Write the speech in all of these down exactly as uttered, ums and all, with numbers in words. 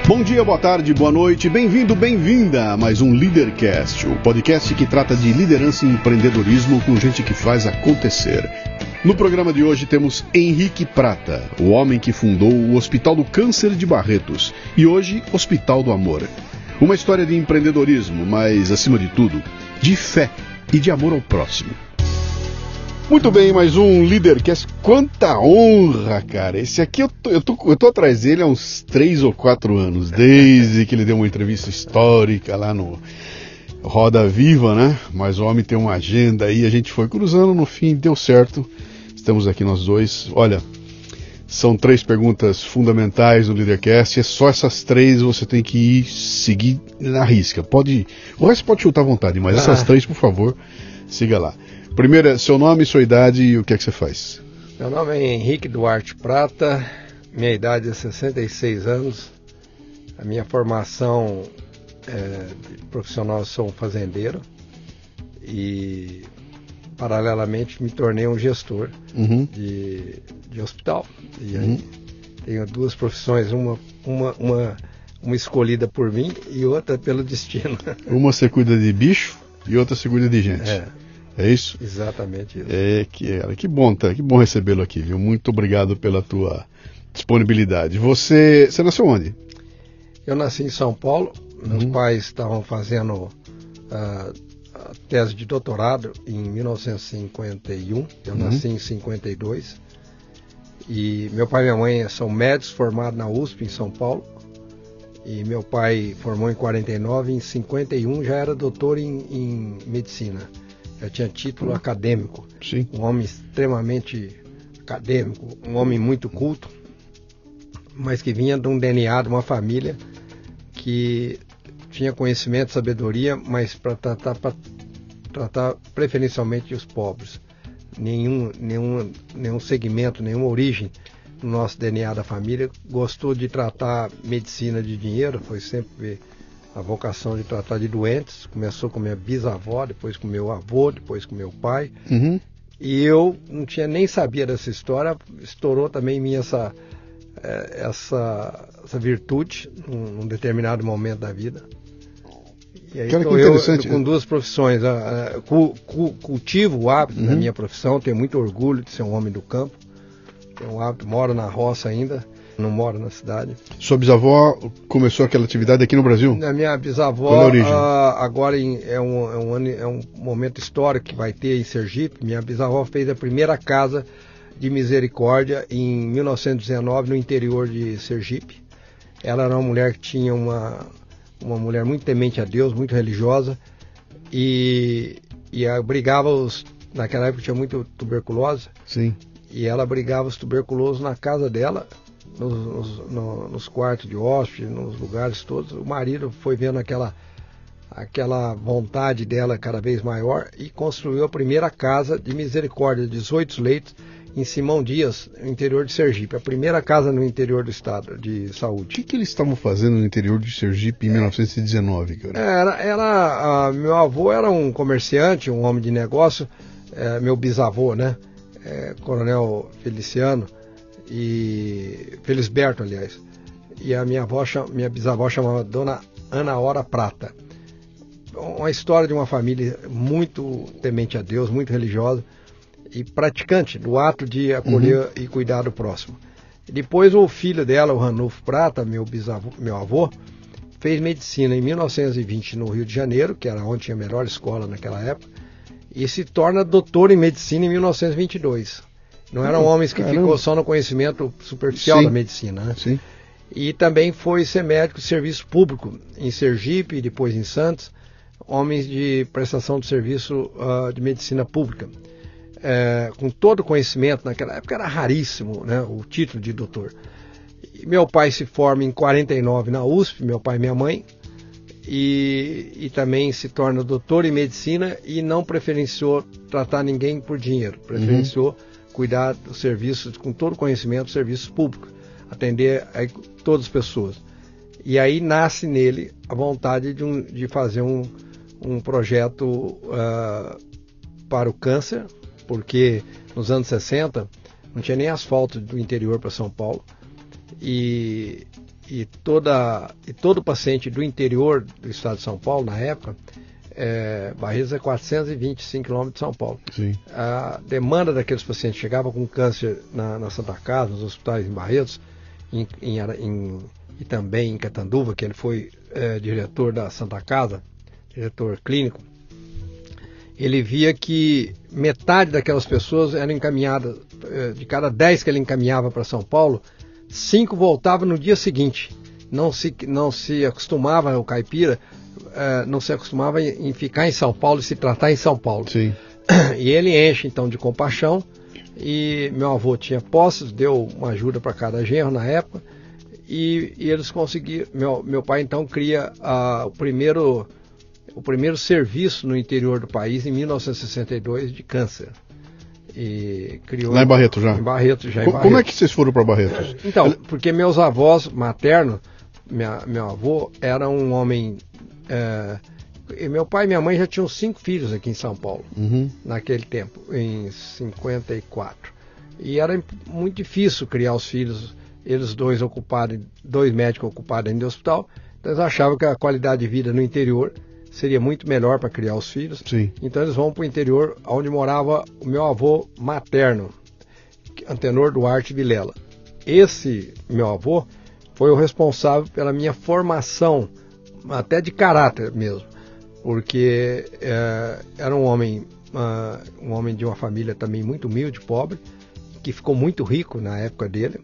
Bom dia, boa tarde, boa noite, bem-vindo, bem-vinda a mais um Leadercast, o podcast que trata de liderança e empreendedorismo com gente que faz acontecer. No programa de hoje temos Henrique Prata, o homem que fundou o Hospital do Câncer de Barretos e hoje Hospital do Amor. Uma história de empreendedorismo, mas acima de tudo, de fé e de amor ao próximo. Muito bem, mais um Leadercast. Quanta honra, cara. Esse aqui eu tô, eu tô, eu tô atrás dele há uns três ou quatro anos, desde que ele deu uma entrevista histórica lá no Roda Viva, né? Mas o homem tem uma agenda aí, a gente foi cruzando, no fim deu certo. Estamos aqui nós dois. Olha, são três perguntas fundamentais do Leadercast. É só essas três, você tem que ir seguir na risca. Pode, o resto pode chutar à vontade, mas essas ah. três, por favor, siga lá. Primeiro, seu nome, sua idade e o que é que você faz? Meu nome é Henrique Duarte Prata, minha idade é sessenta e seis anos, a minha formação é, de profissional, eu sou um fazendeiro e, paralelamente, me tornei um gestor uhum. de, de hospital. E aí uhum. tenho duas profissões, uma, uma, uma, uma escolhida por mim e outra pelo destino. Uma você cuida de bicho e outra você cuida de gente. É. É isso? Exatamente isso. É, que, que bom, tá? Que bom recebê-lo aqui, viu? Muito obrigado pela tua disponibilidade. Você, você nasceu onde? Eu nasci em São Paulo. Meus uhum. pais estavam fazendo uh, a tese de doutorado em mil novecentos e cinquenta e um. Eu uhum. nasci em cinquenta e dois. E meu pai e minha mãe são médicos formados na U S P em São Paulo. E meu pai formou em quarenta e nove, em cinquenta e um já era doutor em, em medicina. Já tinha título uhum. acadêmico. Sim. Um homem extremamente acadêmico, um homem muito culto, mas que vinha de um D N A, de uma família que tinha conhecimento, sabedoria, mas para tratar, pra tratar preferencialmente os pobres. Nenhum, nenhum, nenhum segmento, nenhuma origem do nosso D N A da família gostou de tratar medicina de dinheiro, foi sempre a vocação de tratar de doentes. Começou com minha bisavó, depois com meu avô, depois com meu pai. Uhum. E eu não tinha nem sabia dessa história, estourou também em mim essa, essa, essa virtude num, num determinado momento da vida. E aí Cara, tô que eu interessante. com duas profissões. Uh, cu, cu, cultivo o hábito uhum. da minha profissão, tenho muito orgulho de ser um homem do campo. Tenho um hábito, moro na roça ainda. Não moro na cidade. Sua bisavó começou aquela atividade aqui no Brasil? A minha bisavó, qual é a origem? Uh, agora em, é, um, é, um, é um momento histórico que vai ter em Sergipe. Minha bisavó fez a primeira casa de misericórdia em mil novecentos e dezenove no interior de Sergipe. Ela era uma mulher que tinha uma, uma mulher muito temente a Deus, muito religiosa e, e abrigava os... Naquela época tinha muito tuberculose. Sim. E ela abrigava os tuberculosos na casa dela. Nos, nos, no, nos quartos de hóspede, nos lugares todos. O marido foi vendo aquela, aquela vontade dela cada vez maior e construiu a primeira casa de misericórdia, dezoito leitos, em Simão Dias, no interior de Sergipe. A primeira casa no interior do estado de saúde. O que, que eles estavam fazendo no interior de Sergipe em é, mil novecentos e dezenove, cara? Era, era, a, meu avô era um comerciante, um homem de negócio, é, meu bisavô, né? É, Coronel Feliciano. E Felisberto, aliás, e a minha avó, minha bisavó chamava Dona Ana Hora Prata. Uma história de uma família muito temente a Deus, muito religiosa e praticante do ato de acolher uhum. e cuidar do próximo. Depois o filho dela, o Ranulfo Prata, meu bisavô, meu avô, fez medicina em mil novecentos e vinte no Rio de Janeiro, que era onde tinha a melhor escola naquela época, e se torna doutor em medicina em mil novecentos e vinte e dois. Não eram hum, homens que caramba. ficou só no conhecimento superficial Sim. da medicina, né? Sim. E também foi ser médico de serviço público em Sergipe e depois em Santos, homens de prestação de serviço uh, de medicina pública. É, com todo o conhecimento, naquela época era raríssimo, né, o título de doutor. E meu pai se forma em quarenta e nove na U S P, meu pai e minha mãe, e, e também se torna doutor em medicina e não preferenciou tratar ninguém por dinheiro, preferenciou uhum. cuidar dos serviços, com todo o conhecimento, dos serviços públicos, atender a todas as pessoas. E aí nasce nele a vontade de, um, de fazer um, um projeto uh, para o câncer, porque nos anos sessenta não tinha nem asfalto do interior para São Paulo, e, e, toda, e todo paciente do interior do estado de São Paulo, na época, é, Barretos é quatrocentos e vinte e cinco quilômetros de São Paulo. Sim. A demanda daqueles pacientes chegava com câncer na, na Santa Casa, nos hospitais em Barretos, em, em, em, e também em Catanduva, que ele foi é, diretor da Santa Casa, diretor clínico. Ele via que metade daquelas pessoas eram encaminhadas, de cada dez que ele encaminhava para São Paulo, cinco voltavam no dia seguinte. Não se, não se acostumava, o caipira, não se acostumava em ficar em São Paulo e se tratar em São Paulo. Sim. E ele enche então de compaixão, e meu avô tinha posses, deu uma ajuda para cada genro na época, e, e eles conseguiram, meu, meu pai então cria a, o primeiro... o primeiro serviço no interior do país em mil novecentos e sessenta e dois de câncer. E criou lá em Barretos já? Em Barretos já. Em Como Barretos. é que vocês foram para Barretos? Então, porque meus avós maternos, minha, meu avô era um homem... É, e meu pai e minha mãe já tinham cinco filhos aqui em São Paulo, uhum. naquele tempo, em cinquenta e quatro. E era muito difícil criar os filhos, eles dois ocupados, dois médicos ocupados dentro do hospital, então eles achavam que a qualidade de vida no interior seria muito melhor para criar os filhos. Sim. Então eles vão para o interior, onde morava o meu avô materno, Antenor Duarte Vilela. Esse meu avô foi o responsável pela minha formação, até de caráter mesmo, porque é, era um homem, uh, um homem de uma família também muito humilde, pobre, que ficou muito rico na época dele.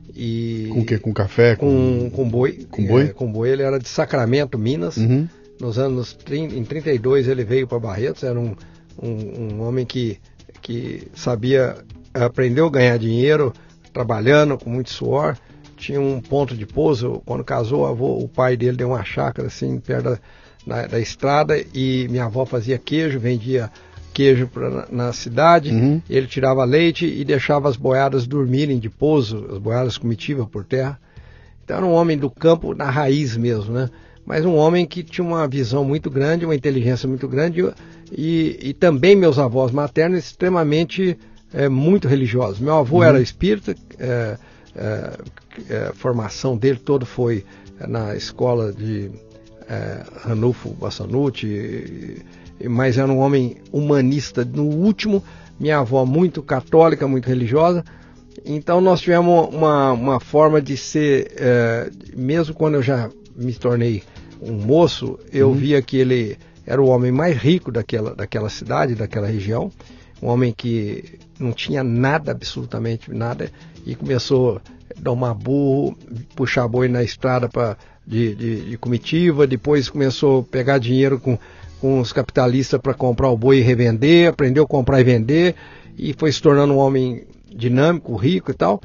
E com o quê? Com café? Com, com boi. Com boi? É, com boi. Ele era de Sacramento, Minas. Uhum. Nos anos trinta, em trinta e dois ele veio para Barretos, era um, um, um homem que, que sabia, aprendeu a ganhar dinheiro, trabalhando com muito suor, tinha um ponto de pouso. Quando casou, o, avô, o pai dele deu uma chácara assim, perto da, na, da estrada, e minha avó fazia queijo, vendia queijo pra, na, na cidade, uhum. Ele tirava leite e deixava as boiadas dormirem de pouso, as boiadas comitivas por terra. Então era um homem do campo na raiz mesmo, né? Mas um homem que tinha uma visão muito grande, uma inteligência muito grande, e, e também meus avós maternos extremamente é, muito religiosos. Meu avô uhum. era espírita, é, é, é, a formação dele toda foi na escola de é, Ranulfo Bassanuti, e, e, mas era um homem humanista no último. Minha avó muito católica, muito religiosa. Então nós tivemos uma, uma forma de ser, é, mesmo quando eu já me tornei um moço, eu uhum. via que ele era o homem mais rico daquela, daquela cidade, daquela região, um homem que não tinha nada, absolutamente nada, e começou a domar burro, puxar boi na estrada pra, de, de, de comitiva, depois começou a pegar dinheiro com, com os capitalistas para comprar o boi e revender, aprendeu a comprar e vender, e foi se tornando um homem dinâmico, rico e tal,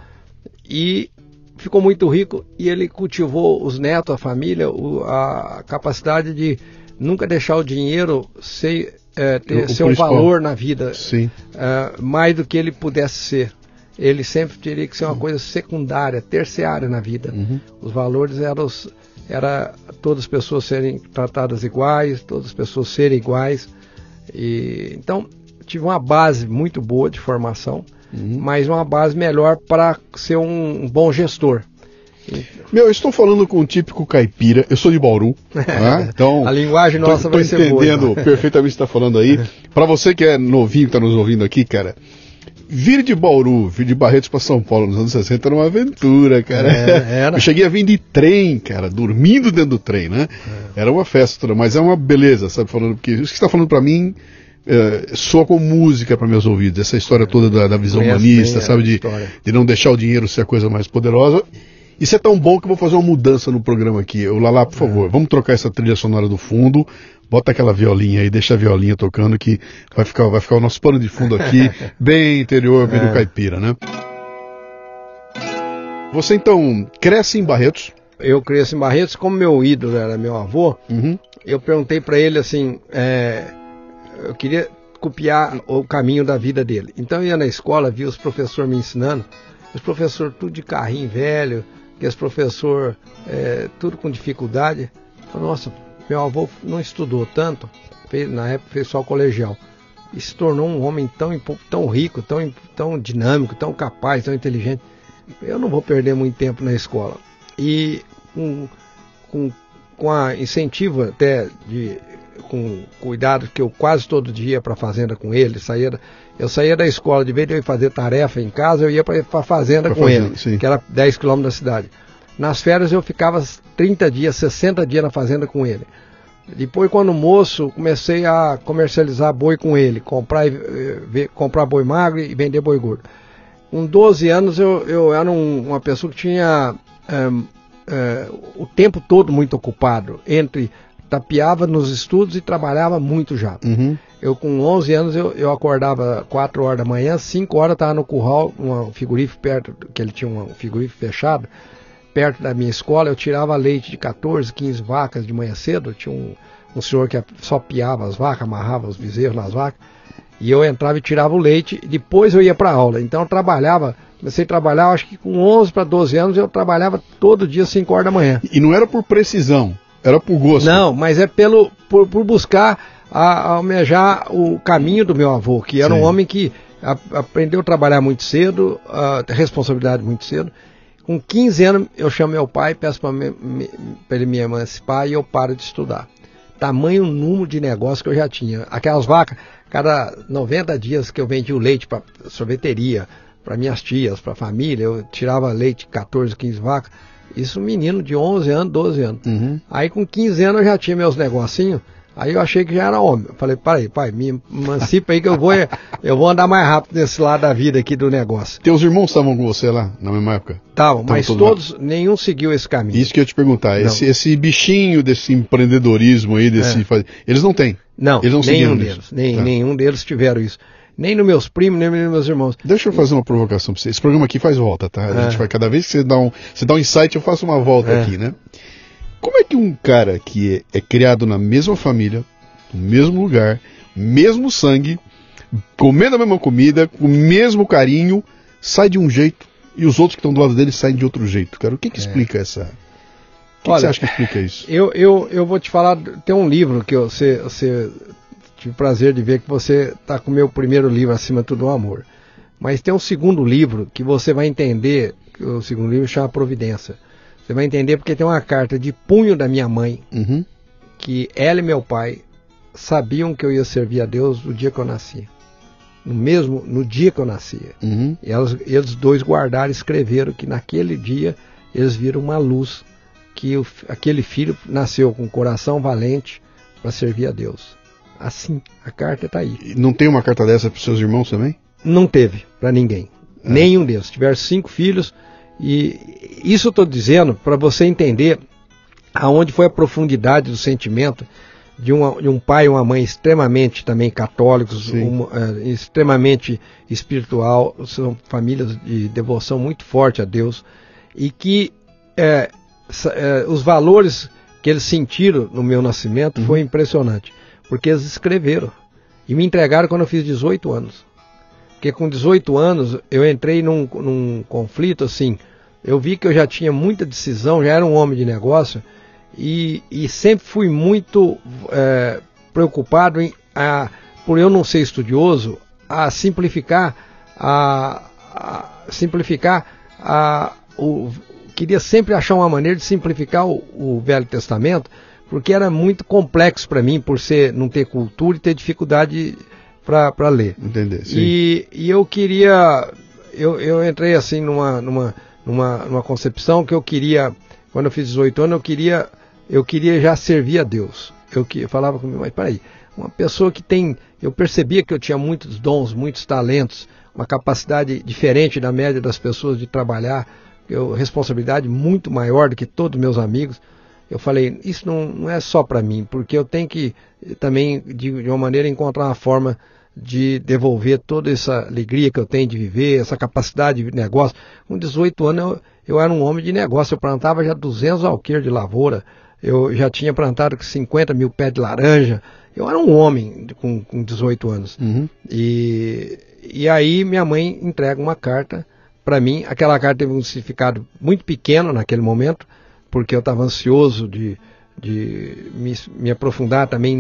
e ficou muito rico, e ele cultivou os netos, a família, o, a capacidade de nunca deixar o dinheiro ser, é, ter, ser um valor na vida, Sim. É, mais do que ele pudesse ser. Ele sempre teria que ser uma coisa secundária, terciária na vida. Uhum. Os valores eram os, era todas as pessoas serem tratadas iguais, todas as pessoas serem iguais. E, então, tive uma base muito boa de formação, uhum. mas uma base melhor para ser um, um bom gestor. Meu, eu estou falando com um típico caipira, eu sou de Bauru, né? Então a linguagem nossa tô, vai tô ser boa. entendendo então. perfeitamente o que você está falando aí. Para você que é novinho, que está nos ouvindo aqui, cara, vir de Bauru, vir de Barretos para São Paulo nos anos sessenta era uma aventura, cara. É, era. Eu cheguei a vir de trem, cara, dormindo dentro do trem, né? É. Era uma festa, mas é uma beleza, sabe? Falando, porque isso que você está falando para mim é, soa com música para meus ouvidos, essa história toda da, da visão Conhece humanista, bem, sabe? É, de, de não deixar o dinheiro ser a coisa mais poderosa. Isso é tão bom que eu vou fazer uma mudança no programa aqui. O Lala, por favor, é. vamos trocar essa trilha sonora do fundo, bota aquela violinha aí, deixa a violinha tocando, que vai ficar, vai ficar o nosso pano de fundo aqui, bem interior, bem é. do caipira, né? Você então cresce em Barretos? Eu cresci em Barretos, como meu ídolo era meu avô, uhum. eu perguntei para ele assim, é, eu queria copiar o caminho da vida dele. Então eu ia na escola, via os professores me ensinando, os professores tudo de carrinho velho, que os professores, é, tudo com dificuldade. Nossa, meu avô não estudou tanto, fez, na época fez só o colegial, e se tornou um homem tão, tão rico, tão, tão dinâmico, tão capaz, tão inteligente. Eu não vou perder muito tempo na escola. E com, com, com a incentivo até de com cuidado que eu quase todo dia ia para a fazenda com ele, saía da, eu saía da escola, de vez de eu ir fazer tarefa em casa, eu ia para a fazenda pra com fazer, ele, sim. Que era dez quilômetros da cidade. Nas férias eu ficava trinta dias, sessenta dias na fazenda com ele. Depois, quando moço, comecei a comercializar boi com ele, comprar, comprar boi magro e vender boi gordo. Com doze anos eu, eu era um, uma pessoa que tinha é, é, o tempo todo muito ocupado, entre tapeava nos estudos e trabalhava muito já. Uhum. Eu com onze anos eu, eu acordava quatro horas da manhã, cinco horas estava no curral, um frigorífico perto, que ele tinha um frigorífico fechado, perto da minha escola. Eu tirava leite de quatorze, quinze vacas de manhã cedo. Tinha um, um senhor que só piava as vacas, amarrava os bezerros nas vacas, e eu entrava e tirava o leite, e depois eu ia para a aula. Então eu trabalhava, comecei a trabalhar, acho que com onze para doze anos eu trabalhava todo dia, cinco horas da manhã. E não era por precisão? Era por gosto? Não, mas é pelo, por, por buscar a, a almejar o caminho do meu avô, que era Sim. um homem que a, aprendeu a trabalhar muito cedo, a ter responsabilidade muito cedo. Com quinze anos eu chamo meu pai, peço para ele me emancipar e eu paro de estudar. Tamanho número de negócio que eu já tinha. Aquelas vacas, cada noventa dias que eu vendia o leite para sorveteria, para minhas tias, para a família, eu tirava leite, quatorze, quinze vacas. Isso um menino de onze anos, doze anos. Uhum. Aí com quinze anos eu já tinha meus negocinhos, aí eu achei que já era homem. Eu falei, peraí, pai, me emancipa aí que eu vou, eu vou andar mais rápido nesse lado da vida aqui do negócio. Teus irmãos estavam com você lá, na mesma época? Estavam, mas todos, lá. Nenhum seguiu esse caminho. Isso que eu ia te perguntar, esse, esse bichinho desse empreendedorismo aí, desse, é. eles não têm? Não, eles não nenhum deles, nem, tá. nenhum deles tiveram isso. Nem nos meus primos, nem nos meus irmãos. Deixa eu fazer uma provocação para você. Esse programa aqui faz volta, tá? A é. gente vai, cada vez que você dá um, você dá um insight, eu faço uma volta é. aqui, né? Como é que um cara que é, é criado na mesma família, no mesmo lugar, mesmo sangue, comendo a mesma comida, com o mesmo carinho, sai de um jeito e os outros que estão do lado dele saem de outro jeito, cara? O que que é. explica essa... O que, Olha, que você acha que explica isso? Eu, eu, eu vou te falar, tem um livro que eu, você... você tive o prazer de ver que você está com o meu primeiro livro, Acima de Tudo o Amor. Mas tem um segundo livro que você vai entender, que o segundo livro chama Providência. Você vai entender porque tem uma carta de punho da minha mãe, uhum. que ela e meu pai sabiam que eu ia servir a Deus no dia que eu nasci. No mesmo, no dia que eu nascia. Uhum. E elas, eles dois guardaram e escreveram que naquele dia eles viram uma luz, que o, aquele filho nasceu com um coração valente para servir a Deus. Assim, a carta está aí. Não tem uma carta dessa para os seus irmãos também? Não teve, para ninguém. É. Nenhum deles. Tiveram cinco filhos. E isso eu estou dizendo para você entender aonde foi a profundidade do sentimento de, uma, de um pai e uma mãe extremamente também católicos, um, é, extremamente espiritual. São famílias de devoção muito forte a Deus. E que é, é, os valores que eles sentiram no meu nascimento uhum. foi impressionante. Porque eles escreveram e me entregaram quando eu fiz dezoito anos. Porque com dezoito anos eu entrei num, num conflito assim, eu vi que eu já tinha muita decisão, já era um homem de negócio e, e sempre fui muito é, preocupado em, a, por eu não ser estudioso, a simplificar, a, a simplificar, a, o, queria sempre achar uma maneira de simplificar o, o Velho Testamento, porque era muito complexo para mim, por ser, não ter cultura e ter dificuldade para ler. Entender, sim. E, e eu queria, eu, eu entrei assim numa, numa, numa, numa concepção que eu queria, quando eu fiz dezoito anos, eu queria, eu queria já servir a Deus. Eu, que, eu falava comigo, mas peraí, uma pessoa que tem, eu percebia que eu tinha muitos dons, muitos talentos, uma capacidade diferente da média das pessoas de trabalhar, eu, responsabilidade muito maior do que todos meus amigos. Eu falei, isso não, não é só para mim, porque eu tenho que também, de, de uma maneira, encontrar uma forma de devolver toda essa alegria que eu tenho de viver, essa capacidade de negócio. Com dezoito anos eu, eu era um homem de negócio, eu plantava já duzentos alqueires de lavoura, eu já tinha plantado cinquenta mil pés de laranja, eu era um homem com, com dezoito anos. Uhum. E, e aí minha mãe entrega uma carta para mim, aquela carta teve um significado muito pequeno naquele momento, porque eu estava ansioso de, de me, me aprofundar também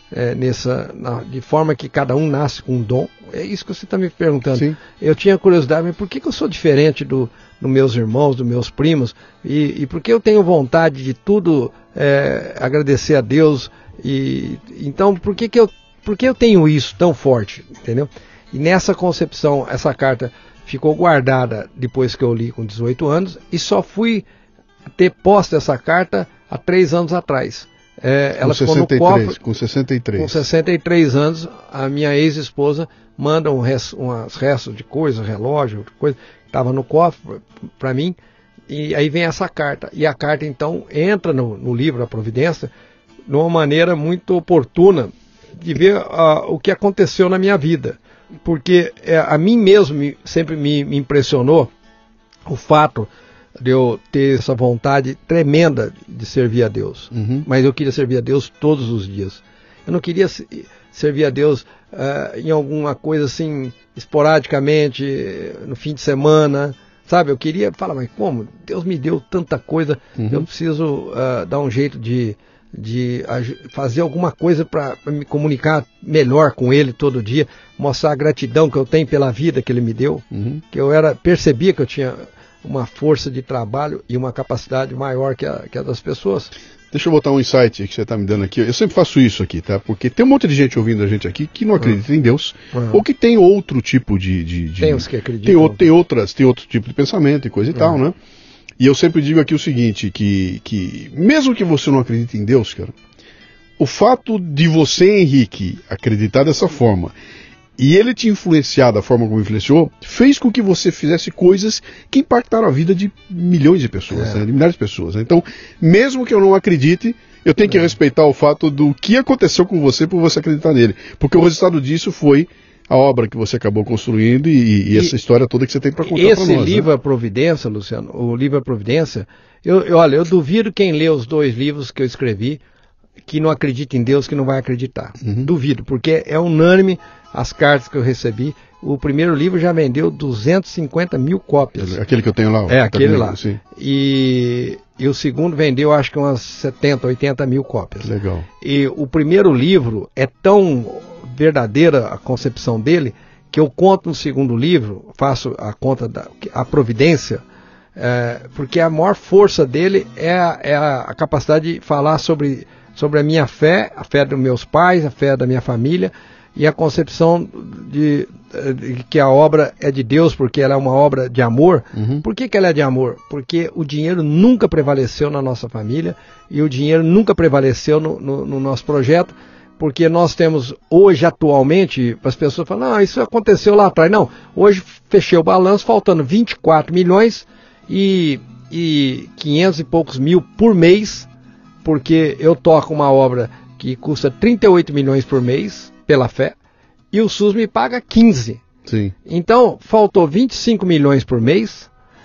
é, nessa, na, de forma que cada um nasce com um dom. É isso que você está me perguntando. Sim. Eu tinha curiosidade, mas por que, que eu sou diferente do, dos meus irmãos, dos meus primos? E, e por que eu tenho vontade de tudo é, agradecer a Deus? E, então, por que, que, eu, por que eu tenho isso tão forte? Entendeu? E nessa concepção, essa carta ficou guardada depois que eu li com dezoito anos e só fui ter posse dessa carta há três anos atrás. É, ela ficou no cofre, com sessenta e três. Com sessenta e três anos, a minha ex-esposa manda um res, umas restos de coisa, relógio, coisa, estava no cofre para mim, e aí vem essa carta. E a carta, então, entra no, no livro A Providência de uma maneira muito oportuna de ver uh, o que aconteceu na minha vida. Porque é, a mim mesmo me, sempre me, me impressionou o fato de eu ter essa vontade tremenda de servir a Deus. Uhum. Mas eu queria servir a Deus todos os dias. Eu não queria servir a Deus uh, em alguma coisa assim, esporadicamente, no fim de semana, sabe? Eu queria falar, mas como? Deus me deu tanta coisa, uhum. eu preciso uh, dar um jeito de, de fazer alguma coisa para me comunicar melhor com Ele todo dia, mostrar a gratidão que eu tenho pela vida que Ele me deu, uhum. que eu era, percebia que eu tinha uma força de trabalho e uma capacidade maior que a, que a das pessoas. Deixa eu botar um insight que você está me dando aqui. Eu sempre faço isso aqui, tá? Porque tem um monte de gente ouvindo a gente aqui que não acredita uhum. em Deus, uhum. ou que tem outro tipo de... de, de tem os que acreditam. Tem, o, tem, outras, tem outro tipo de pensamento e coisa e uhum. tal, né? E eu sempre digo aqui o seguinte, que, que mesmo que você não acredite em Deus, cara, o fato de você, Henrique, acreditar dessa forma, e ele te influenciar da forma como influenciou, fez com que você fizesse coisas que impactaram a vida de milhões de pessoas, é. né, de milhares de pessoas. Né? Então, mesmo que eu não acredite, eu tenho que é. respeitar o fato do que aconteceu com você por você acreditar nele. Porque o resultado disso foi a obra que você acabou construindo e, e, e essa história toda que você tem para contar para nós. Esse livro né? A Providência, Luciano, o livro A Providência, eu, eu, olha, eu duvido quem lê os dois livros que eu escrevi que não acredita em Deus, que não vai acreditar. Uhum. Duvido, porque é unânime as cartas que eu recebi. O primeiro livro já vendeu duzentas e cinquenta mil cópias. Aquele que eu tenho lá? É, aquele tá lá. Sim. E, e o segundo vendeu, acho que umas setenta, oitenta mil cópias. Legal. E o primeiro livro é tão verdadeira a concepção dele, que eu conto no segundo livro, faço a conta da a Providência, é, porque a maior força dele é a, é a capacidade de falar sobre, sobre a minha fé, a fé dos meus pais, a fé da minha família, e a concepção de, de que a obra é de Deus, porque ela é uma obra de amor. Uhum. Por que, que ela é de amor? Porque o dinheiro nunca prevaleceu na nossa família, e o dinheiro nunca prevaleceu no, no, no nosso projeto, porque nós temos hoje, atualmente, as pessoas falam, não, isso aconteceu lá atrás. Não, hoje fechei o balanço faltando vinte e quatro milhões e, e quinhentos e poucos mil por mês, porque eu toco uma obra que custa trinta e oito milhões por mês, pela fé, e o SUS me paga quinze. Sim. Então, faltou vinte e cinco milhões por mês,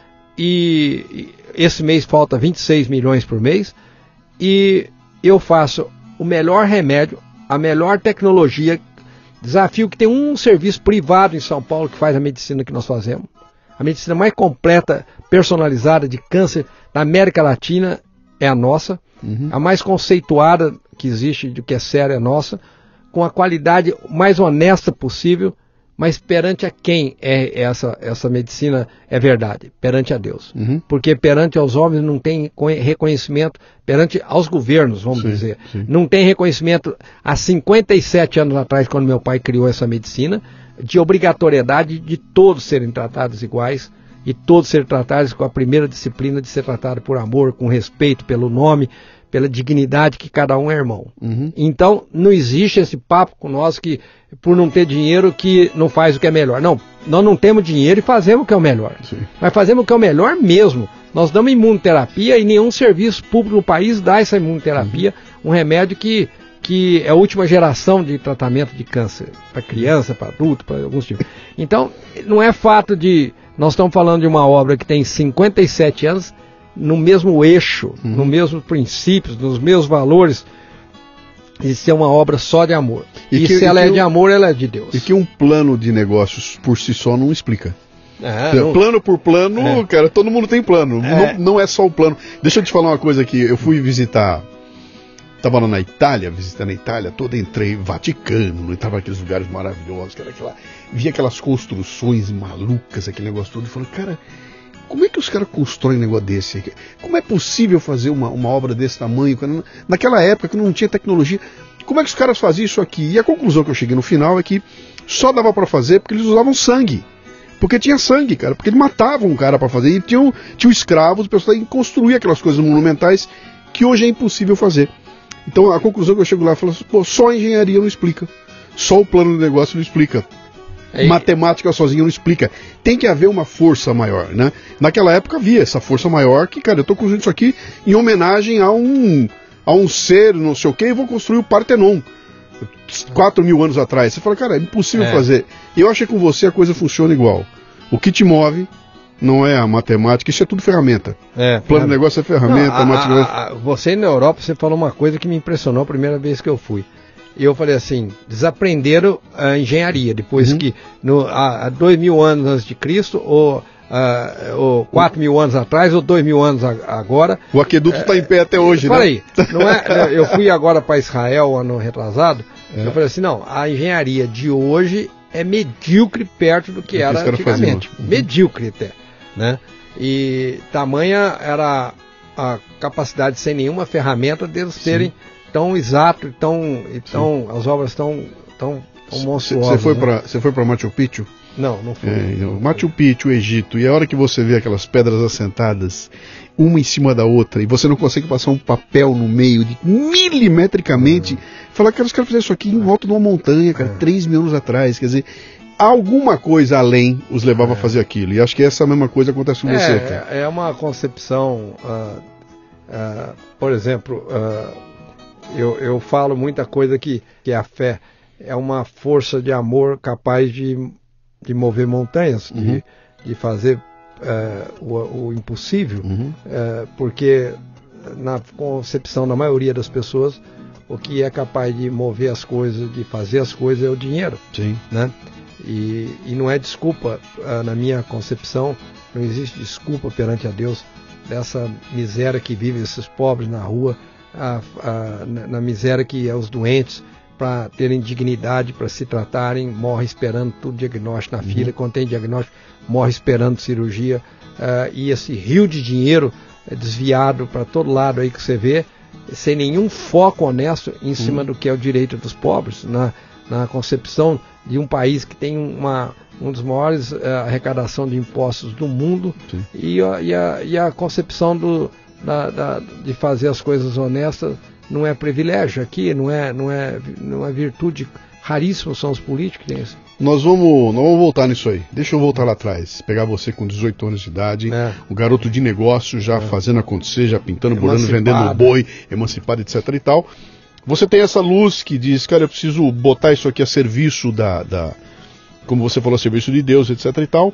e esse mês falta vinte e seis milhões por mês, e eu faço o melhor remédio, a melhor tecnologia, desafio que tem um serviço privado em São Paulo que faz a medicina que nós fazemos, a medicina mais completa, personalizada de câncer da América Latina é a nossa, uhum. a mais conceituada que existe, do que é séria é a nossa, com a qualidade mais honesta possível, mas perante a quem é essa, essa medicina é verdade? Perante a Deus. Uhum. Porque perante aos homens não tem reconhecimento, perante aos governos, vamos sim, dizer, sim. não tem reconhecimento há cinquenta e sete anos atrás, quando meu pai criou essa medicina, de obrigatoriedade de todos serem tratados iguais, e todos serem tratados com a primeira disciplina de ser tratado por amor, com respeito pelo nome, pela dignidade que cada um é irmão. Uhum. Então, não existe esse papo com nós que, por não ter dinheiro, que não faz o que é melhor. Não, nós não temos dinheiro e fazemos o que é o melhor. Sim. Nós fazemos o que é o melhor mesmo. Nós damos imunoterapia e nenhum serviço público no país dá essa imunoterapia, uhum. um remédio que, que é a última geração de tratamento de câncer, para criança, para adulto, para alguns tipos. Então, não é fato de... Nós estamos falando de uma obra que tem cinquenta e sete anos, no mesmo eixo, uhum. nos mesmos princípios, nos mesmos valores, de ser uma obra só de amor. E, e que, se ela e é de um, amor, ela é de Deus. E que um plano de negócios por si só não explica. É, não... Plano por plano, é. cara, todo mundo tem plano. É. Não, não é só o plano. Deixa eu te falar uma coisa aqui. Eu fui visitar estava lá na Itália, visitando a Itália toda, entrei Vaticano, entrava naqueles lugares maravilhosos, que era aquela, via aquelas construções malucas, aquele negócio todo, e falei, cara, como é que os caras constroem um negócio desse? Como é possível fazer uma, uma obra desse tamanho? Naquela época que não tinha tecnologia, como é que os caras faziam isso aqui? E a conclusão que eu cheguei no final é que só dava para fazer porque eles usavam sangue. Porque tinha sangue, cara, porque eles matavam um cara para fazer, e tinham, tinham escravos, o pessoal ia construir aquelas coisas monumentais que hoje é impossível fazer. Então a conclusão que eu chego lá, eu falo assim, pô, só a engenharia não explica, só o plano de negócio não explica. Aí, matemática sozinha não explica. Tem que haver uma força maior, né? Naquela época havia essa força maior que, cara, eu estou construindo isso aqui em homenagem a um, a um ser, não sei o quê, e vou construir o Partenon. Quatro mil anos atrás. Você fala, cara, é impossível é. fazer. E eu acho que com você a coisa funciona igual. O que te move não é a matemática, isso é tudo ferramenta. É, Plano é. de negócio é ferramenta. Não, a, a, a, você na Europa, você falou uma coisa que me impressionou a primeira vez que eu fui. E eu falei assim, desaprenderam a engenharia, depois uhum. que no, há, há dois mil anos antes de Cristo, ou, uh, ou quatro mil anos atrás, ou dois mil anos a, agora. O aqueduto está é, em pé até hoje, né? Falei, não é, eu fui agora para Israel ano retrasado, é. eu falei assim, não, a engenharia de hoje é medíocre perto do que é era que antigamente. Uhum. Medíocre até, né? E tamanha era a capacidade sem nenhuma ferramenta deles terem tão exato, tão, tão as obras estão tão, tão monstruosas. Você foi, né? Você foi para Machu Picchu? Não, não fui. É, então, Machu Picchu, Egito, e a hora que você vê aquelas pedras assentadas, uma em cima da outra, e você não consegue passar um papel no meio, de, milimetricamente, uhum. falar que os caras fizeram isso aqui em volta de uma montanha, cara, uhum. três mil anos atrás, quer dizer, alguma coisa além os levava é. a fazer aquilo, e acho que essa mesma coisa acontece com é, você, cara. É uma concepção, uh, uh, por exemplo, uh, Eu, eu falo muita coisa que, que a fé é uma força de amor capaz de, de mover montanhas, uhum. de, de fazer uh, o, o impossível, uhum. uh, porque na concepção da maioria das pessoas, o que é capaz de mover as coisas, de fazer as coisas é o dinheiro. Sim. Né? E, e não é desculpa, uh, na minha concepção, não existe desculpa perante a Deus dessa miséria que vivem esses pobres na rua, A, a, na, na miséria que é os doentes, para terem dignidade, para se tratarem, morre esperando tudo diagnóstico na uhum. fila, quando tem diagnóstico, morre esperando cirurgia, uh, e esse rio de dinheiro é desviado para todo lado aí que você vê, sem nenhum foco honesto em cima uhum. do que é o direito dos pobres, na, na concepção de um país que tem uma, um dos maiores uh, arrecadação de impostos do mundo, e a, e, a, e a concepção do Da, da, de fazer as coisas honestas não é privilégio aqui, não é, não é, não é virtude. Raríssimos são os políticos que têm isso. Nós vamos, nós vamos voltar nisso aí. Deixa eu voltar lá atrás. Pegar você com dezoito anos de idade, é. um garoto de negócio, já é. fazendo acontecer, já pintando, borando, vendendo boi, emancipado, etc e tal. Você tem essa luz que diz, cara, eu preciso botar isso aqui a serviço da, da como você falou, a serviço de Deus, etc e tal.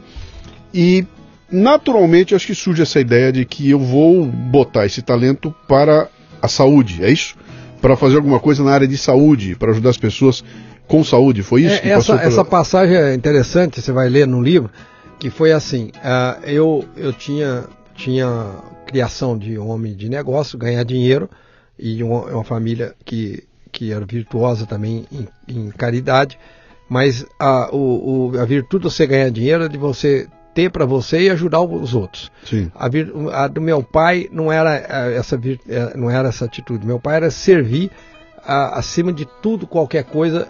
E naturalmente, acho que surge essa ideia de que eu vou botar esse talento para a saúde, é isso? Para fazer alguma coisa na área de saúde, para ajudar as pessoas com saúde, foi isso? É, que essa, pela... essa passagem é interessante, você vai ler no livro, que foi assim, uh, eu, eu tinha, tinha criação de homem de negócio, ganhar dinheiro, e uma, uma família que, que era virtuosa também em, em caridade, mas a, o, o, a virtude de você ganhar dinheiro é de você ter para você e ajudar os outros. Sim. A, vir, a do meu pai não era essa, não era essa atitude. Meu pai era servir, a, acima de tudo, qualquer coisa,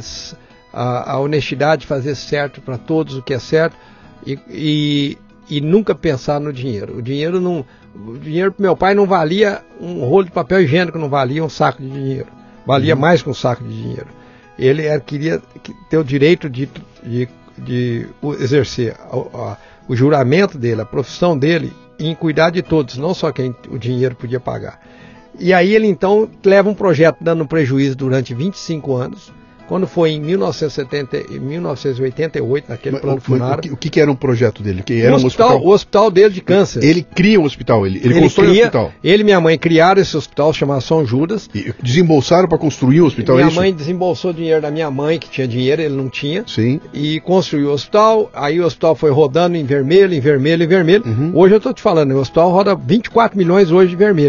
a, a honestidade, fazer certo para todos o que é certo e, e, e nunca pensar no dinheiro. O dinheiro não, o dinheiro para meu pai não valia um rolo de papel higiênico, não valia um saco de dinheiro. Valia uhum. mais que um saco de dinheiro. Ele era, queria ter o direito de, de de exercer a, a, o juramento dele, a profissão dele, em cuidar de todos, não só quem o dinheiro podia pagar. E aí ele então leva um projeto dando prejuízo durante vinte e cinco anos. Quando foi em mil novecentos e setenta, mil novecentos e oitenta e oito, naquele mas, plano funerário. O que, o que era um projeto dele? Que era um hospital, um hospital? O hospital dele de câncer. Ele cria um hospital, ele, ele, ele constrói cria, um hospital. Ele e minha mãe criaram esse hospital chamado São Judas. E desembolsaram para construir o hospital, minha é isso? Minha mãe desembolsou dinheiro da minha mãe, que tinha dinheiro, ele não tinha. Sim. E construiu o hospital, aí o hospital foi rodando em vermelho, em vermelho, em vermelho. Uhum. Hoje eu estou te falando, o hospital roda vinte e quatro milhões hoje de vermelho.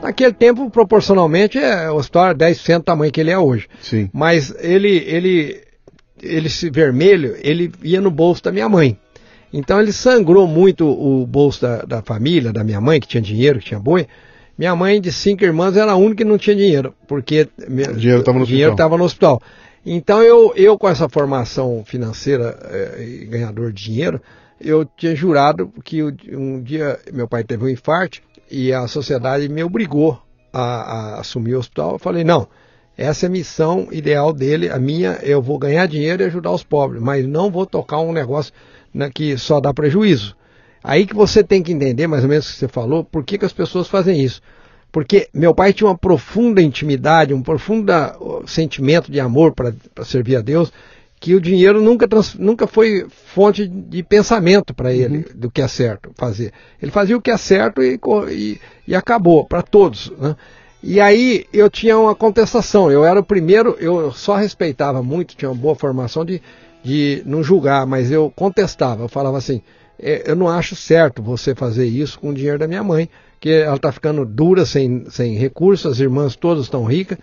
Naquele tempo, proporcionalmente, é, o hospital era dez por cento do tamanho que ele é hoje. Sim. Mas ele, ele, ele, esse vermelho, ele ia no bolso da minha mãe. Então ele sangrou muito o bolso da, da família, da minha mãe, que tinha dinheiro, que tinha boi. Minha mãe, de cinco irmãs, era a única que não tinha dinheiro, porque o dinheiro estava no, dinheiro estava no hospital. Então eu, eu com essa formação financeira é, e ganhador de dinheiro, eu tinha jurado que um dia meu pai teve um infarto e a sociedade me obrigou a, a assumir o hospital. Eu falei, não, essa é a missão ideal dele, a minha, eu vou ganhar dinheiro e ajudar os pobres, mas não vou tocar um negócio, né, que só dá prejuízo. Aí que você tem que entender, mais ou menos o que você falou, por que, que as pessoas fazem isso. Porque meu pai tinha uma profunda intimidade, um profundo sentimento de amor para servir a Deus, que o dinheiro nunca, trans, nunca foi fonte de pensamento para ele, uhum, do que é certo fazer. Ele fazia o que é certo e, e, e acabou, para todos, né? E aí eu tinha uma contestação, eu era o primeiro, eu só respeitava muito, tinha uma boa formação de, de não julgar, mas eu contestava, eu falava assim, eu não acho certo você fazer isso com o dinheiro da minha mãe, que ela está ficando dura, sem, sem recursos, as irmãs todas estão ricas,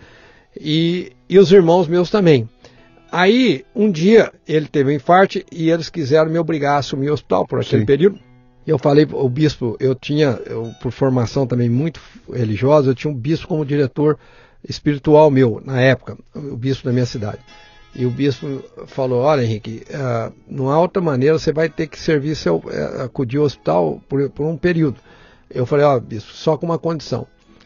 e, e os irmãos meus também. Aí, um dia, ele teve um infarto e eles quiseram me obrigar a assumir o hospital por aquele, sim, período. Eu falei, o bispo, eu tinha, eu, por formação também muito religiosa, eu tinha um bispo como diretor espiritual meu, na época, o bispo da minha cidade. E o bispo falou, olha, Henrique, uh, não há outra maneira, você vai ter que servir seu, uh, acudir ao hospital por, por um período. Eu falei, ó, bispo, só com uma condição.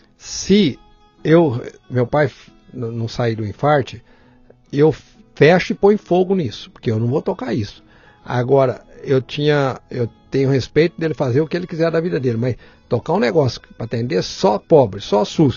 Se eu, meu pai não sair do infarto, eu fecho e põe fogo nisso, porque eu não vou tocar isso. Agora, eu tinha, eu tenho respeito dele fazer o que ele quiser da vida dele, mas tocar um negócio para atender só pobre, só SUS,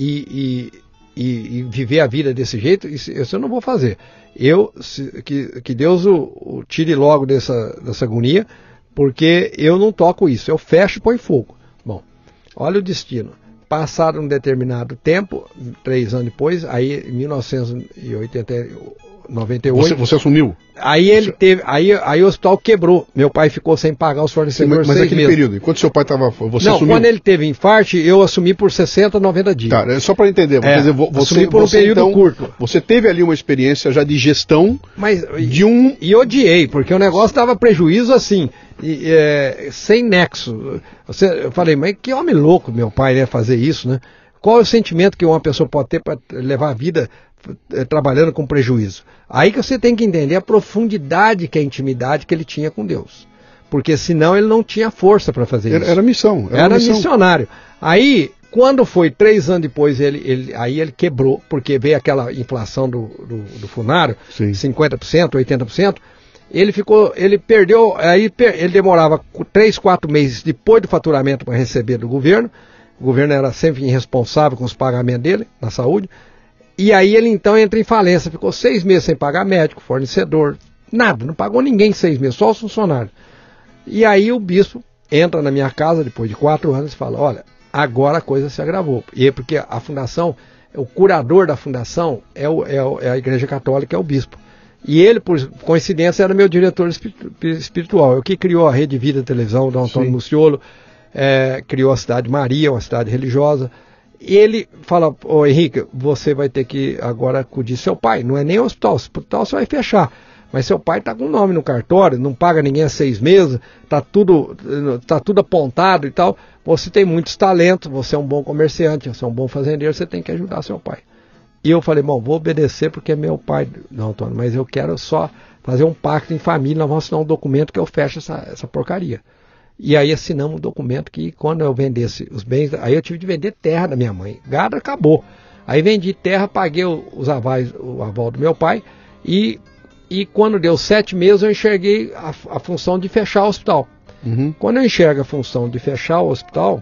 e, e, e, e viver a vida desse jeito, isso, isso eu não vou fazer. Eu, se, que, que Deus o, o tire logo dessa, dessa agonia, porque eu não toco isso, eu fecho e põe fogo. Bom, olha o destino. Passado um determinado tempo, três anos depois, aí em mil novecentos e noventa e oito... Você, você assumiu? Aí ele teve, aí, aí o hospital quebrou. Meu pai ficou sem pagar os fornecedores. Sim, mas seis naquele meses. período, enquanto seu pai estava... Você Não, assumiu? Quando ele teve infarto, eu assumi por sessenta, noventa dias. Tá, é só para entender. É, dizer, você, assumi por um você, período então, curto. Você teve ali uma experiência já de gestão, mas, de um... E odiei, porque o negócio dava prejuízo assim, e, é, sem nexo. Você, eu falei, mas que homem louco meu pai, né, fazer isso, né? Qual é o sentimento que uma pessoa pode ter para levar a vida é, trabalhando com prejuízo? Aí que você tem que entender a profundidade que é a intimidade que ele tinha com Deus. Porque senão ele não tinha força para fazer era, isso. Era missão. Era, era missão. missionário. Aí, quando foi três anos depois, ele, ele, aí ele quebrou, porque veio aquela inflação do, do, do funário, sim, cinquenta por cento, oitenta por cento. Ele ficou, ele perdeu, aí ele demorava três, quatro meses depois do faturamento para receber do governo. O governo era sempre irresponsável com os pagamentos dele, na saúde. E aí ele então entra em falência. Ficou seis meses sem pagar médico, fornecedor, nada. Não pagou ninguém seis meses, só os funcionários. E aí o bispo entra na minha casa, depois de quatro anos, e fala, olha, agora a coisa se agravou. E é porque a fundação, o curador da fundação é, o, é, o, é a Igreja Católica, é o bispo. E ele, por coincidência, era meu diretor espiritual. É o que criou a Rede Vida Televisão, do Antônio Muciolo. É, criou a Cidade Maria, uma cidade religiosa. E ele fala, ô Henrique, você vai ter que agora acudir seu pai. Não é nem hospital, o hospital você vai fechar. Mas seu pai está com o nome no cartório, não paga ninguém há seis meses, está tudo, tá tudo apontado e tal. Você tem muitos talentos, você é um bom comerciante, você é um bom fazendeiro, você tem que ajudar seu pai. E eu falei, bom, vou obedecer porque é meu pai, não, Antônio, mas eu quero só fazer um pacto em família, nós vamos assinar um documento que eu fecho essa, essa porcaria. E aí assinamos um documento que quando eu vendesse os bens, aí eu tive de vender terra da minha mãe. Gado acabou. Aí vendi terra, paguei os avais, o aval do meu pai, e, e quando deu sete meses eu enxerguei a, a função de fechar o hospital. Uhum. Quando eu enxergo a função de fechar o hospital,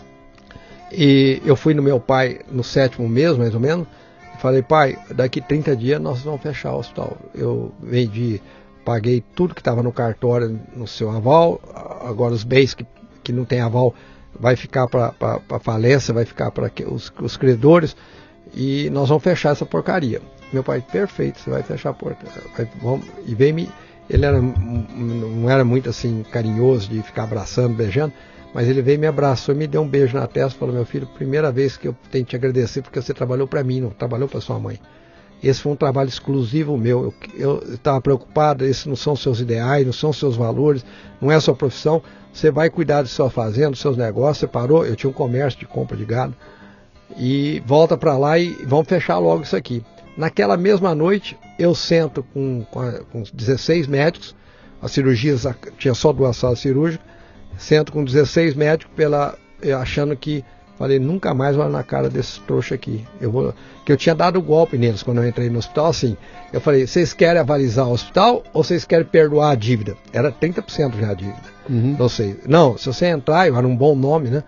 e eu fui no meu pai no sétimo mês, mais ou menos, e falei, pai, daqui trinta dias nós vamos fechar o hospital. Eu vendi... Paguei tudo que estava no cartório no seu aval. Agora os bens que, que não tem aval vai ficar para a falência, vai ficar para os, os credores. E nós vamos fechar essa porcaria. Meu pai, perfeito, você vai fechar a porta. Vai, vamos, e veio me. Ele era, não era muito assim carinhoso de ficar abraçando, beijando. Mas ele veio, me abraçou e me deu um beijo na testa e falou: meu filho, primeira vez que eu tenho que te agradecer porque você trabalhou para mim, não trabalhou para sua mãe. Esse foi um trabalho exclusivo meu. Eu estava preocupado, esses não são seus ideais, não são seus valores, não é a sua profissão. Você vai cuidar de sua fazenda, dos seus negócios. Você parou, eu tinha um comércio de compra de gado. E volta para lá e vamos fechar logo isso aqui. Naquela mesma noite, eu sento com, com, a, com dezesseis médicos, as cirurgias, tinha só duas salas cirúrgicas, sento com dezesseis médicos, pela, achando que, falei, nunca mais olho na cara desses trouxas aqui. Eu vou, que eu tinha dado golpe neles quando eu entrei no hospital, assim. Eu falei, vocês querem avalizar o hospital ou vocês querem perdoar a dívida? Era trinta por cento já a dívida. Uhum. Não sei. Não, se você entrar, eu era um bom nome, né?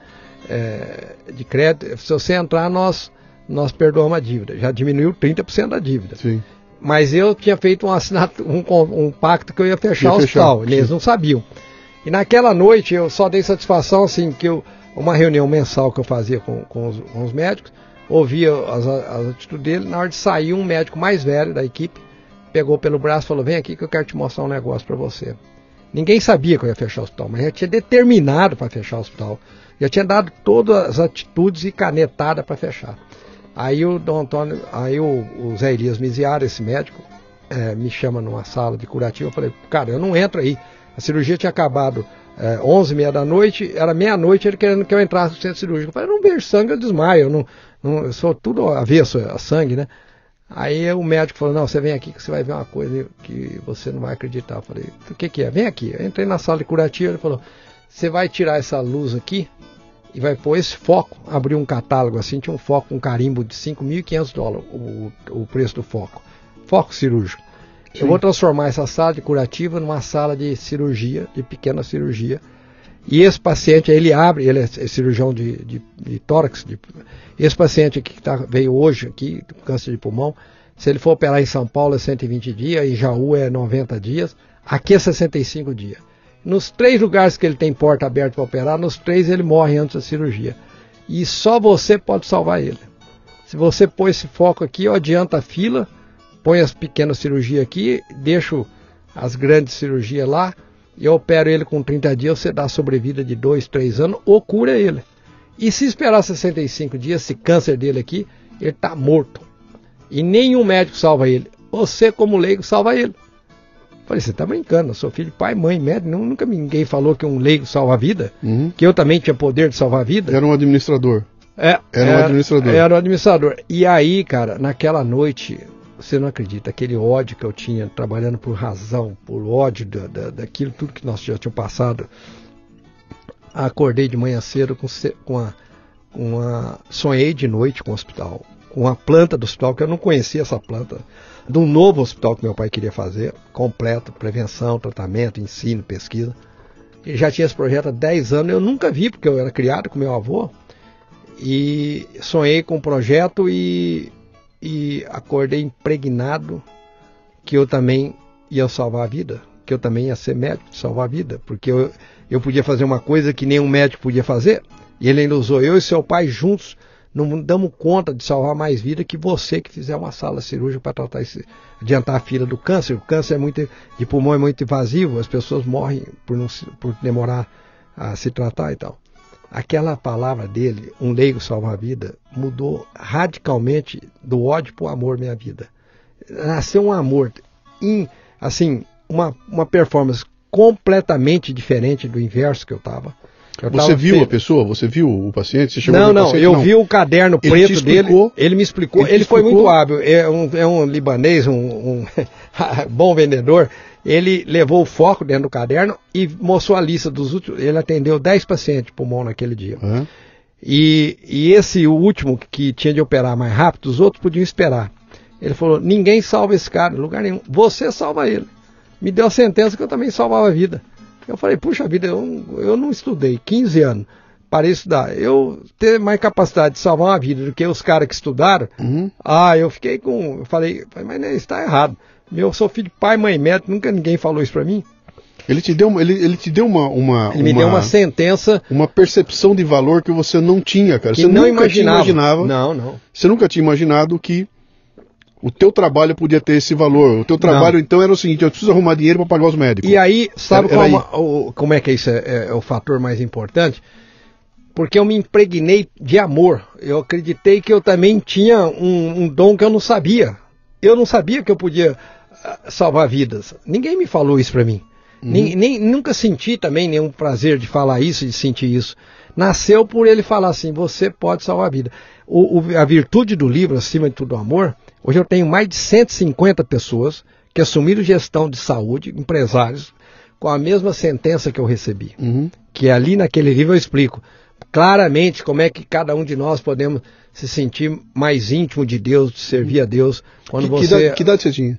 É, de crédito, se você entrar, nós, nós perdoamos a dívida. Já diminuiu trinta por cento da dívida. Sim. Mas eu tinha feito um, assinato, um, um pacto que eu ia fechar ia o hospital. Fechar. Eles não sabiam. E naquela noite eu só dei satisfação, assim, que eu, uma reunião mensal que eu fazia com, com, os, com os médicos, ouvia as, as atitudes dele. Na hora de sair, um médico mais velho da equipe pegou pelo braço e falou: vem aqui que eu quero te mostrar um negócio para você. Ninguém sabia que eu ia fechar o hospital, mas eu tinha determinado para fechar o hospital. Já tinha dado todas as atitudes e canetada para fechar. Aí o Dom Antônio, aí o, o Zé Elias Miziara, esse médico, é, me chama numa sala de curativo. Eu falei: cara, eu não entro aí. A cirurgia tinha acabado é, onze e meia da noite, era meia-noite, ele querendo que eu entrasse no centro cirúrgico. Eu falei: eu não vejo sangue, eu desmaio, eu, não, não, eu sou tudo avesso a sangue, né? Aí o médico falou: não, você vem aqui que você vai ver uma coisa que você não vai acreditar. Eu falei: o que que é? Vem aqui. Eu entrei na sala de curativo, ele falou: você vai tirar essa luz aqui e vai pôr esse foco. Abriu um catálogo assim, tinha um foco, um carimbo de cinco mil e quinhentos dólares, o, o preço do foco. Foco cirúrgico. Sim. Eu vou transformar essa sala de curativa numa sala de cirurgia, de pequena cirurgia. E esse paciente, ele abre, ele é cirurgião de, de, de tórax. De, esse paciente aqui que tá, veio hoje aqui, com câncer de pulmão, se ele for operar em São Paulo é cento e vinte dias, em Jaú é noventa dias, aqui é sessenta e cinco dias. Nos três lugares que ele tem porta aberta para operar, nos três ele morre antes da cirurgia. E só você pode salvar ele. Se você pôr esse foco aqui, eu adianta a fila, põe as pequenas cirurgias aqui, deixo as grandes cirurgias lá, e eu opero ele com trinta dias, você dá sobrevida de dois, três anos, ou cura ele. E se esperar sessenta e cinco dias, esse câncer dele aqui, ele está morto. E nenhum médico salva ele. Você, como leigo, salva ele. Falei: você está brincando, eu sou filho de pai, mãe, médico, nunca ninguém falou que um leigo salva a vida, uhum. que eu também tinha poder de salvar a vida. Era um administrador. É, era, era um administrador. Era um administrador. E aí, cara, naquela noite, você não acredita, aquele ódio que eu tinha, trabalhando por razão, por ódio da, da, daquilo, tudo que nós já tínhamos passado. Acordei de manhã cedo com, com, a, com a... Sonhei de noite com o hospital, com a planta do hospital, que eu não conhecia essa planta, de um novo hospital que meu pai queria fazer, completo, prevenção, tratamento, ensino, pesquisa. Ele já tinha esse projeto há dez anos, eu nunca vi, porque eu era criado com meu avô, e sonhei com o projeto e, e acordei impregnado que eu também ia salvar a vida, que eu também ia ser médico de salvar a vida, porque eu, eu podia fazer uma coisa que nenhum médico podia fazer, e ele ainda usou eu e seu pai juntos. Não damos conta de salvar mais vida que você que fizer uma sala cirúrgica para tratar esse, adiantar a fila do câncer. O câncer é muito, de pulmão é muito invasivo, as pessoas morrem por, não, por demorar a se tratar e tal. Aquela palavra dele, um leigo salva a vida, mudou radicalmente do ódio para o amor minha vida. Nasceu um amor, in, assim, uma, uma performance completamente diferente do inverso que eu estava. Eu você viu feio. a pessoa? Você viu o paciente? Você chegou não, não, paciente? eu não. vi o caderno ele preto dele. Ele me explicou. Ele, ele foi explicou? muito hábil. É um, é um libanês, um, um bom vendedor. Ele levou o foco dentro do caderno e mostrou a lista dos últimos. Ele atendeu dez pacientes de pulmão naquele dia. Uhum. E, e esse o último que tinha de operar mais rápido, os outros podiam esperar. Ele falou: ninguém salva esse cara, em lugar nenhum. Você salva ele. Me deu a sentença que eu também salvava a vida. Eu falei: puxa vida, eu, eu não estudei quinze anos para estudar. Eu ter mais capacidade de salvar uma vida do que os caras que estudaram. Uhum. Ah, eu fiquei com... Eu falei, mas não, isso está errado. Eu sou filho de pai, mãe, médico, nunca ninguém falou isso para mim. Ele te deu, ele, ele te deu uma, uma... Ele me uma, deu uma sentença... Uma percepção de valor que você não tinha, cara. Que você não nunca imaginava. Tinha imaginava. Não, não. Você nunca tinha imaginado que o teu trabalho podia ter esse valor. O teu trabalho, não. Então, era o seguinte, eu preciso arrumar dinheiro para pagar os médicos. E aí, sabe era, era como, aí. O, como é que isso é, é, é o fator mais importante? Porque eu me impregnei de amor. Eu acreditei que eu também tinha um, um dom que eu não sabia. Eu não sabia que eu podia uh, salvar vidas. Ninguém me falou isso para mim. Uhum. Nem, nem, nunca senti também nenhum prazer de falar isso, de sentir isso. Nasceu por ele falar assim, você pode salvar a vida. O, o, a virtude do livro, acima de tudo o amor, hoje eu tenho mais de cento e cinquenta pessoas que assumiram gestão de saúde, empresários, com a mesma sentença que eu recebi. Uhum. Que ali naquele livro eu explico claramente como é que cada um de nós podemos se sentir mais íntimo de Deus, de servir a Deus. Quando que, você... que, idade, que idade você tinha?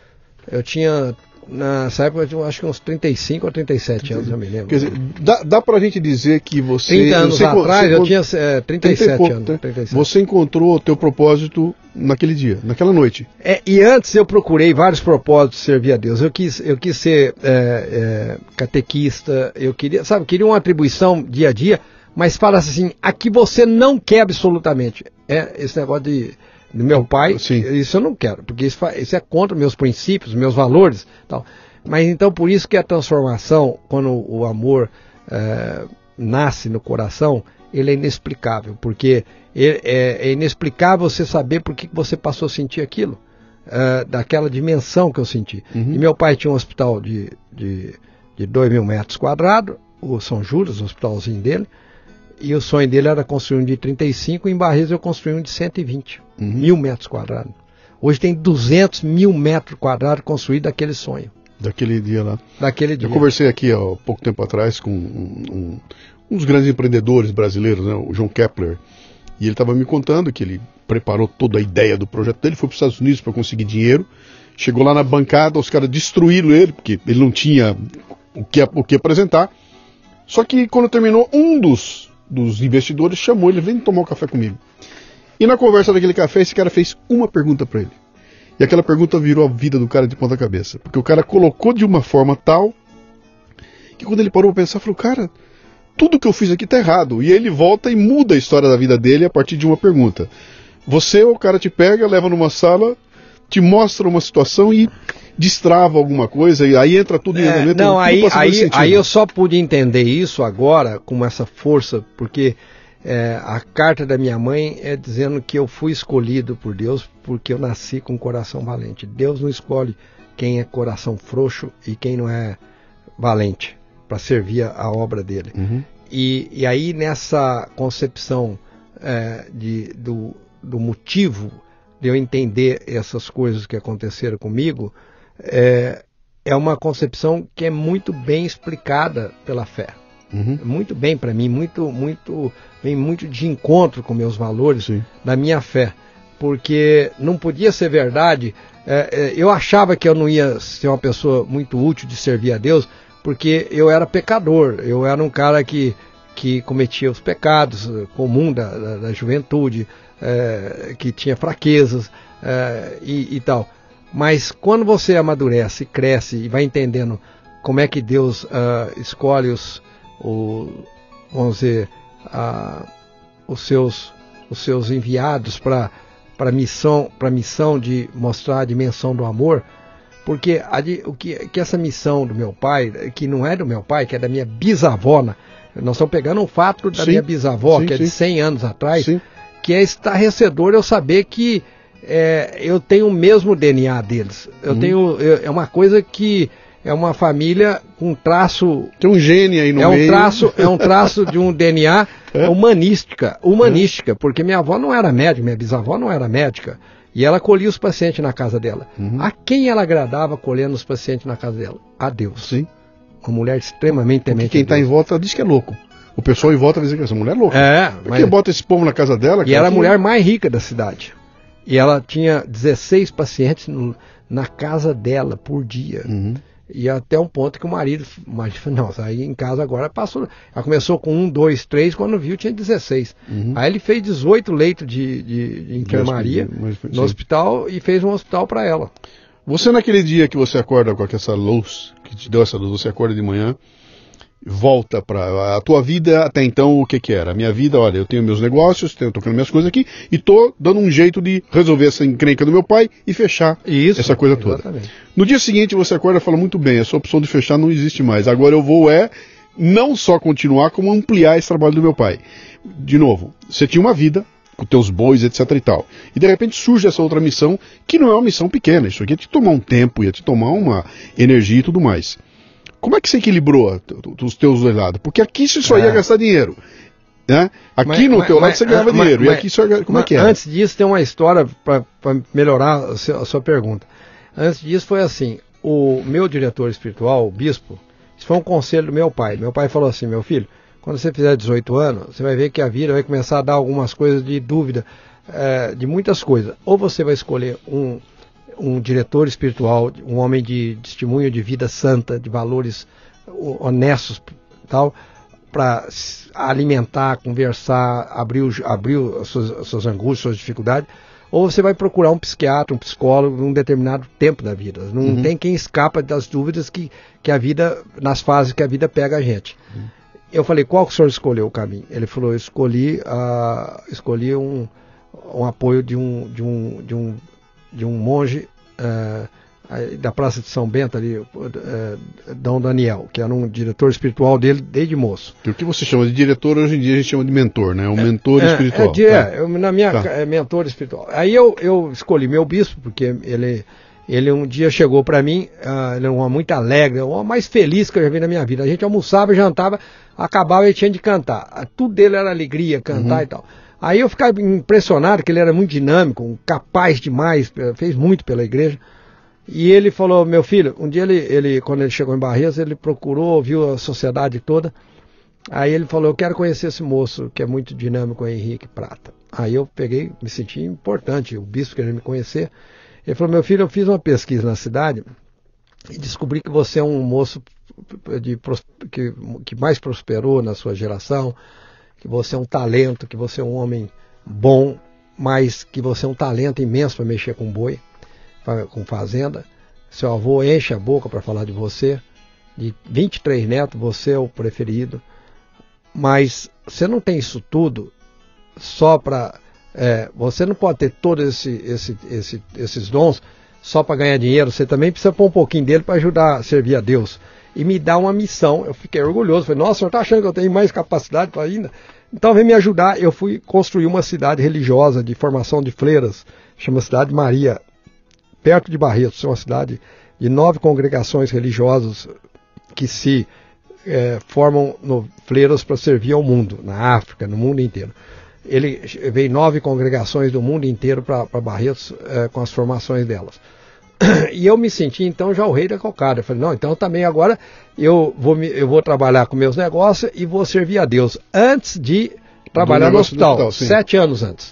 Eu tinha... Nessa época eu acho que uns trinta e cinco ou trinta e sete anos, eu me lembro. Quer dizer, dá, dá pra gente dizer que você... trinta anos atrás, eu tinha é, trinta e sete trinta, anos. trinta e sete. Você encontrou o teu propósito naquele dia, naquela noite. É, e antes eu procurei vários propósitos de servir a Deus. Eu quis, eu quis ser é, é, catequista, eu queria, sabe, queria uma atribuição dia a dia, mas fala assim, aqui você não quer absolutamente. É esse negócio de... do meu pai, Sim. Isso eu não quero, porque isso, isso é contra meus princípios, meus valores, tal. Mas então por isso que a transformação, quando o amor é, nasce no coração, ele é inexplicável, porque ele, é, é inexplicável você saber por que você passou a sentir aquilo, é, daquela dimensão que eu senti. Uhum. E meu pai tinha um hospital de, de, de dois mil metros quadrados, o São Judas, o hospitalzinho dele, e o sonho dele era construir um de trinta e cinco, em Barreiros eu construí um de cento e vinte. Uhum. Mil metros quadrados. Hoje tem duzentos mil metros quadrados construídos daquele sonho. Daquele dia lá. Daquele dia. Eu conversei aqui há pouco tempo atrás com um, um, um dos grandes empreendedores brasileiros, né, o João Kepler. E ele estava me contando que ele preparou toda a ideia do projeto dele, foi para os Estados Unidos para conseguir dinheiro. Chegou lá na bancada, os caras destruíram ele, porque ele não tinha o que, o que apresentar. Só que quando terminou, um dos, dos investidores chamou ele, vem tomar um café comigo. E na conversa daquele café, esse cara fez uma pergunta para ele. E aquela pergunta virou a vida do cara de ponta cabeça. Porque o cara colocou de uma forma tal que quando ele parou para pensar, falou, cara, tudo que eu fiz aqui tá errado. E ele volta e muda a história da vida dele a partir de uma pergunta. Você, o cara te pega, leva numa sala, te mostra uma situação e destrava alguma coisa, e aí entra tudo em é, andamento. Não, aí, aí, aí eu só pude entender isso agora, com essa força, porque... É, a carta da minha mãe é dizendo que eu fui escolhido por Deus porque eu nasci com um coração valente. Deus não escolhe quem é coração frouxo e quem não é valente para servir a, a obra dele. Uhum. E, e aí nessa concepção é, de, do, do motivo de eu entender essas coisas que aconteceram comigo, é, é uma concepção que é muito bem explicada pela fé. Uhum. Muito bem para mim, muito, muito, vem muito de encontro com meus valores, Sim. da minha fé, porque não podia ser verdade. É, é, eu achava que eu não ia ser uma pessoa muito útil de servir a Deus, porque eu era pecador, eu era um cara que, que cometia os pecados comuns da, da, da juventude, é, que tinha fraquezas é, e, e tal. Mas quando você amadurece, cresce e vai entendendo como é que Deus uh, escolhe os O, vamos dizer, a, os, seus, os seus enviados para a missão, para a missão de mostrar a dimensão do amor, porque a, o que, que essa missão do meu pai, que não é do meu pai, que é da minha bisavó, nós estamos pegando um fato da sim, minha bisavó, sim, que é sim. de cem anos atrás, sim. que é estarrecedor eu saber que é, eu tenho o mesmo D N A deles. Eu uhum. tenho, eu, é uma coisa que é uma família com traço... Tem um gene aí no é um meio. Traço, é um traço de um D N A é? humanística, humanística, é. porque minha avó não era médica, minha bisavó não era médica, e ela colhia os pacientes na casa dela. Uhum. A quem ela agradava colhendo os pacientes na casa dela? A Deus. Sim. Uma mulher extremamente temente. Porque quem está em volta diz que é louco. O pessoal em volta diz que essa mulher é louca. É. Por que bota esse povo na casa dela? E era a mulher mais rica da cidade. E ela tinha dezesseis pacientes no, na casa dela por dia. Uhum. E até um ponto que o marido, o marido falou, não, aí em casa agora passou. Ela começou com um, dois, três, quando viu tinha dezesseis. Uhum. Aí ele fez dezoito leitos de, de, de enfermaria mas, mas, no hospital e fez um hospital para ela. Você naquele dia que você acorda com essa luz, que te deu essa luz, você acorda de manhã volta para a tua vida até então, o que que era? A minha vida, olha, eu tenho meus negócios, tenho tocando minhas coisas aqui e tô dando um jeito de resolver essa encrenca do meu pai e fechar Isso, essa coisa toda. Exatamente. No dia seguinte você acorda e fala, muito bem, essa opção de fechar não existe mais. Agora eu vou é não só continuar, como ampliar esse trabalho do meu pai. De novo, você tinha uma vida com teus bois, etc e tal. E de repente surge essa outra missão, que não é uma missão pequena. Isso aqui ia te tomar um tempo, ia te tomar uma energia e tudo mais. Como é que você equilibrou os teus dois lados? Porque aqui você só ia é. gastar dinheiro. Né? Aqui mas, no mas, teu lado mas, você ganhava mas, dinheiro. Mas, e aqui só Como mas, é que era? Antes disso, tem uma história para melhorar a sua, a sua pergunta. Antes disso foi assim, o meu diretor espiritual, o bispo, isso foi um conselho do meu pai. Meu pai falou assim, meu filho, quando você fizer dezoito anos, você vai ver que a vida vai começar a dar algumas coisas de dúvida, é, de muitas coisas. Ou você vai escolher um... um diretor espiritual, um homem de testemunho de vida santa, de valores honestos, tal, para alimentar, conversar, abrir, abrir as, suas, as suas angústias, suas dificuldades, ou você vai procurar um psiquiatra, um psicólogo num determinado tempo da vida. Não uhum. tem quem escapa das dúvidas que, que a vida, nas fases que a vida pega a gente. Uhum. Eu falei, qual que o senhor escolheu o caminho? Ele falou, eu escolhi, uh, escolhi um, um apoio de um, de um, de um de um monge uh, da Praça de São Bento ali, uh, Dom Daniel, que era um diretor espiritual dele desde moço. E o que você chama de diretor, hoje em dia a gente chama de mentor, né? Um é, mentor é, espiritual. É, é, é, na minha tá. é mentor espiritual. Aí eu, eu escolhi meu bispo, porque ele, ele um dia chegou para mim, uh, ele era um homem muito alegre, o homem mais feliz que eu já vi na minha vida. A gente almoçava, jantava, acabava e tinha de cantar. Tudo dele era alegria, cantar uhum. e tal. Aí eu ficava impressionado que ele era muito dinâmico, capaz demais, fez muito pela igreja. E ele falou, meu filho, um dia ele, ele quando ele chegou em Barreiras, ele procurou, viu a sociedade toda. Aí ele falou, eu quero conhecer esse moço que é muito dinâmico, Henrique Prata. Aí eu peguei, me senti importante, o bispo queria me conhecer. Ele falou, meu filho, eu fiz uma pesquisa na cidade e descobri que você é um moço de, que, que mais prosperou na sua geração, que você é um talento, que você é um homem bom, mas que você é um talento imenso para mexer com boi, pra, com fazenda. Seu avô enche a boca para falar de você. De vinte e três netos, você é o preferido. Mas você não tem isso tudo só para... É, você não pode ter todos esse, esse, esse, esses dons só para ganhar dinheiro. Você também precisa pôr um pouquinho dele para ajudar a servir a Deus. E me dá uma missão. Eu fiquei orgulhoso. Falei, nossa, o senhor está achando que eu tenho mais capacidade para ainda? Então vem me ajudar. Eu fui construir uma cidade religiosa de formação de freiras, chama Cidade Maria, perto de Barretos. É uma cidade de nove congregações religiosas que se é, formam no freiras para servir ao mundo, na África, no mundo inteiro. Ele veio nove congregações do mundo inteiro para Barretos é, com as formações delas. E eu me senti, então, já o rei da cocada. Eu falei, não, então também agora eu vou, me, eu vou trabalhar com meus negócios e vou servir a Deus antes de trabalhar no hospital, hospital sete anos antes.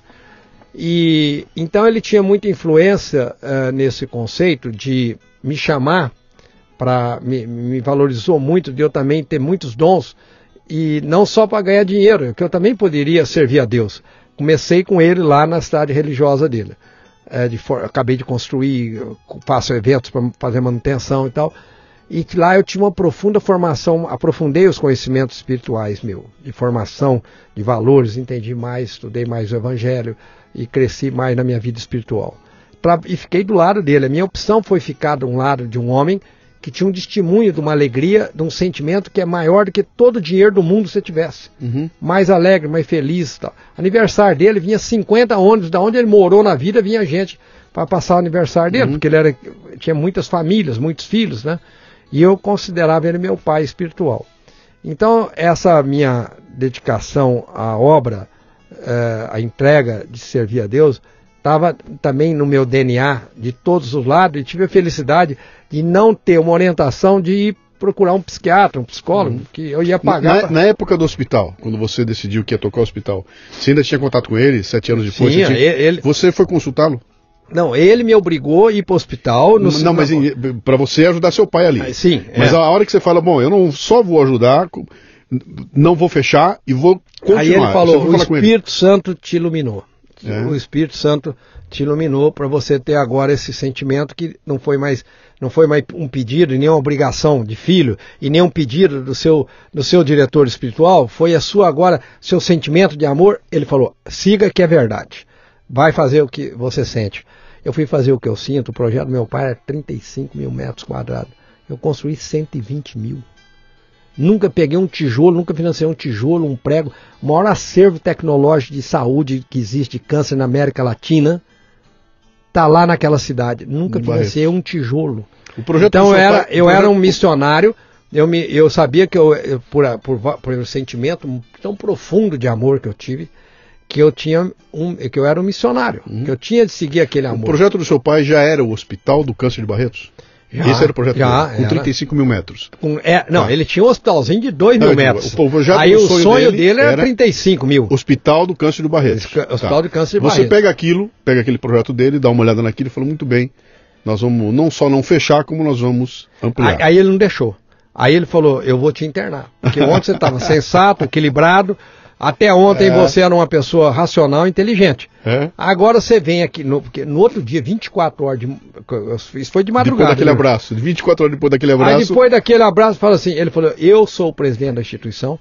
E então ele tinha muita influência uh, nesse conceito de me chamar, para me, me valorizou muito de eu também ter muitos dons, e não só para ganhar dinheiro, que eu também poderia servir a Deus. Comecei com ele lá na cidade religiosa dele. É, de for... Acabei de construir, faço eventos para fazer manutenção e tal, e lá eu tinha uma profunda formação, aprofundei os conhecimentos espirituais meu, de formação, de valores, entendi mais, estudei mais o Evangelho e cresci mais na minha vida espiritual. Pra... E fiquei do lado dele. A minha opção foi ficar de um lado de um homem que tinha um testemunho de uma alegria, de um sentimento que é maior do que todo o dinheiro do mundo que você tivesse. Uhum. Mais alegre, mais feliz. Tal. Aniversário dele, vinha cinquenta ônibus, da onde ele morou na vida, vinha gente para passar o aniversário dele, uhum. porque ele era, tinha muitas famílias, muitos filhos, né? E eu considerava ele meu pai espiritual. Então, essa minha dedicação à obra, eh, a entrega de servir a Deus, estava também no meu D N A de todos os lados, e tive a felicidade de não ter uma orientação de ir procurar um psiquiatra, um psicólogo, uhum. que eu ia pagar. Na, pra... na época do hospital, quando você decidiu que ia tocar o hospital, você ainda tinha contato com ele, sete anos depois? Sim, você, tinha... ele... você foi consultá-lo? Não, ele me obrigou a ir para o hospital. No... Não, mas para você ajudar seu pai ali. Ah, sim. Mas é. a hora que você fala, bom, eu não só vou ajudar, não vou fechar e vou continuar. Aí ele falou, o Espírito Santo te iluminou. É. O Espírito Santo te iluminou para você ter agora esse sentimento que não foi mais não foi mais um pedido e nem uma obrigação de filho, e nem um pedido do seu, do seu diretor espiritual, foi a sua agora, seu sentimento de amor. Ele falou, siga que é verdade, vai fazer o que você sente. Eu fui fazer o que eu sinto. O projeto do meu pai era trinta e cinco mil metros quadrados, eu construí cento e vinte mil. Nunca peguei um tijolo, nunca financei um tijolo, um prego. O maior acervo tecnológico de saúde que existe de câncer na América Latina está lá naquela cidade. Nunca financei um tijolo. O projeto então eu era, pai, eu projeto... era um missionário. Eu, me, eu sabia que eu, eu por, por, por um sentimento tão profundo de amor que eu tive, que eu tinha um, que eu era um missionário, uhum. que eu tinha de seguir aquele amor. O projeto do seu pai já era o Hospital do Câncer de Barretos? Já, esse era o projeto já, dele, com trinta e cinco mil metros. Com, é, não, ah. ele tinha um hospitalzinho de dois não, mil metros. O projeto Aí o sonho, sonho dele, dele era, era trinta e cinco mil. Hospital do Câncer de Barretos. Hospital tá. do Câncer de Você Barretos. pega aquilo, pega aquele projeto dele, dá uma olhada naquilo e fala, muito bem, nós vamos não só não fechar, como nós vamos ampliar. Aí, aí ele não deixou. Aí ele falou, eu vou te internar. Porque ontem você estava sensato, equilibrado. Até ontem é. você era uma pessoa racional e inteligente. É. Agora você vem aqui, no, porque no outro dia, vinte e quatro horas, de, isso foi de madrugada. Depois daquele abraço, vinte e quatro horas depois daquele abraço. Aí depois daquele abraço, fala assim, ele falou, eu sou o presidente da instituição,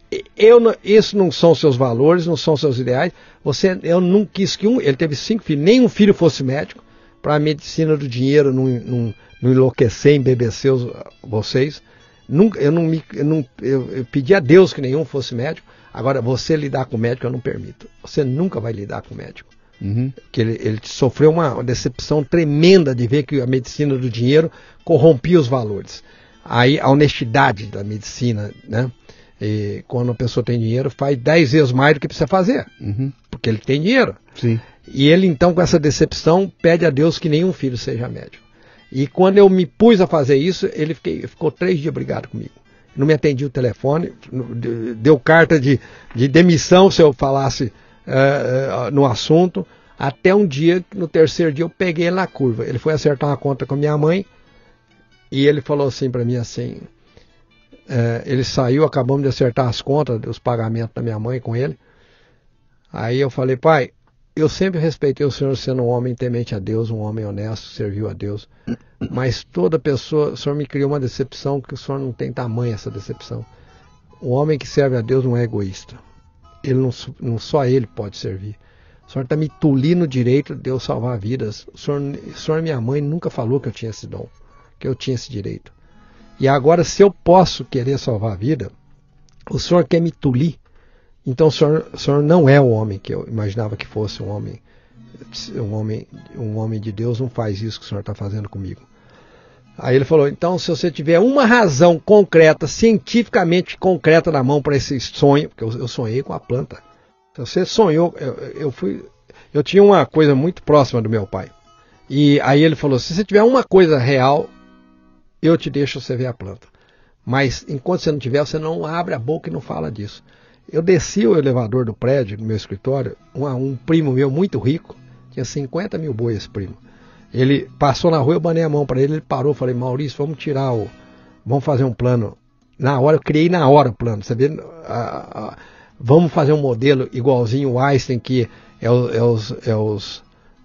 eu não, isso não são seus valores, não são seus ideais, você, eu não quis que um, ele teve cinco filhos, nenhum filho fosse médico, para a medicina do dinheiro não, não, não enlouquecer, embebecer os, vocês. Nunca, eu, não me, eu, não, eu, eu pedi a Deus que nenhum fosse médico. Agora, você lidar com o médico, eu não permito. Você nunca vai lidar com o médico. Uhum. Porque ele, ele sofreu uma, uma decepção tremenda de ver que a medicina do dinheiro corrompia os valores. Aí, a honestidade da medicina, né? E quando a pessoa tem dinheiro, faz dez vezes mais do que precisa fazer. Uhum. Porque ele tem dinheiro. Sim. E ele, então, com essa decepção, pede a Deus que nenhum filho seja médico. E quando eu me pus a fazer isso, ele fiquei, ficou três dias brigado comigo. Não me atendia o telefone, deu carta de, de demissão se eu falasse uh, uh, no assunto, até um dia, no terceiro dia, eu peguei ele na curva. Ele foi acertar uma conta com a minha mãe e ele falou assim para mim assim, uh, ele saiu, acabamos de acertar as contas, os pagamentos da minha mãe com ele. Aí eu falei, pai, eu sempre respeitei o senhor sendo um homem temente a Deus, um homem honesto, serviu a Deus. Mas toda pessoa, o senhor me criou uma decepção que o senhor não tem tamanho essa decepção. O homem que serve a Deus não é egoísta. Ele não, não só ele pode servir. O senhor está me tolindo o direito de eu salvar vidas. O senhor, o senhor e minha mãe nunca falou que eu tinha esse dom, que eu tinha esse direito. E agora, se eu posso querer salvar a vida, o senhor quer me tolir. Então o senhor, o senhor não é o homem que eu imaginava que fosse um homem. Um homem, um homem de Deus não faz isso que o senhor está fazendo comigo. Aí ele falou, então se você tiver uma razão concreta, cientificamente concreta na mão para esse sonho, porque eu, eu sonhei com a planta. Se você sonhou, eu, eu fui, eu tinha uma coisa muito próxima do meu pai. E aí ele falou, se você tiver uma coisa real, eu te deixo você ver a planta. Mas enquanto você não tiver, você não abre a boca e não fala disso. Eu desci o elevador do prédio, no meu escritório, um, um primo meu muito rico, tinha cinquenta mil boi esse primo. Ele passou na rua, eu banei a mão para ele, ele parou, falei, Maurício, vamos tirar o... Vamos fazer um plano. Na hora, eu criei na hora o plano, sabe? A, a, vamos fazer um modelo igualzinho o Einstein, que é, o, é, os, é os,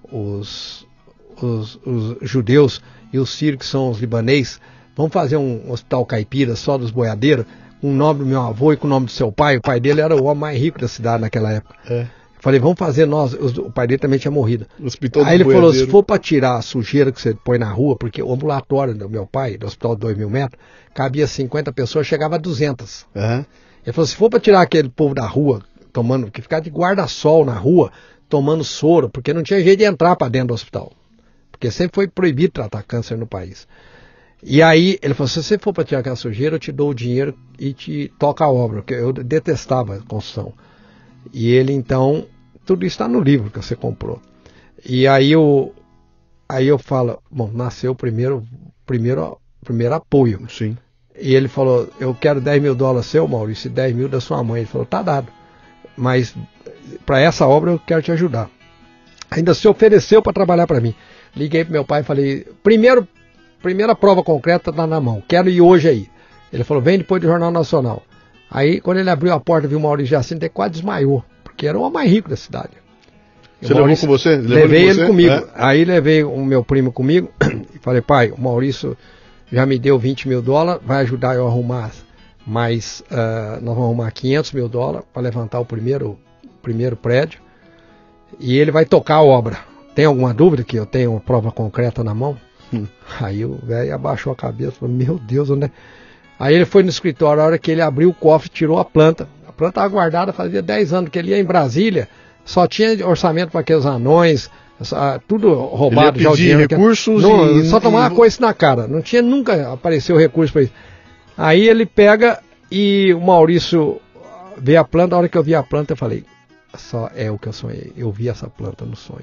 os, os, os judeus e os sírios, que são os libaneses. Vamos fazer um hospital caipira só dos boiadeiros, com o nome do meu avô e com o nome do seu pai. O pai dele era o homem mais rico da cidade naquela época. É. Falei, vamos fazer nós. O pai dele também tinha morrido. Hospital Aí ele boiadeiro. Falou, se for para tirar a sujeira que você põe na rua, porque o ambulatório do meu pai, do hospital de dois mil metros, cabia cinquenta pessoas, chegava a duzentas. Uhum. Ele falou, se for para tirar aquele povo da rua, tomando, que ficar de guarda-sol na rua, tomando soro, porque não tinha jeito de entrar para dentro do hospital. Porque sempre foi proibido tratar câncer no país. E aí ele falou, se você for para tirar aquela sujeira, eu te dou o dinheiro e te toca a obra, porque eu detestava a construção. E ele então, tudo isso está no livro que você comprou. E aí eu, aí eu falo, bom, nasceu o primeiro, primeiro, primeiro apoio. Sim. E ele falou, eu quero dez mil dólares seu, Maurício, e dez mil da sua mãe. Ele falou, tá dado. Mas para essa obra eu quero te ajudar. Ainda se ofereceu para trabalhar para mim. Liguei para meu pai e falei, primeiro, primeira prova concreta está na mão, quero ir hoje aí. Ele falou, vem depois do Jornal Nacional. Aí, quando ele abriu a porta, viu o Maurício Jacinto, ele quase desmaiou, porque era o homem mais rico da cidade. Você levou com você? Levou levei ele você? comigo. É. Aí levei o meu primo comigo e falei, pai, o Maurício já me deu vinte mil dólares, vai ajudar eu a arrumar mais, uh, nós vamos arrumar quinhentos mil dólares para levantar o primeiro, primeiro prédio e ele vai tocar a obra. Tem alguma dúvida que eu tenho uma prova concreta na mão? Hum. Aí o velho abaixou a cabeça, falou, meu Deus, onde é? Aí ele foi no escritório, a hora que ele abriu o cofre, tirou a planta. A planta estava guardada fazia dez anos, que ele ia em Brasília, só tinha orçamento para aqueles anões, tudo roubado. Ele ia pedir já o recursos não, e... Só tomava e... coisa na cara, não tinha nunca apareceu recurso para isso. Aí ele pega e o Maurício vê a planta, a hora que eu vi a planta eu falei, só é o que eu sonhei, eu vi essa planta no sonho.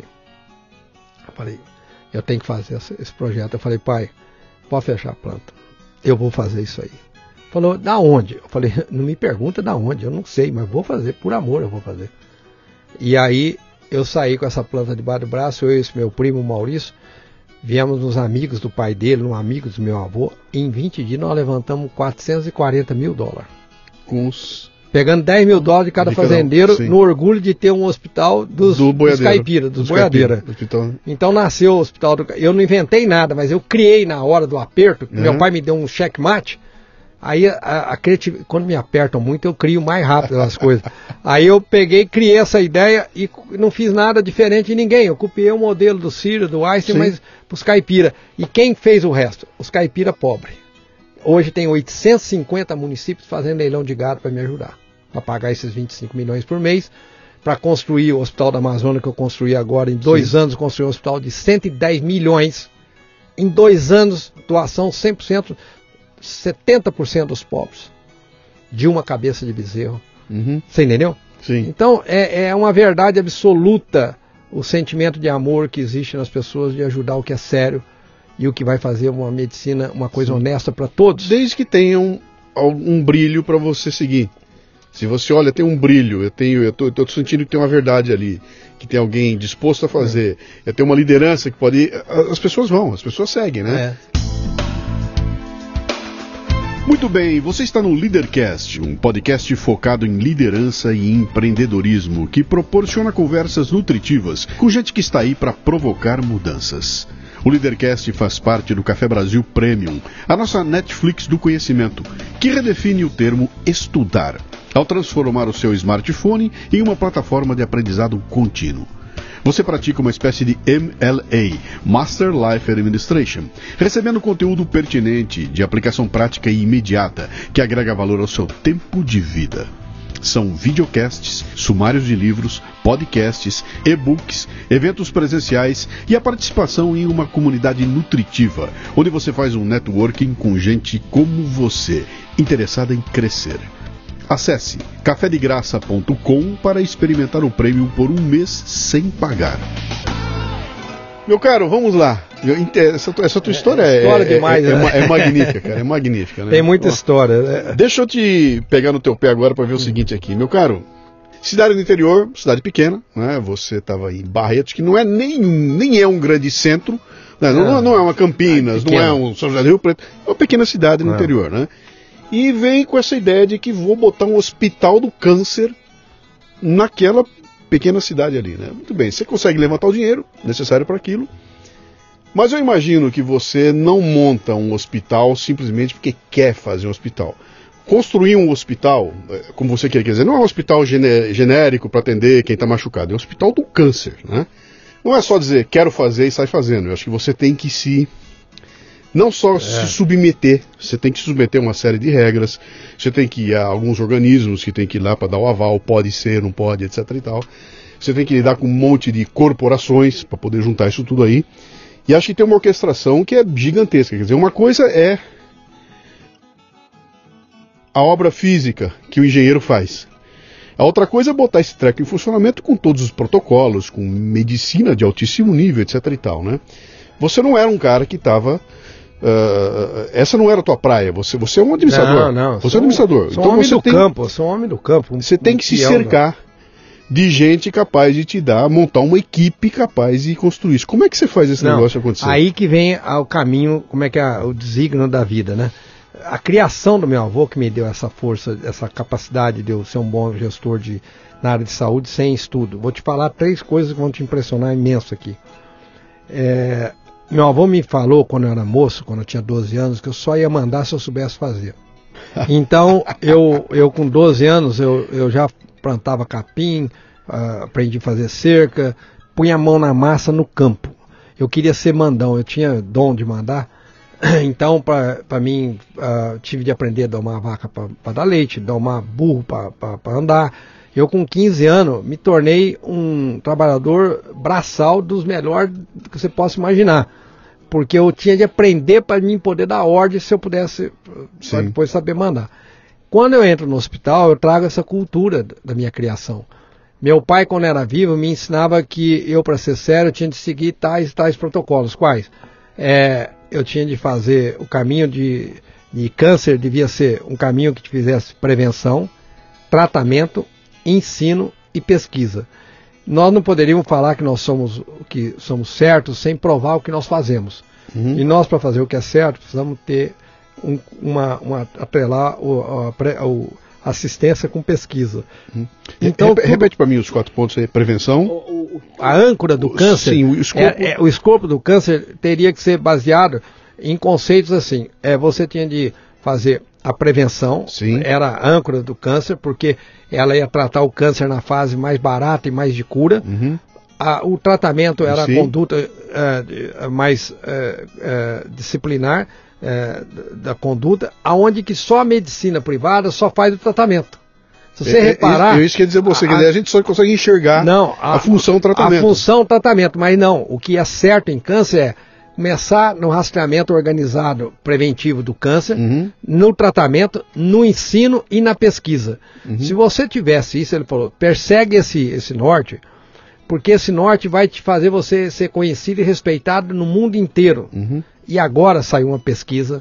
Eu falei, eu tenho que fazer esse projeto. Eu falei, pai, pode fechar a planta, eu vou fazer isso aí. Falou, da onde? Eu falei, não me pergunta da onde, eu não sei, mas vou fazer, por amor eu vou fazer. E aí eu saí com essa planta debaixo do braço, eu e esse meu primo Maurício, viemos nos amigos do pai dele, nos amigos do meu avô, e em vinte dias nós levantamos quatrocentos e quarenta mil dólares. Com os... Pegando dez mil dólares de cada de fazendeiro, cada um, no orgulho de ter um hospital dos, do dos caipiras, dos, dos boiadeiras. Hospital... Então nasceu o hospital do... Eu não inventei nada, mas eu criei na hora do aperto. Uhum. Meu pai me deu um checkmate. Aí a, a, a criatividade, quando me apertam muito, eu crio mais rápido as coisas. Aí eu peguei, criei essa ideia e não fiz nada diferente de ninguém. Eu copiei o modelo do Ciro, do Einstein, Sim. mas para os caipiras. E quem fez o resto? Os caipiras pobres. Hoje tem oitocentos e cinquenta municípios fazendo leilão de gado para me ajudar. Para pagar esses vinte e cinco milhões por mês. Para construir o Hospital da Amazônia que eu construí agora. Em dois Sim. anos construí um hospital de cento e dez milhões. Em dois anos, doação cem por cento, setenta por cento dos pobres. De uma cabeça de bezerro. Uhum. Você entendeu? Sim. Então é, é uma verdade absoluta o sentimento de amor que existe nas pessoas de ajudar o que é sério. E o que vai fazer uma medicina, uma coisa Sim. honesta para todos. Desde que tenham um, um brilho para você seguir. Se você olha, tem um brilho, eu tenho, eu tô, tô sentindo que tem uma verdade ali, que tem alguém disposto a fazer, é. eu tenho uma liderança que pode ir, as pessoas vão, as pessoas seguem, né? É. Muito bem, você está no Leadercast, um podcast focado em liderança e empreendedorismo, que proporciona conversas nutritivas com gente que está aí para provocar mudanças. O Leadercast faz parte do Café Brasil Premium, a nossa Netflix do conhecimento, que redefine o termo estudar, ao transformar o seu smartphone em uma plataforma de aprendizado contínuo. Você pratica uma espécie de M L A, Master Life Administration, recebendo conteúdo pertinente, de aplicação prática e imediata, que agrega valor ao seu tempo de vida. São videocasts, sumários de livros, podcasts, e-books, eventos presenciais e a participação em uma comunidade nutritiva, onde você faz um networking com gente como você, interessada em crescer. Acesse café de graça ponto com para experimentar o prêmio por um mês sem pagar. Meu caro, vamos lá. Essa, essa tua história é, história é, demais, é, né? é, é magnífica, cara. É magnífica, né? Tem muita Ó, história. Né? Deixa eu te pegar no teu pé agora para ver o seguinte aqui. Meu caro, cidade do interior, cidade pequena, né? Você estava em Barretos, que não é nem, nem é um grande centro, né? não, não é uma Campinas, não é um São José do Rio Preto, é uma pequena cidade no não. interior, né? E vem com essa ideia de que vou botar um hospital do câncer naquela pequena cidade ali, né? Muito bem, você consegue levantar o dinheiro necessário para aquilo, mas eu imagino que você não monta um hospital simplesmente porque quer fazer um hospital. Construir um hospital, como você quer dizer, não é um hospital genérico para atender quem está machucado, é um hospital do câncer, né? Não é só dizer, quero fazer e sai fazendo. Eu acho que você tem que se... Não só é. se submeter, você tem que se submeter a uma série de regras, você tem que ir a alguns organismos que tem que ir lá para dar o aval, pode ser, não pode, etc e tal. Você tem que lidar com um monte de corporações para poder juntar isso tudo aí. E acho que tem uma orquestração que é gigantesca. Quer dizer, uma coisa é a obra física que o engenheiro faz. A outra coisa é botar esse treco em funcionamento com todos os protocolos, com medicina de altíssimo nível, etc e tal, né? Você não era um cara que estava... Uh, essa não era a tua praia, você, você é um administrador. Não, não. Você é um administrador. Sou então homem você do tem, campo, sou um homem do campo. Um, você tem um que se cercar não. de gente capaz de te dar, montar uma equipe capaz de construir isso. Como é que você faz esse não, negócio acontecer? Aí que vem o caminho, como é que é o desígnio da vida, né? a criação do meu avô que me deu essa força, essa capacidade de eu ser um bom gestor de, na área de saúde sem estudo. Vou te falar três coisas que vão te impressionar imenso aqui. É, meu avô me falou quando eu era moço, quando eu tinha doze anos, que eu só ia mandar se eu soubesse fazer. Então, eu, eu com doze anos, eu, eu já plantava capim, uh, aprendi a fazer cerca, punha a mão na massa no campo. Eu queria ser mandão, eu tinha dom de mandar. Então, para mim, uh, tive de aprender a domar vaca para dar leite, domar burro para andar. Eu, com quinze anos, me tornei um trabalhador braçal dos melhores que você possa imaginar. Porque eu tinha de aprender para mim poder dar ordem se eu pudesse pra depois saber mandar. Quando eu entro no hospital, eu trago essa cultura da minha criação. Meu pai, quando era vivo, me ensinava que eu, para ser sério, tinha de seguir tais e tais protocolos. Quais? É, eu tinha de fazer o caminho de, de câncer, devia ser um caminho que fizesse prevenção, tratamento, ensino e pesquisa. Nós não poderíamos falar que nós somos, que somos certos sem provar o que nós fazemos. Uhum. E nós, para fazer o que é certo, precisamos ter um, uma, uma atrelar o, a, o, assistência com pesquisa. Uhum. Então, Repete, repete para mim os quatro pontos aí. Prevenção. O, o, a âncora do câncer. Sim, o escopo. É, é, o escopo do câncer teria que ser baseado em conceitos assim. É, você tinha de fazer a prevenção, Sim. era a âncora do câncer, porque ela ia tratar o câncer na fase mais barata e mais de cura. Uhum. A, o tratamento era Sim. a conduta é, mais é, é, disciplinar é, da conduta, aonde que só a medicina privada só faz o tratamento. Se você é, reparar... Eu isso quer dizer você, a, quer dizer, a gente só consegue enxergar não, a, a função tratamento. A função tratamento, mas não, o que é certo em câncer é começar no rastreamento organizado preventivo do câncer, uhum. no tratamento, no ensino e na pesquisa. Uhum. Se você tivesse isso, ele falou, persegue esse, esse norte, porque esse norte vai te fazer você ser conhecido e respeitado no mundo inteiro. Uhum. E agora saiu uma pesquisa,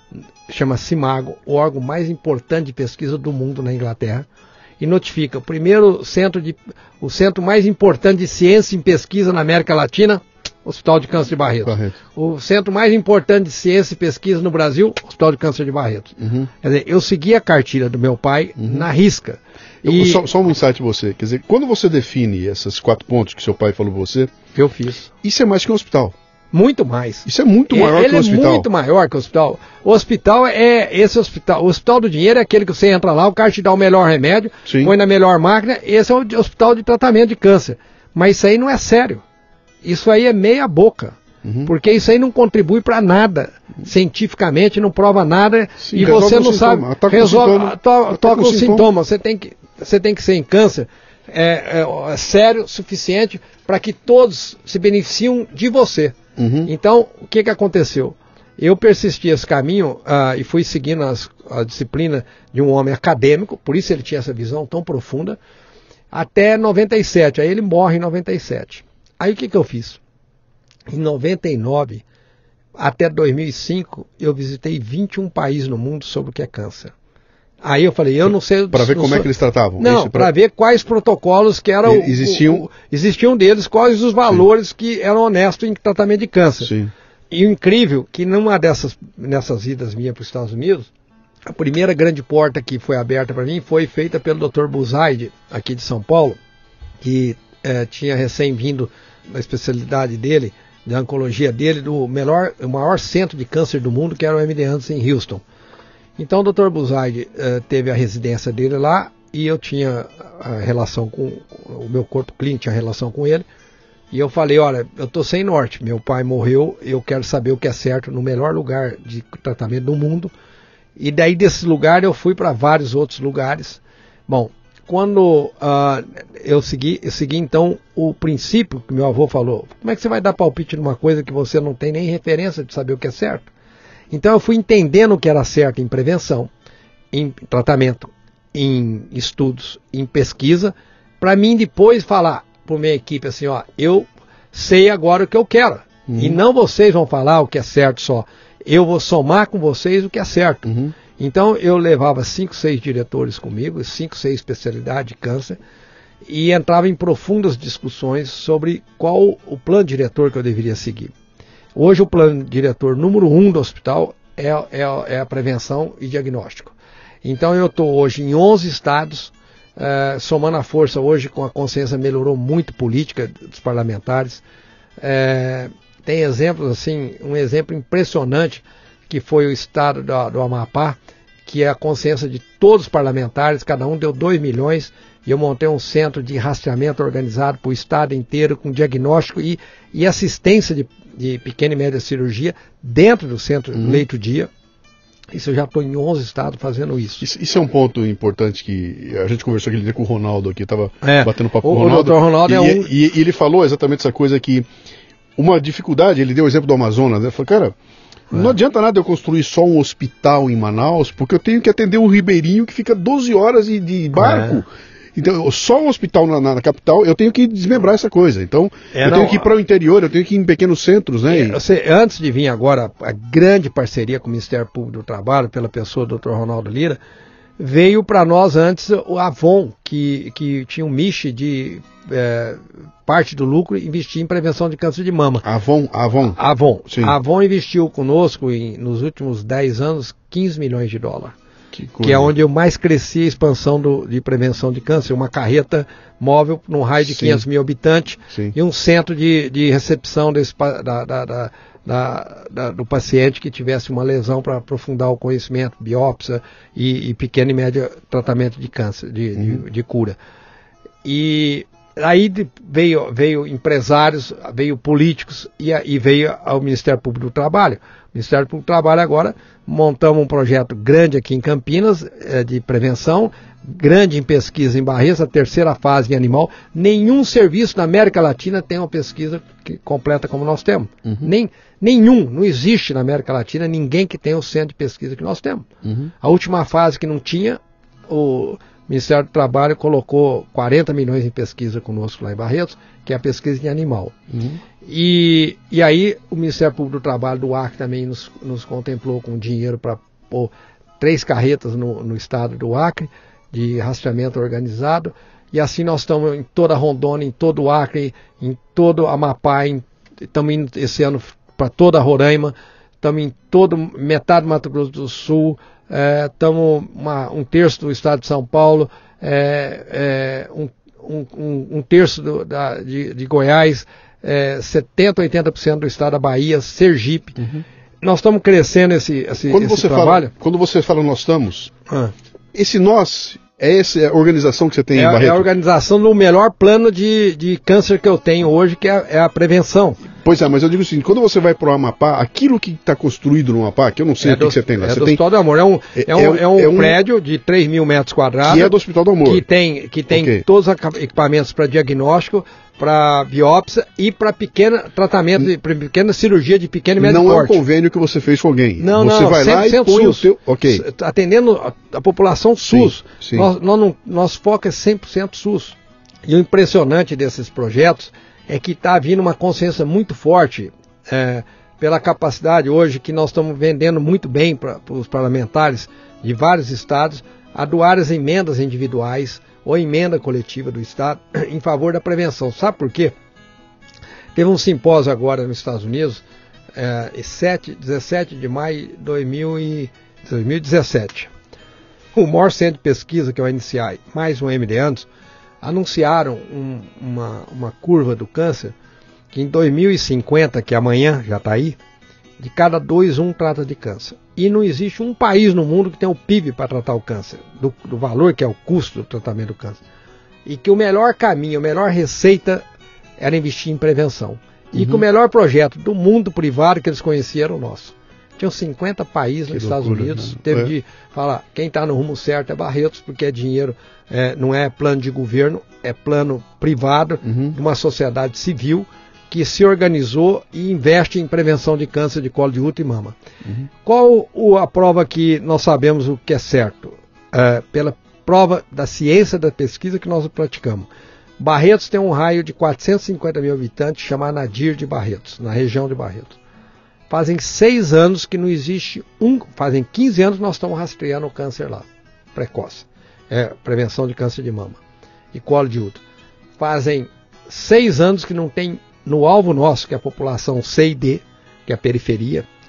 chama CIMAGO, o órgão mais importante de pesquisa do mundo na Inglaterra, e notifica o primeiro centro, de, o centro mais importante de ciência em pesquisa na América Latina, Hospital de Câncer de Barretos. Barreto. O centro mais importante de ciência e pesquisa no Brasil, Hospital de Câncer de Barretos. Uhum. Quer dizer, eu segui a cartilha do meu pai uhum. na risca. E... Eu, só, só um insight de você. Quer dizer, quando você define esses quatro pontos que seu pai falou para você... Eu fiz. Isso é mais que um hospital. Muito mais. Isso é muito maior ele que o hospital. Ele é muito maior que o hospital. O hospital é esse hospital. O hospital do dinheiro é aquele que você entra lá, o cara te dá o melhor remédio, Sim. põe na melhor máquina. Esse é o hospital de tratamento de câncer. Mas isso aí não é sério. Isso aí é meia boca, uhum. porque isso aí não contribui para nada, cientificamente não prova nada. Sim, e você não sabe, ataca resolve, o sintoma, to, toca o sintoma. sintoma, você tem que, você tem que ser em câncer é, é, é sério, suficiente para que todos se beneficiem de você. Uhum. Então, o que, que aconteceu? Eu persisti esse caminho uh, e fui seguindo as, a disciplina de um homem acadêmico, por isso ele tinha essa visão tão profunda, até noventa e sete, aí ele morre em noventa e sete. Aí o que, que eu fiz? Em noventa e nove, até dois mil e cinco, eu visitei vinte e um países no mundo sobre o que é câncer. Aí eu falei, eu não sei... Para ver como sou... é que eles tratavam? Não, para ver quais protocolos que eram... Existiam? O, o, existiam deles, quais os valores Sim. que eram honestos em tratamento de câncer. Sim. E o incrível que numa dessas nessas idas minhas para os Estados Unidos, a primeira grande porta que foi aberta para mim foi feita pelo doutor Buzaide, aqui de São Paulo, que eh, tinha recém-vindo da especialidade dele, da oncologia dele, do melhor, o maior centro de câncer do mundo, que era o M D Anderson em Houston. Então o doutor Buzaide uh, teve a residência dele lá e eu tinha a relação com, o meu corpo clínico tinha relação com ele, e eu falei, olha, eu estou sem norte, meu pai morreu, eu quero saber o que é certo no melhor lugar de tratamento do mundo, e daí desse lugar eu fui para vários outros lugares. Bom, quando uh, eu segui, eu segui então o princípio que meu avô falou, como é que você vai dar palpite numa coisa que você não tem nem referência de saber o que é certo? Então eu fui entendendo o que era certo em prevenção, em tratamento, em estudos, em pesquisa, para mim depois falar para minha equipe assim, ó, eu sei agora o que eu quero, uhum. e não vocês vão falar o que é certo só, eu vou somar com vocês o que é certo. Uhum. Então eu levava cinco, seis diretores comigo, cinco, seis especialidades de câncer, e entrava em profundas discussões sobre qual o plano diretor que eu deveria seguir. Hoje o plano diretor número um do hospital é, é, é a prevenção e diagnóstico. Então eu estou hoje em onze estados, uh, somando a força hoje com a consciência melhorou muito política dos parlamentares. Uh, tem exemplos assim, um exemplo impressionante que foi o estado do, do Amapá, que é a consciência de todos os parlamentares, cada um deu dois milhões, e eu montei um centro de rastreamento organizado para o estado inteiro, com diagnóstico e, e assistência de, de pequena e média cirurgia dentro do centro uhum. leito-dia. Isso eu já estou em onze estados fazendo isso. isso. Isso é um ponto importante que a gente conversou aquele dia com o Ronaldo aqui, estava é, batendo papo com o Ronaldo. O doutor Ronaldo e, é um... E, e ele falou exatamente essa coisa que, uma dificuldade, ele deu o exemplo do Amazonas, né? Ele falou, cara, é. não adianta nada eu construir só um hospital em Manaus, porque eu tenho que atender um ribeirinho que fica doze horas de, de barco. É. Então, só um hospital na, na, na capital, eu tenho que desmembrar essa coisa. Então, é, eu não, tenho que ir para o interior, eu tenho que ir em pequenos centros, né? É, você, antes de vir agora, a grande parceria com o Ministério Público do Trabalho, pela pessoa do doutor Ronaldo Lira, veio para nós antes o Avon, que, que tinha um miche de é, parte do lucro investir em prevenção de câncer de mama. Avon? Avon. Avon. Sim. A Avon investiu conosco, em, nos últimos dez anos, quinze milhões de dólares. Que, que é onde eu mais cresci a expansão do, de prevenção de câncer, uma carreta móvel num raio de Sim. quinhentos mil habitantes Sim. e um centro de, de recepção desse, da, da, da, da, da, do paciente que tivesse uma lesão para aprofundar o conhecimento, biópsia e, e pequeno e médio tratamento de câncer, de, uhum. de, de cura. E aí veio, veio empresários, veio políticos e, e veio ao Ministério Público do Trabalho. O Ministério Público do Trabalho agora montamos um projeto grande aqui em Campinas, é, de prevenção, grande em pesquisa em Barretos, a terceira fase em animal. Nenhum serviço na América Latina tem uma pesquisa que, completa como nós temos. Uhum. Nem, nenhum, não existe na América Latina ninguém que tenha o centro de pesquisa que nós temos. Uhum. A última fase que não tinha, o Ministério do Trabalho colocou quarenta milhões em pesquisa conosco lá em Barretos, que é a pesquisa em animal. Uhum. E, e aí o Ministério Público do Trabalho do Acre também nos, nos contemplou com dinheiro para pôr três carretas no, no estado do Acre, de rastreamento organizado, e assim nós estamos em toda a Rondônia, em todo o Acre, em todo o Amapá, estamos indo esse ano para toda a Roraima, estamos em todo, metade do Mato Grosso do Sul, estamos é, um terço do estado de São Paulo, é, é, um, um, um terço do, da, de, de Goiás, é, setenta, oitenta por cento do estado da Bahia, Sergipe. Uhum. Nós estamos crescendo esse, esse, quando esse você trabalho. Fala, quando você fala nós estamos, ah. esse nós é essa organização que você tem é, em Barreto? É a organização do melhor plano de, de câncer que eu tenho hoje, que é, é a prevenção. Pois é, mas eu digo o seguinte, quando você vai para o Amapá, aquilo que está construído no Amapá, que eu não sei é o que, do, que você tem lá. É você do tem... Hospital do Amor, é um, é, é um, é um, é um prédio de três mil metros quadrados. Que é do Hospital do Amor. Que tem, que tem okay. todos os equipamentos para diagnóstico, para biópsia e para pequena tratamento, de, pra pequena cirurgia de pequeno e médio não porte. Não é um convênio que você fez com alguém. Não, você não, vai lá e põe SUS. o teu... Ok. Atendendo a, a população SUS. Sim, sim. Nós, nós não, nosso foco é cem por cento SUS. E o impressionante desses projetos é que está vindo uma consciência muito forte é, pela capacidade hoje que nós estamos vendendo muito bem para os parlamentares de vários estados a doar as emendas individuais ou emenda coletiva do Estado em favor da prevenção. Sabe por quê? Teve um simpósio agora nos Estados Unidos, é, dezessete de maio de dois mil e dezessete. O maior centro de pesquisa, que é o N C I, mais um M D Anderson, anunciaram um, uma, uma curva do câncer que em dois mil e cinquenta, que amanhã já está aí, de cada dois, um trata de câncer. E não existe um país no mundo que tenha o P I B para tratar o câncer, do, do valor que é o custo do tratamento do câncer. E que o melhor caminho, a melhor receita era investir em prevenção. Uhum. E que o melhor projeto do mundo privado que eles conheciam era o nosso. Tinham cinquenta países que nos loucura, Estados Unidos, né? Teve é. de falar, quem está no rumo certo é Barretos, porque é dinheiro, é, não é plano de governo, é plano privado, uhum. de uma sociedade civil, que se organizou e investe em prevenção de câncer de colo de útero e mama. Uhum. Qual o, a prova que nós sabemos o que é certo? É, pela prova da ciência da pesquisa que nós praticamos. Barretos tem um raio de quatrocentos e cinquenta mil habitantes, chamado Nadir de Barretos, na região de Barretos. Fazem seis anos que não existe um, fazem quinze anos que nós estamos rastreando o câncer lá, precoce. É, prevenção de câncer de mama e colo de útero. Fazem seis anos que não tem no alvo nosso, que é a população C e D, que é a periferia,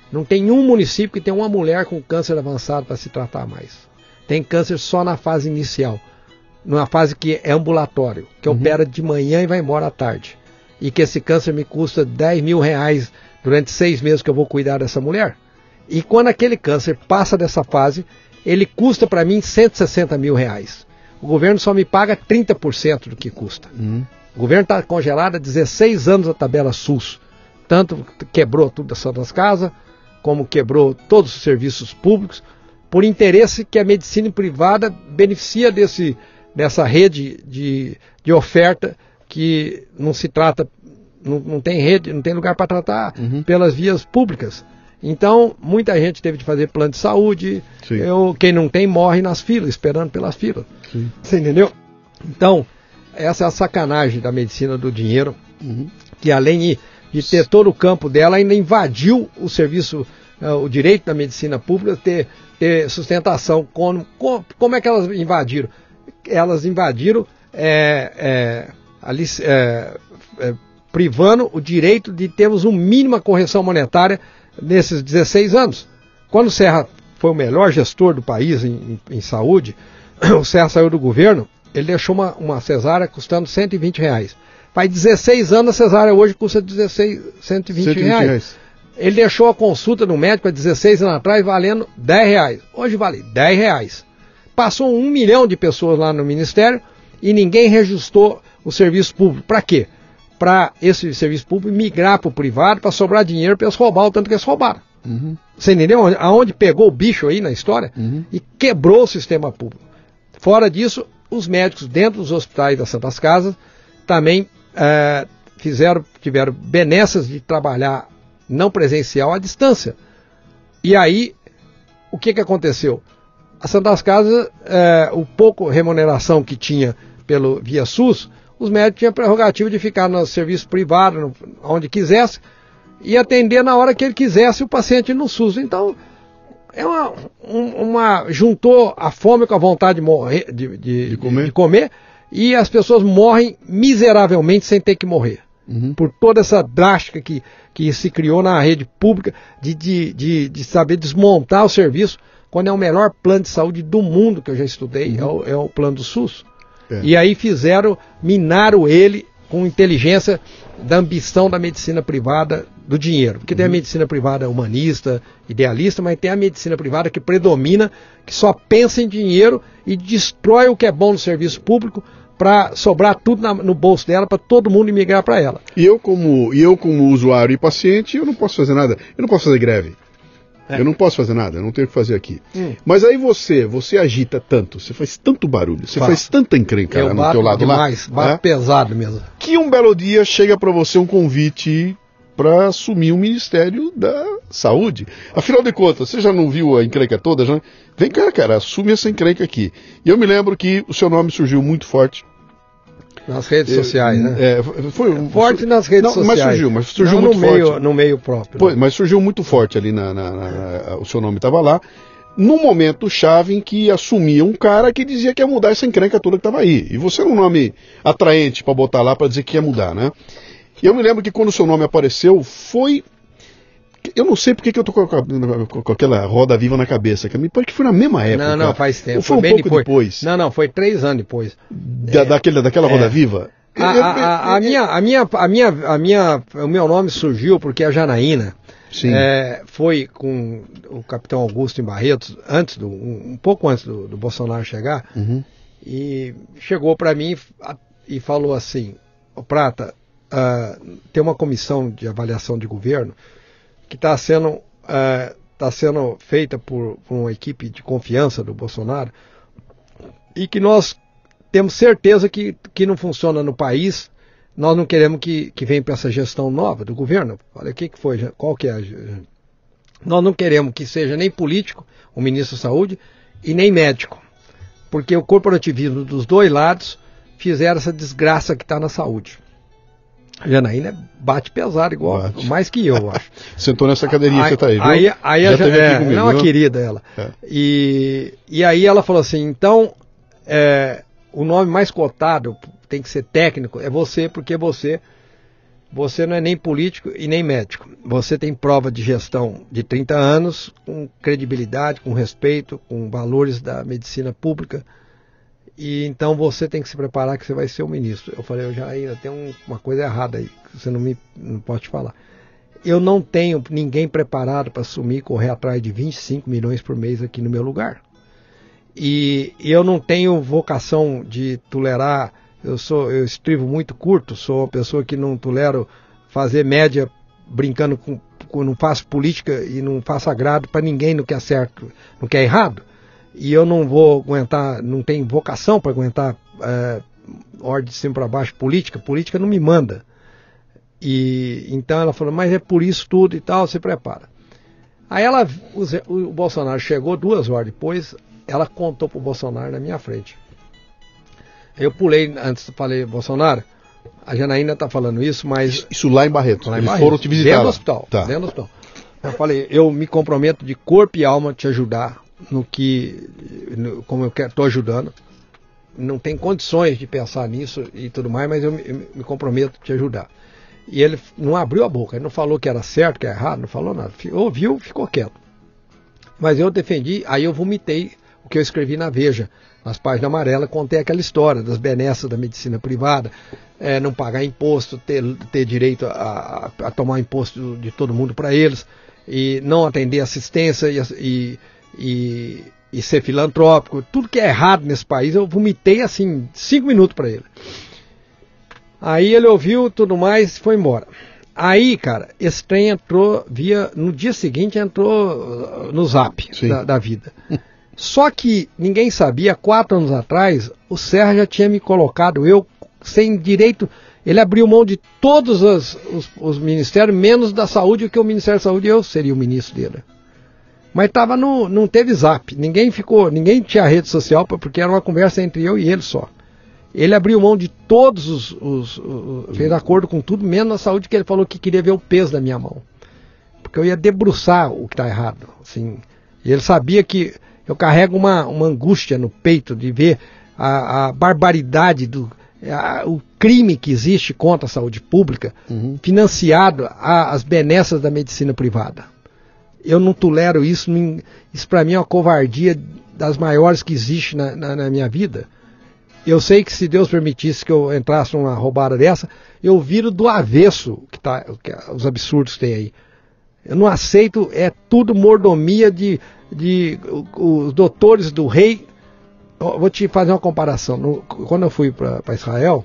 Não tem um município que tem uma mulher com câncer avançado para se tratar mais. Tem câncer só na fase inicial, numa fase que é ambulatório, que uhum. opera de manhã e vai embora à tarde. E que esse câncer me custa dez mil reais durante seis meses que eu vou cuidar dessa mulher. E quando aquele câncer passa dessa fase, ele custa para mim cento e sessenta mil reais. O governo só me paga trinta por cento do que custa. Uhum. O governo está congelado há dezesseis anos a tabela SUS. Tanto quebrou tudo das Santas Casas, como quebrou todos os serviços públicos, por interesse que a medicina privada beneficia desse, dessa rede de, de oferta que não se trata, não, não tem rede, não tem lugar para tratar uhum. pelas vias públicas. Então, muita gente teve de fazer plano de saúde, eu, quem não tem morre nas filas, esperando pelas filas. Sim. Você entendeu? Então, essa é a sacanagem da medicina do dinheiro, uhum. que além de, de ter todo o campo dela, ainda invadiu o serviço, uh, o direito da medicina pública ter, ter sustentação. Como, como, como é que elas invadiram? Elas invadiram é, é, ali, é, é, privando o direito de termos uma mínima correção monetária nesses dezesseis anos. Quando o Serra foi o melhor gestor do país em, em, em saúde, o Serra saiu do governo, ele deixou uma, uma cesárea custando cento e vinte reais. Faz dezesseis anos, a cesárea hoje custa dezesseis, cento e vinte reais. reais. Ele deixou a consulta no médico há dezesseis anos atrás valendo dez reais. Hoje vale dez reais. Passou um milhão de pessoas lá no Ministério e ninguém reajustou o serviço público. Para quê? Para esse serviço público migrar para o privado, para sobrar dinheiro para eles roubar o tanto que eles roubaram. Uhum. Você entendeu? Aonde pegou o bicho aí na história uhum. e quebrou o sistema público. Fora disso, os médicos dentro dos hospitais das Santas Casas também é, fizeram, tiveram benesses de trabalhar não presencial à distância. E aí, o que, que aconteceu? As Santas Casas, é, o pouco remuneração que tinha pelo via SUS, os médicos tinham a prerrogativa de ficar no serviço privado, no, onde quisesse, e atender na hora que ele quisesse o paciente no SUS. Então, é uma, uma juntou a fome com a vontade de, morrer, de, de, de, comer. de comer, e as pessoas morrem miseravelmente sem ter que morrer. Uhum. Por toda essa drástica que, que se criou na rede pública de, de, de, de saber desmontar o serviço, quando é o melhor plano de saúde do mundo que eu já estudei, uhum. é, o, é o plano do SUS. É. E aí fizeram, minaram ele com inteligência da ambição da medicina privada do dinheiro. Porque uhum. tem a medicina privada humanista, idealista, mas tem a medicina privada que predomina, que só pensa em dinheiro e destrói o que é bom no serviço público para sobrar tudo na, no bolso dela, para todo mundo migrar para ela. E eu como, e eu como usuário e paciente, eu não posso fazer nada. Eu não posso fazer greve. É. Eu não posso fazer nada, eu não tenho o que fazer aqui. Hum. Mas aí você, você agita tanto, você faz tanto barulho, você Faz. faz tanta encrenca eu no teu lado demais, lá. Bato é? pesado mesmo. Que um belo dia chega para você um convite para assumir o Ministério da Saúde. Afinal de contas, você já não viu a encrenca toda? Já? Vem cá, cara, assume essa encrenca aqui. E eu me lembro que o seu nome surgiu muito forte. Nas redes sociais, né? É, foi, foi forte nas redes não, sociais. Mas surgiu, mas surgiu não muito no meio, forte. No meio próprio. Pois, mas surgiu muito forte ali, na, na, na, na o seu nome estava lá, no momento chave em que assumia um cara que dizia que ia mudar essa encrenca toda que estava aí. E você era um nome atraente para botar lá para dizer que ia mudar, né? E eu me lembro que quando o seu nome apareceu, foi... Eu não sei porque que eu tô com, com, com aquela roda viva na cabeça, porque foi na mesma época. Não, não, faz tempo. Ou foi, foi um bem pouco depois. depois. Não, não, foi três anos depois. Da, é, daquele, daquela roda é. viva? A, a, a, a, minha, a, minha, a, minha, a minha, o meu nome surgiu porque a Janaína é, foi com o capitão Augusto em Barretos, antes do, um, um pouco antes do, do Bolsonaro chegar, uhum. e chegou para mim e falou assim: ô Prata, uh, tem uma comissão de avaliação de governo que está sendo, uh, tá sendo feita por, por uma equipe de confiança do Bolsonaro e que nós temos certeza que, que não funciona no país, nós não queremos que, que venha para essa gestão nova do governo. Olha, o que, que foi? Qual que é? Nós não queremos que seja nem político, o ministro da Saúde, e nem médico. Porque o corporativismo dos dois lados fizeram essa desgraça que está na saúde. A Janaína bate pesado, igual, bate. mais que eu, eu acho. Sentou nessa cadeirinha que você está aí, viu? Aí, aí Já a Janaína, é, comigo, não, a querida ela. É. E, e aí ela falou assim, então... É, o nome mais cotado tem que ser técnico, é você, porque você você não é nem político e nem médico. Você tem prova de gestão de trinta anos, com credibilidade, com respeito, com valores da medicina pública. E então você tem que se preparar que você vai ser o ministro. Eu falei, eu já ainda tenho um, uma coisa errada aí, que você não me não pode te falar. Eu não tenho ninguém preparado para assumir e correr atrás de vinte e cinco milhões por mês aqui no meu lugar. E eu não tenho vocação de tolerar, eu sou, eu estrivo muito curto, sou uma pessoa que não tolero fazer média brincando com, com não faço política e não faço agrado para ninguém no que é certo, no que é errado. E eu não vou aguentar, não tenho vocação para aguentar é, ordem de cima para baixo política, política não me manda. E então ela falou, mas é por isso tudo e tal, se prepara. Aí ela, o, o Bolsonaro chegou duas horas depois, ela contou pro Bolsonaro na minha frente. Eu pulei, antes falei, Bolsonaro, a Janaína tá falando isso, mas... Isso lá em Barreto, lá em eles Barreto, foram te visitar. Dentro do hospital, tá. dentro do hospital. Eu falei, eu me comprometo de corpo e alma te ajudar no que, no, como eu estou ajudando. Não tem condições de pensar nisso e tudo mais, mas eu me, eu me comprometo a te ajudar. E ele não abriu a boca, ele não falou que era certo, que era errado, não falou nada. Ouviu, ficou quieto. Mas eu defendi, aí eu vomitei o que eu escrevi na Veja, nas páginas amarelas, contei aquela história das benesses da medicina privada, é, não pagar imposto, ter, ter direito a, a, a tomar imposto de todo mundo para eles, e não atender assistência e, e, e, e ser filantrópico, tudo que é errado nesse país, eu vomitei assim, cinco minutos para ele. Aí ele ouviu tudo mais e foi embora. Aí, cara, esse trem entrou via. No dia seguinte entrou no zap da, da vida. Só que ninguém sabia, quatro anos atrás, o Serra já tinha me colocado, eu, sem direito. Ele abriu mão de todos os, os, os ministérios, menos da saúde, que o Ministério da Saúde eu seria o ministro dele. Mas tava no, não teve zap. Ninguém ficou, ninguém tinha rede social, porque era uma conversa entre eu e ele só. Ele abriu mão de todos os, os, os... fez acordo com tudo, menos a saúde, que ele falou que queria ver o peso da minha mão. Porque eu ia debruçar o que está errado. Assim. E ele sabia que eu carrego uma, uma angústia no peito de ver a, a barbaridade, do, a, o crime que existe contra a saúde pública, uhum. financiado a, as benesses da medicina privada. Eu não tolero isso. Isso para mim é uma covardia das maiores que existe na, na, na minha vida. Eu sei que se Deus permitisse que eu entrasse numa roubada dessa, eu viro do avesso que tá, que, os absurdos que tem aí. Eu não aceito, é tudo mordomia de, de os doutores do rei. Eu vou te fazer uma comparação. No, quando eu fui para Israel,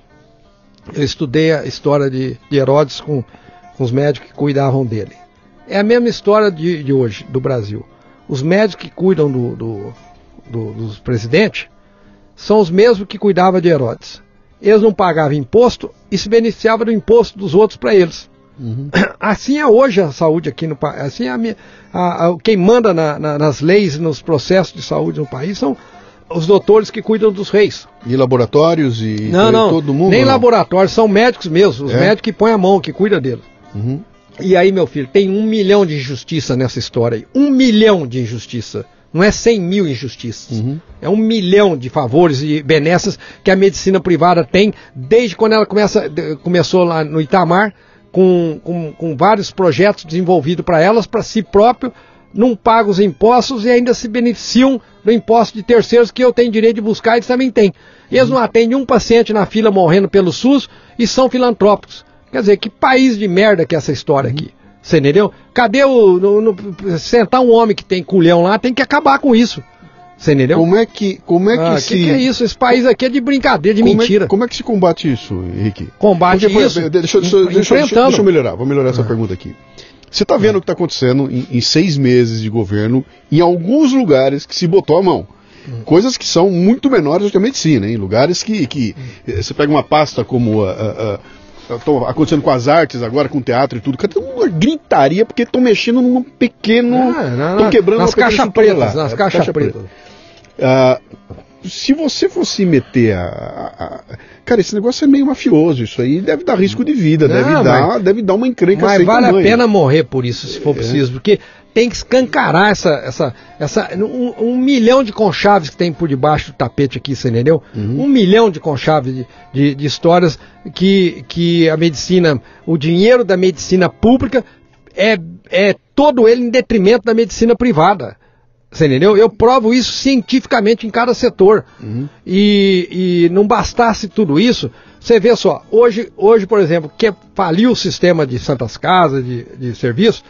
eu estudei a história de, de Herodes com, com os médicos que cuidavam dele. É a mesma história de, de hoje, do Brasil. Os médicos que cuidam do, do, do, dos presidentes são os mesmos que cuidavam de Herodes. Eles não pagavam imposto e se beneficiavam do imposto dos outros para eles. Uhum. Assim é hoje a saúde aqui no país. Assim é a minha, a, a, quem manda na, na, nas leis, nos processos de saúde no país são os doutores que cuidam dos reis. E laboratórios e não, não, todo mundo? Nem não? laboratórios, são médicos mesmo. Os é? médicos que põem a mão, que cuidam deles. Uhum. E aí, meu filho, tem um milhão de injustiça nessa história aí. Um milhão de injustiça. Não é cem mil injustiças. Uhum. É um milhão de favores e benesses que a medicina privada tem desde quando ela começa, começou lá no Itamar, com, com, com vários projetos desenvolvidos para elas, para si próprio, não pagam os impostos e ainda se beneficiam do imposto de terceiros que eu tenho direito de buscar e eles também têm. Eles uhum. não atendem um paciente na fila morrendo pelo SUS e são filantrópicos. Quer dizer, que país de merda que é essa história uhum. aqui? Você entendeu? Cadê o... No, no, sentar um homem que tem culhão lá, tem que acabar com isso. Você entendeu? Como é que... Como é que ah, se... que, que é isso? Esse país aqui é de brincadeira, de como mentira. É, como é que se combate isso, Henrique? Combate Porque, isso... Deixa, deixa, em, deixa, deixa, deixa eu melhorar, vou melhorar essa ah. pergunta aqui. Você está vendo ah. o que está acontecendo em, em seis meses de governo, em alguns lugares que se botou a mão. Hum. Coisas que são muito menores do que a medicina, em lugares que, que hum. você pega uma pasta como a... a, a Estou acontecendo com as artes agora, com o teatro e tudo. Cadê uma gritaria? Porque estão mexendo num pequeno. Estão quebrando nas caixas pretas. Nas caixas pretas. Uh, se você fosse meter a, a, a, Cara, esse negócio é meio mafioso, isso aí deve dar risco de vida, Não, deve, mas, dar, deve dar uma encrenca mas sem vale tamanho. a pena morrer por isso, se for É. preciso, porque tem que escancarar essa, essa, essa um, um milhão de conchaves que tem por debaixo do tapete aqui, você entendeu? Uhum. Um milhão de conchaves de, de, de histórias que, que a medicina, o dinheiro da medicina pública é, é todo ele em detrimento da medicina privada. Você entendeu? Eu provo isso cientificamente em cada setor. Uhum. E, e não bastasse tudo isso, você vê só, hoje, hoje por exemplo, que faliu o sistema de santas casas, de, de serviço,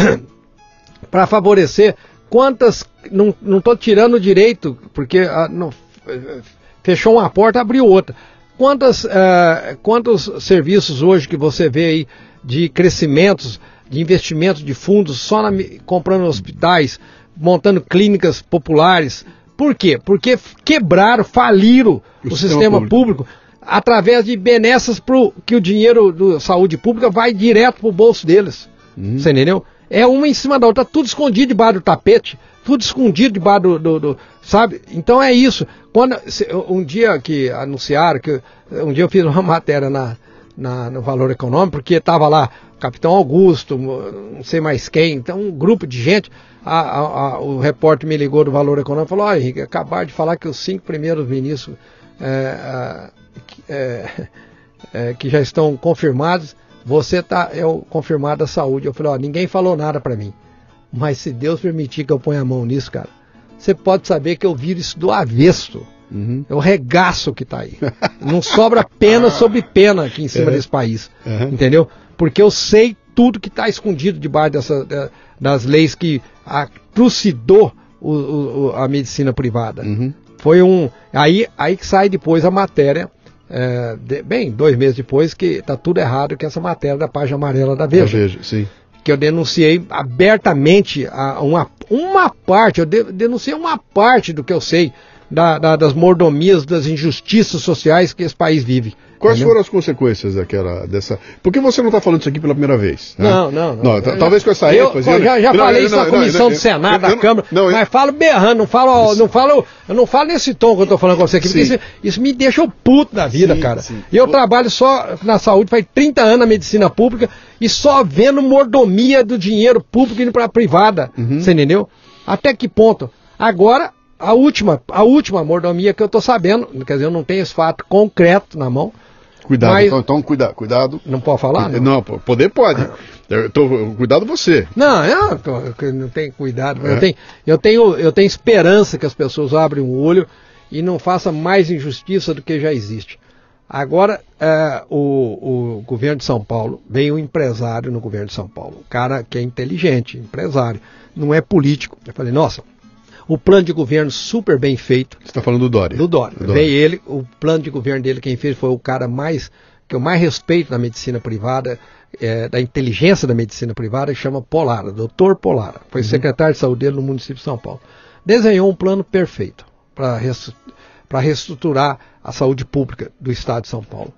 para favorecer quantas, não estou tirando o direito, porque ah, não, fechou uma porta, abriu outra. Quantas, ah, quantos serviços hoje que você vê aí de crescimentos, de investimentos de fundos, só na, comprando hospitais, montando clínicas populares. Por quê? Porque quebraram, faliram o, o sistema, sistema público. público através de benesses pro, que o dinheiro da saúde pública vai direto para o bolso deles. Uhum. Você entendeu? É uma em cima da outra, tá tudo escondido debaixo do tapete, tudo escondido debaixo do, do, do sabe? Então é isso. Quando, um dia que anunciaram, que um dia eu fiz uma matéria na, na, no Valor Econômico, porque estava lá o Capitão Augusto, não sei mais quem, então um grupo de gente, a, a, a, o repórter me ligou do Valor Econômico e falou, ó, Henrique, acabaram de falar que os cinco primeiros ministros é, é, é, que já estão confirmados, você tá, é o confirmado da saúde. Eu falei, ó, ninguém falou nada pra mim. Mas se Deus permitir que eu ponha a mão nisso, cara, você pode saber que eu viro isso do avesso. Uhum. É o regaço que tá aí. Não sobra pena sobre pena aqui em cima uhum. desse país. Uhum. Entendeu? Porque eu sei tudo que tá escondido debaixo dessa, das leis que trucidou o, o, a medicina privada. Uhum. Foi um... Aí, aí que sai depois a matéria... É, de, bem, dois meses depois que está tudo errado, que essa matéria da página amarela da Veja, Veja sim. que eu denunciei abertamente a, uma, uma parte, eu de, denunciei uma parte do que eu sei da, da, das mordomias, das injustiças sociais que esse país vive. Quais entendeu? foram as consequências daquela, dessa... Por que você não está falando isso aqui pela primeira vez? Né? Não, não, não. não eu, talvez com essa eu, ênfase... Eu já, já não, falei não, isso não, na comissão não, do Senado, eu, da eu, Câmara, não, eu, mas falo berrando, não falo, não falo, eu não falo nesse tom que eu estou falando com você aqui, porque isso, isso me deixa o puto da vida, sim, cara. Sim. Eu o... trabalho só na saúde, faz trinta anos na medicina pública e só vendo mordomia do dinheiro público indo para a privada, uhum. Você entendeu? Até que ponto? Agora, a última, a última mordomia que eu estou sabendo, quer dizer, eu não tenho esse fato concreto na mão. Cuidado, mas... então, então cuidado, cuidado. Não pode falar? Não, não poder pode. Eu tô, cuidado você. Não, eu, tô, eu não tenho cuidado. É. Eu, tenho, eu, tenho, eu tenho esperança que as pessoas abrem o olho e não façam mais injustiça do que já existe. Agora, é, o, o governo de São Paulo, veio um empresário no governo de São Paulo, um cara que é inteligente, empresário, não é político. Eu falei, nossa, o plano de governo super bem feito. Você está falando do Dória? Do Dória. Do Dória. Veio ele, o plano de governo dele, quem fez foi o cara mais, que eu mais respeito na medicina privada, é, da inteligência da medicina privada, que chama Polara, doutor Polara. Foi uhum. secretário de saúde dele no município de São Paulo. Desenhou um plano perfeito para para reestruturar a saúde pública do estado de São Paulo.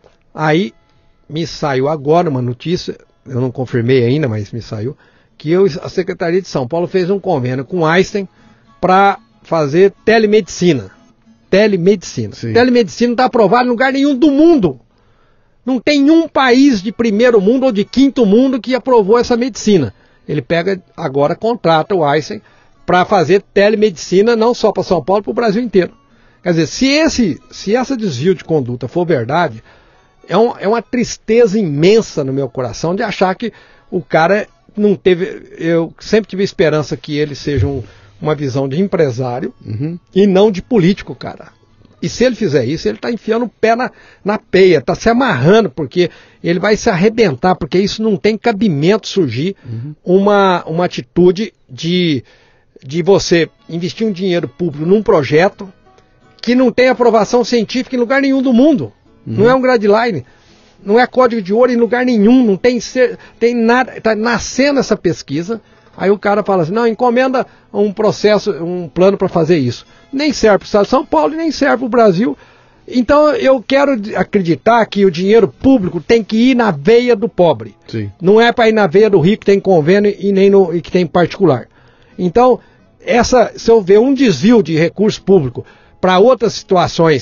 Aí me saiu agora uma notícia, eu não confirmei ainda, mas me saiu, que eu, a Secretaria de São Paulo fez um convênio com Einstein para fazer telemedicina. Telemedicina. Sim. Telemedicina não está aprovada em lugar nenhum do mundo. Não tem um país de primeiro mundo ou de quinto mundo que aprovou essa medicina. Ele pega, agora contrata o Einstein para fazer telemedicina não só para São Paulo, para o Brasil inteiro. Quer dizer, se esse, se essa desvio de conduta for verdade, é, um, é uma tristeza imensa no meu coração de achar que o cara não teve... Eu sempre tive esperança que ele seja um, uma visão de empresário uhum. e não de político, cara. E se ele fizer isso, ele está enfiando o pé na, na peia, está se amarrando, porque ele vai se arrebentar, porque isso não tem cabimento surgir uhum. uma, uma atitude de, de você investir um dinheiro público num projeto que não tem aprovação científica em lugar nenhum do mundo. Uhum. Não é um guideline, não é código de ouro em lugar nenhum, não tem, ser, tem nada, está nascendo essa pesquisa, aí o cara fala assim, não, encomenda um processo, um plano para fazer isso. Nem serve para o estado de São Paulo e nem serve para o Brasil. Então eu quero acreditar que o dinheiro público tem que ir na veia do pobre. Sim. Não é para ir na veia do rico que tem convênio e nem no e que tem particular. Então, essa, se eu ver um desvio de recurso público para outras situações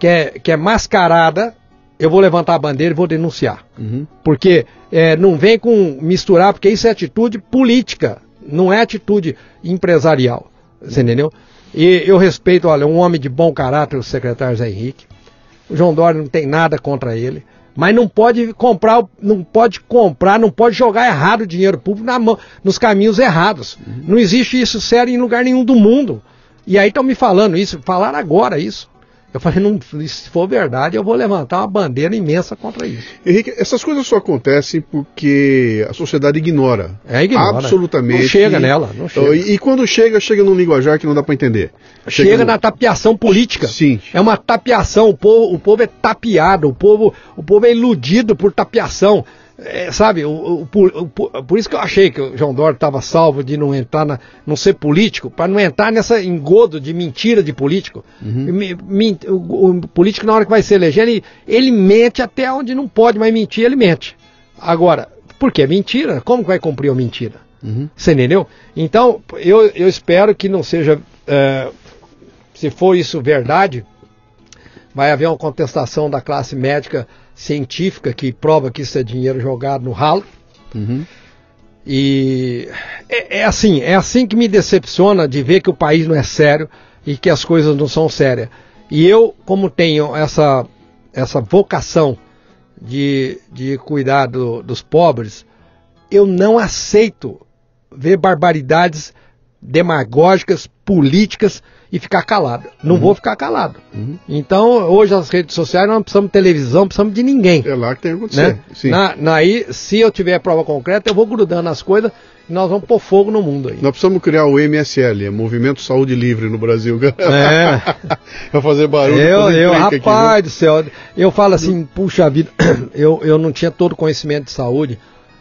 que é, que é mascarada, eu vou levantar a bandeira e vou denunciar. Uhum. Porque é, não vem com misturar, porque isso é atitude política, não é atitude empresarial. Você entendeu? E eu respeito, olha, um homem de bom caráter, o secretário Zé Henrique. O João Dória não tem nada contra ele. Mas não pode comprar, não pode comprar, não pode jogar errado o dinheiro público na mão, nos caminhos errados. Uhum. Não existe isso sério em lugar nenhum do mundo. E aí estão me falando isso, falaram agora isso. Eu falei, não, se for verdade, eu vou levantar uma bandeira imensa contra isso. Henrique, essas coisas só acontecem porque a sociedade ignora. É, ignora. Absolutamente. Não chega nela, não chega. E, e quando chega, chega num linguajar que não dá para entender. Chega, chega no... na tapeação política. Sim. É uma tapeação, o povo, o povo é tapeado, o povo, o povo é iludido por tapeação. É, sabe, o, o, o, o, por isso que eu achei que o João Dória estava salvo de não entrar, na, não ser político, para não entrar nessa engodo de mentira de político. Uhum. Me, me, o, o político, na hora que vai se eleger, ele, ele mente até onde não pode mais mentir, ele mente. Agora, por que mentira? Como que vai cumprir a mentira? Uhum. Você entendeu? Então, eu, eu espero que não seja, é, se for isso verdade, vai haver uma contestação da classe médica científica que prova que isso é dinheiro jogado no ralo. Uhum. E é, é assim, é assim que me decepciona de ver que o país não é sério e que as coisas não são sérias. E eu, como tenho essa, essa vocação de, de cuidar do, dos pobres, eu não aceito ver barbaridades demagógicas, políticas e ficar calado. Não uhum. vou ficar calado. Uhum. Então, hoje as redes sociais não precisamos de televisão, não precisamos de ninguém. É lá que tem que acontecer. Né? Sim. Na, na, aí, se eu tiver prova concreta, eu vou grudando as coisas e nós vamos pôr fogo no mundo aí. Nós precisamos criar o M S L, Movimento Saúde Livre no Brasil. É. Vai fazer barulho. Eu, eu rapaz aqui, do céu, eu falo assim, puxa vida, eu, eu não tinha todo o conhecimento de saúde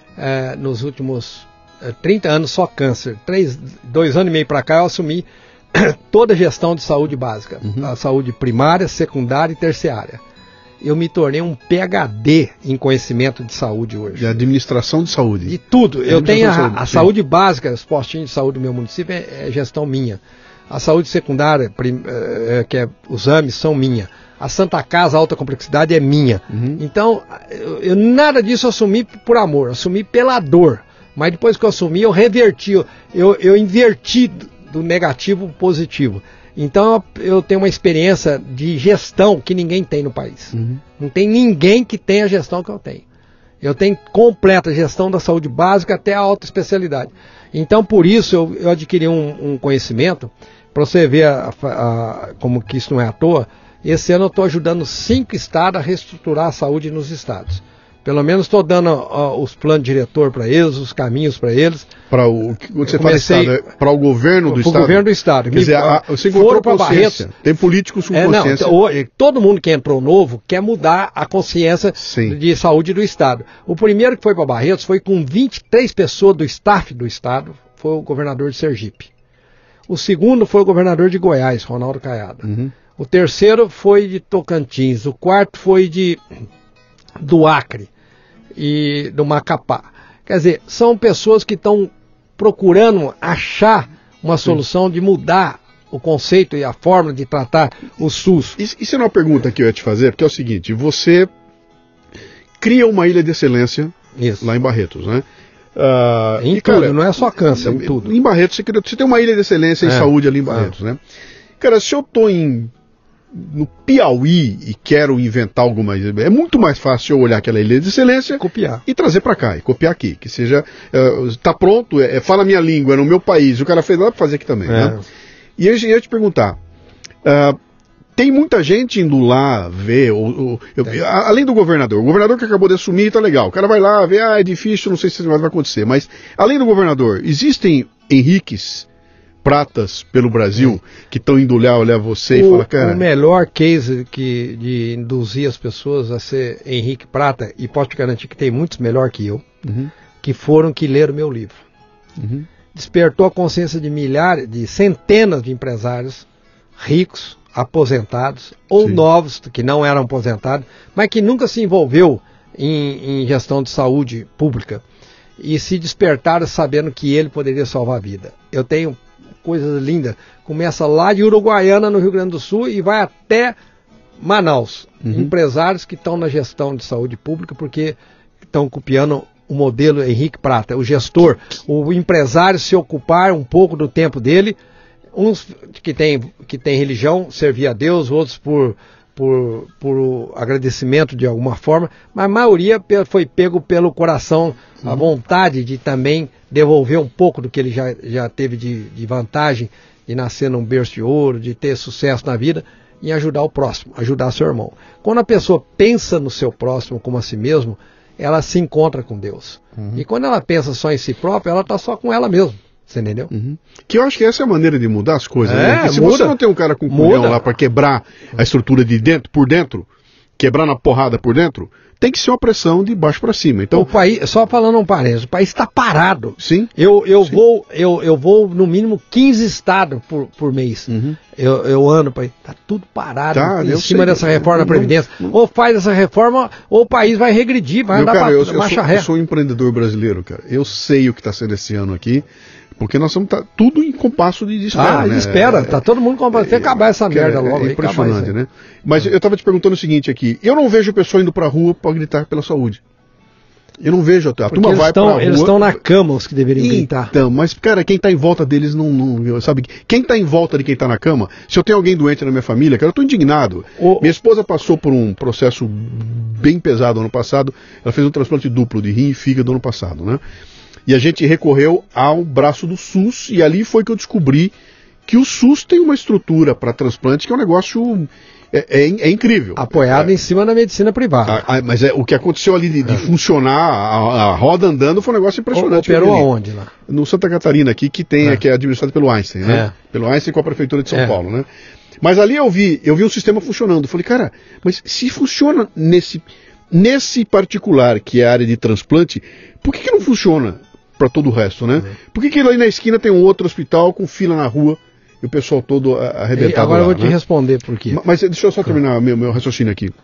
é, nos últimos é, trinta anos, só câncer. Três, dois anos e meio para cá eu assumi toda a gestão de saúde básica, uhum. a saúde primária, secundária e terciária. Eu me tornei um P H D em conhecimento de saúde hoje. De administração de saúde. De tudo. Eu tenho a, saúde, a saúde básica, os postinhos de saúde do meu município é, é gestão minha. A saúde secundária, prim, é, que é os A M S, são minha. A Santa Casa Alta Complexidade é minha. Uhum. Então, eu, eu, nada disso eu assumi por amor, eu assumi pela dor. Mas depois que eu assumi, eu reverti, eu, eu inverti do negativo para o positivo. Então eu tenho uma experiência de gestão que ninguém tem no país. Uhum. Não tem ninguém que tenha a gestão que eu tenho. Eu tenho completa gestão da saúde básica até a alta especialidade. Então por isso eu, eu adquiri um, um conhecimento, para você ver a, a, como que isso não é à toa. Esse ano eu estou ajudando cinco estados a reestruturar a saúde nos estados. Pelo menos estou dando ó, os planos diretor para eles, os caminhos para eles. Para o que você comecei, fala estado, é para o governo do pro estado. Para o governo do estado. Quer dizer, a, você encontrou consciência. Tem políticos com é, consciência. Não, todo mundo que entrou novo quer mudar a consciência Sim. de saúde do estado. O primeiro que foi para Barretos foi com vinte e três pessoas do staff do estado, foi o governador de Sergipe. O segundo foi o governador de Goiás, Ronaldo Caiado. Uhum. O terceiro foi de Tocantins. O quarto foi de do Acre e do Macapá. Quer dizer, são pessoas que estão procurando achar uma solução de mudar o conceito e a forma de tratar o SUS. Isso, isso é uma pergunta que eu ia te fazer, porque é o seguinte, você cria uma ilha de excelência isso. lá em Barretos, né? Uh, em e, tudo, cara, não é só câncer, em tudo. Em Barretos, você, você tem uma ilha de excelência é. em saúde ali em Barretos, é. né? Cara, se eu estou em no Piauí e quero inventar alguma coisa, é muito mais fácil eu olhar aquela ilha de excelência copiar. E trazer para cá, e copiar aqui, que seja, está uh, pronto, é, fala a minha língua, é no meu país, o cara fez, dá para fazer aqui também, é. né? E eu ia te perguntar, uh, tem muita gente indo lá ver, ou, ou, eu, além do governador, o governador que acabou de assumir, tá legal, o cara vai lá ver, ah, é difícil, não sei se vai acontecer, mas além do governador, existem Henriques pratas pelo Brasil, é. que estão indo olhar, olhar você o, e falar, cara... O melhor case que, de induzir as pessoas a ser Henrique Prata, e posso te garantir que tem muitos melhor que eu, uhum. que foram que leram meu livro. Uhum. Despertou a consciência de milhares, de centenas de empresários ricos, aposentados, ou Sim. novos, que não eram aposentados, mas que nunca se envolveu em, em gestão de saúde pública, e se despertaram sabendo que ele poderia salvar a vida. Eu tenho coisas lindas, começa lá de Uruguaiana, no Rio Grande do Sul, e vai até Manaus, Uhum. empresários que estão na gestão de saúde pública porque estão copiando o modelo Henrique Prata, o gestor, o empresário se ocupar um pouco do tempo dele, uns que tem, que tem religião, servir a Deus, outros por, por, por agradecimento de alguma forma, mas a maioria foi pego pelo coração, uhum. a vontade de também devolver um pouco do que ele já, já teve de, de vantagem, de nascer num berço de ouro, de ter sucesso na vida, em ajudar o próximo, ajudar seu irmão. Quando a pessoa pensa no seu próximo como a si mesmo, ela se encontra com Deus. Uhum. E quando ela pensa só em si própria, ela está só com ela mesma. Você entendeu? Uhum. Que eu acho que essa é a maneira de mudar as coisas. É, né? Porque se muda. você não tem um cara com culhão lá para quebrar a estrutura de dentro por dentro, quebrar na porrada por dentro, tem que ser uma pressão de baixo para cima. Então, o país, só falando um parênteses, o país está parado. Sim. Eu, eu, Sim. Vou, eu, eu vou no mínimo quinze estados por, por mês. Uhum. Eu, eu ando para está tudo parado tá, em cima sei, dessa reforma da Previdência. Não, não. Ou faz essa reforma, ou o país vai regredir, vai Meu andar para marcha ré. Eu sou um empreendedor brasileiro, cara. Eu sei o que está sendo esse ano aqui. Porque nós estamos tá, tudo em compasso de espera. Ah, né? espera, é, tá todo mundo compasso. Tem que acabar essa merda é, logo. É impressionante, aí, né? Mas eu estava te perguntando o seguinte aqui: eu não vejo o pessoal indo para a rua para gritar pela saúde. Eu não vejo. A Porque turma vai para a rua. Eles estão na cama, os que deveriam gritar. Então, mas, cara, quem está em volta deles não. não sabe? Quem está em volta de quem está na cama, se eu tenho alguém doente na minha família, cara, eu estou indignado. O... Minha esposa passou por um processo bem pesado ano passado. Ela fez um transplante duplo de rim e fígado ano passado, né? E a gente recorreu ao braço do SUS, e ali foi que eu descobri que o SUS tem uma estrutura para transplante que é um negócio é, é, é incrível. Apoiado é, em cima da medicina privada. A, a, mas é, o que aconteceu ali de, de é. funcionar, a, a roda andando, foi um negócio impressionante. Operou aonde lá? No Santa Catarina, aqui, que, tem, é. que é administrado pelo Einstein, né? É. Pelo Einstein com a Prefeitura de São é. Paulo, né? Mas ali eu vi, eu vi um sistema funcionando. Falei, cara, mas se funciona nesse, nesse particular, que é a área de transplante, por que, que não funciona para todo o resto, né? Uhum. Por que, que ali na esquina tem um outro hospital com fila na rua e o pessoal todo arrebentado lá? Agora eu vou te né? responder por quê. Mas, mas deixa eu só terminar meu, meu raciocínio aqui.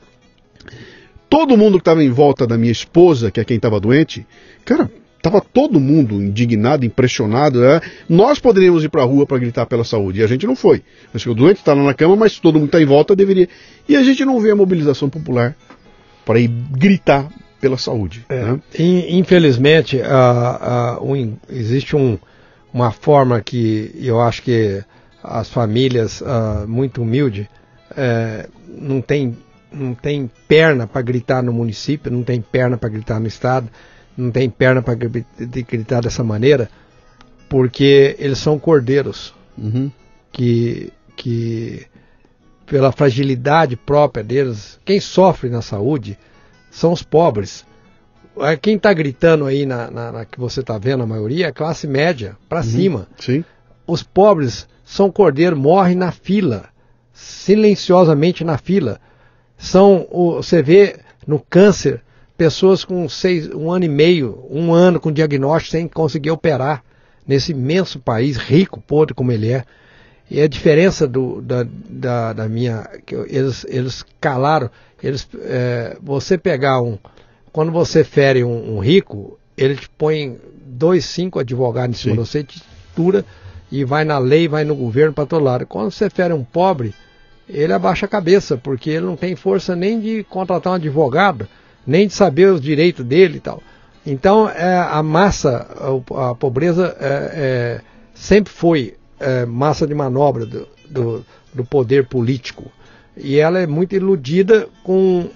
Todo mundo que estava em volta da minha esposa, que é quem estava doente, cara, estava todo mundo indignado, impressionado. Né? Nós poderíamos ir para a rua para gritar pela saúde, e a gente não foi. O doente está lá na cama, mas todo mundo está em volta, deveria. E a gente não vê a mobilização popular para ir gritar pela saúde. É, né? Infelizmente, uh, uh, um, existe um, uma forma que eu acho que as famílias uh, muito humildes uh, não tem, não tem perna para gritar no município, não tem perna para gritar no estado, não tem perna para gritar dessa maneira, porque eles são cordeiros uhum. que, que, pela fragilidade própria deles, quem sofre na saúde são os pobres. Quem está gritando aí na, na, na que você está vendo, a maioria, é classe média, para uhum, cima. Sim. Os pobres são cordeiros, morrem na fila, silenciosamente na fila. São, você vê no câncer, pessoas com seis, um ano e meio, um ano com diagnóstico sem conseguir operar, nesse imenso país, rico, podre como ele é. E a diferença do, da, da, da minha... Que eles, eles calaram... Eles, é, você pegar um... Quando você fere um, um rico, ele te põe dois, cinco advogados em cima de você, te tura e vai na lei, vai no governo para todo lado. Quando você fere um pobre, ele abaixa a cabeça, porque ele não tem força nem de contratar um advogado, nem de saber os direitos dele e tal. Então, é, a massa, a, a pobreza é, é, sempre foi é, massa de manobra do, do, do poder político. E ela é muito iludida com...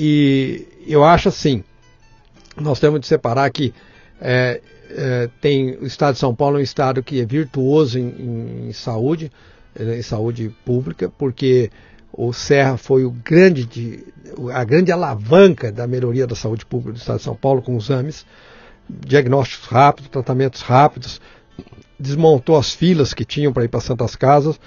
E eu acho assim, nós temos de separar que é, é, tem o estado de São Paulo é um estado que é virtuoso em, em, em saúde, em saúde pública, porque o Serra foi o grande de, a grande alavanca da melhoria da saúde pública do estado de São Paulo, com os exames, diagnósticos rápidos, tratamentos rápidos, desmontou as filas que tinham para ir para Santas Casas.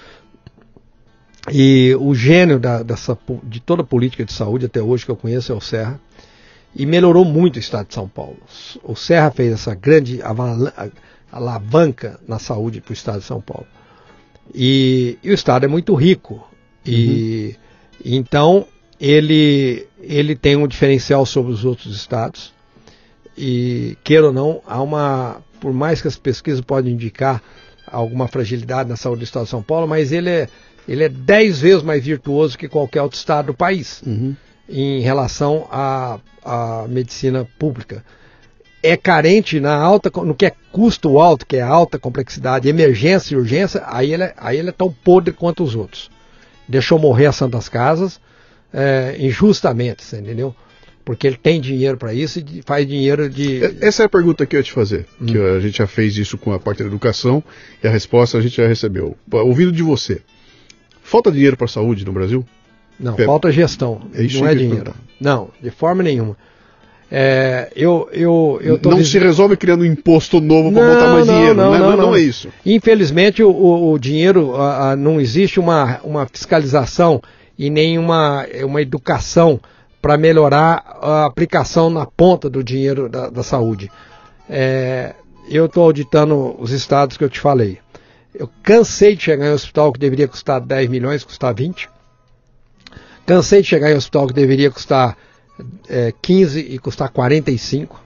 E o gênio da, dessa, de toda a política de saúde até hoje que eu conheço é o Serra, e melhorou muito o estado de São Paulo. O Serra fez essa grande alavanca na saúde para o estado de São Paulo. E, e o estado é muito rico, e uhum. então ele, ele tem um diferencial sobre os outros estados, e queira ou não, há uma, por mais que as pesquisas podem indicar alguma fragilidade na saúde do estado de São Paulo, mas ele é ele é dez vezes mais virtuoso que qualquer outro estado do país, Uhum. em relação à, à medicina pública. É carente na alta, no que é custo alto, que é alta complexidade, emergência e urgência, aí ele, é, aí ele é tão podre quanto os outros. Deixou morrer as Santas Casas é, injustamente, você entendeu? Porque ele tem dinheiro para isso e faz dinheiro de... Essa é a pergunta que eu ia te fazer, hum. que a gente já fez isso com a parte da educação e a resposta a gente já recebeu. Ouvindo de você, falta dinheiro para a saúde no Brasil? Não, é, falta gestão, é isso não é dinheiro. Não, de forma nenhuma. É, eu, eu, eu tô não vis... se resolve criando um imposto novo para botar mais não, dinheiro, não, né? não, não, não, não é isso. Infelizmente o, o, o dinheiro, a, a, não existe uma, uma fiscalização e nem uma, uma educação para melhorar a aplicação na ponta do dinheiro da, da saúde. É, eu estou auditando os estados que eu te falei. Eu cansei de chegar em um hospital que deveria custar dez milhões, custar vinte. Cansei de chegar em um hospital que deveria custar é, quinze e custar quarenta e cinco,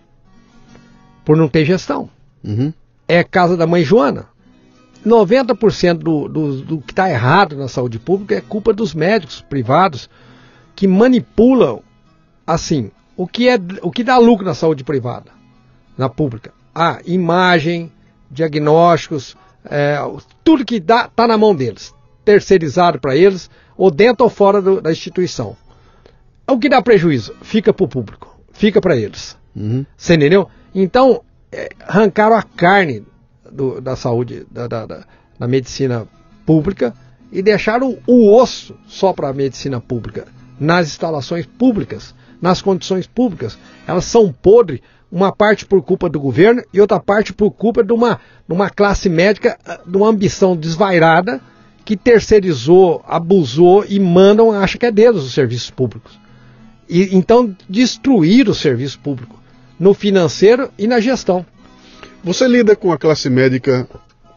por não ter gestão. Uhum. É casa da mãe Joana. noventa por cento do, do, do que está errado na saúde pública é culpa dos médicos privados que manipulam, assim, o que, é, o que dá lucro na saúde privada, na pública. Ah, imagem, diagnósticos, é, tudo que dá está na mão deles, terceirizado para eles, ou dentro ou fora do, da instituição. O que dá prejuízo fica para o público, fica para eles. Uhum. Você entendeu? Então, é, arrancaram a carne do, da saúde, da, da, da, da medicina pública e deixaram o osso só para a medicina pública, nas instalações públicas, nas condições públicas. Elas são podres, uma parte por culpa do governo e outra parte por culpa de uma, de uma classe médica, de uma ambição desvairada, que terceirizou, abusou e mandam, acha que é deles os serviços públicos. E então destruir o serviço público no financeiro e na gestão. Você lida com a classe médica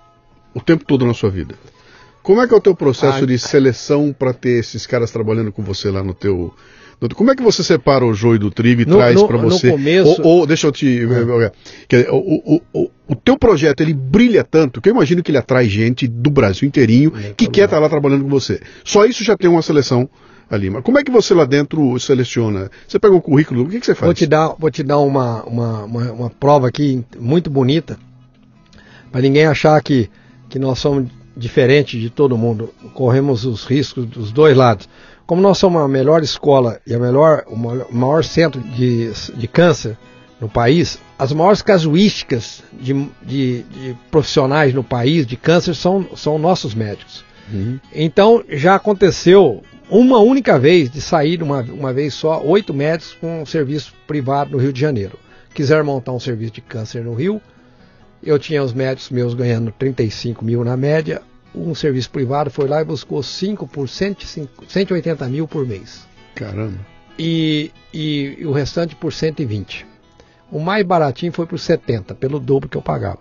o tempo todo na sua vida. Como é que é o teu processo ah, de seleção para ter esses caras trabalhando com você lá no teu... No, como é que você separa o joio do trigo e no, traz para você? No começo... Ou, ou deixa eu te... É. O, o, o, o teu projeto, ele brilha tanto que eu imagino que ele atrai gente do Brasil inteirinho é, que quer estar tá lá trabalhando com você. Só isso já tem uma seleção ali. Mas como é que você lá dentro seleciona? Você pega um currículo, o que, que você faz? Vou te dar, vou te dar uma, uma, uma, uma prova aqui muito bonita, para ninguém achar que, que nós somos diferentes de todo mundo. Corremos os riscos dos dois lados. Como nós somos a melhor escola e a melhor, o maior, o maior centro de, de câncer no país, as maiores casuísticas de, de, de profissionais no país de câncer são, são nossos médicos. Uhum. Então já aconteceu uma única vez de sair uma, uma vez só oito médicos com um serviço privado no Rio de Janeiro. Quiseram montar um serviço de câncer no Rio, eu tinha os médicos meus ganhando trinta e cinco mil na média, um serviço privado foi lá e buscou cinco por cento, cento e oitenta mil por mês. Caramba. E, e, e o restante por cento e vinte. O mais baratinho foi por setenta, pelo dobro que eu pagava.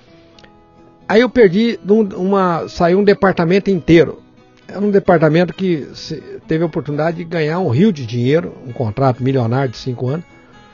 Aí eu perdi, uma, saiu um departamento inteiro. Era um departamento que teve a oportunidade de ganhar um rio de dinheiro, um contrato milionário de cinco anos.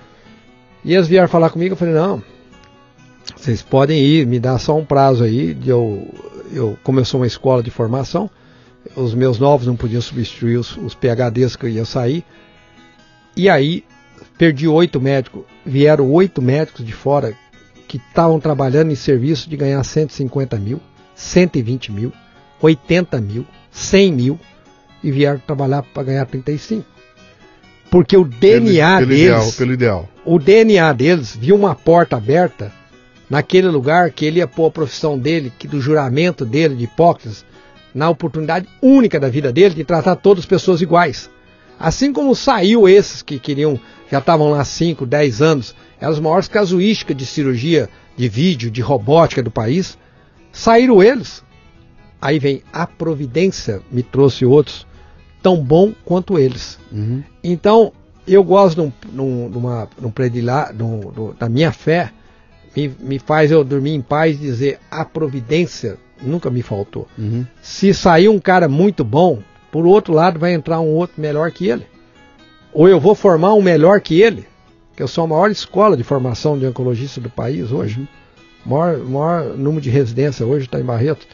E eles vieram falar comigo, eu falei, não, vocês podem ir, me dá só um prazo aí, de eu, eu, como eu sou uma escola de formação, os meus novos não podiam substituir os, os PhDs que eu ia sair. E aí, perdi oito médicos, vieram oito médicos de fora que estavam trabalhando em serviço de ganhar cento e cinquenta mil, cento e vinte mil, oitenta mil, cem mil, e vieram trabalhar para ganhar trinta e cinco. Porque o D N A pelo, pelo deles, ideal, pelo ideal. o D N A deles viu uma porta aberta naquele lugar que ele ia pôr a profissão dele, que do juramento dele de Hipócrates, na oportunidade única da vida dele de tratar todas as pessoas iguais. Assim como saiu esses que queriam, já estavam lá cinco, dez anos, eram as maiores casuísticas de cirurgia, de vídeo, de robótica do país, saíram eles. Aí vem a Providência, me trouxe outros, tão bom quanto eles. Uhum. Então, eu gosto de, um, de uma, de um predilá, de um, de, da minha fé, me, me faz eu dormir em paz e dizer, a Providência nunca me faltou. Uhum. Se sair um cara muito bom, por outro lado vai entrar um outro melhor que ele. Ou eu vou formar um melhor que ele, que eu sou a maior escola de formação de oncologista do país hoje. Uhum. O maior, maior número de residência hoje está em Barreto.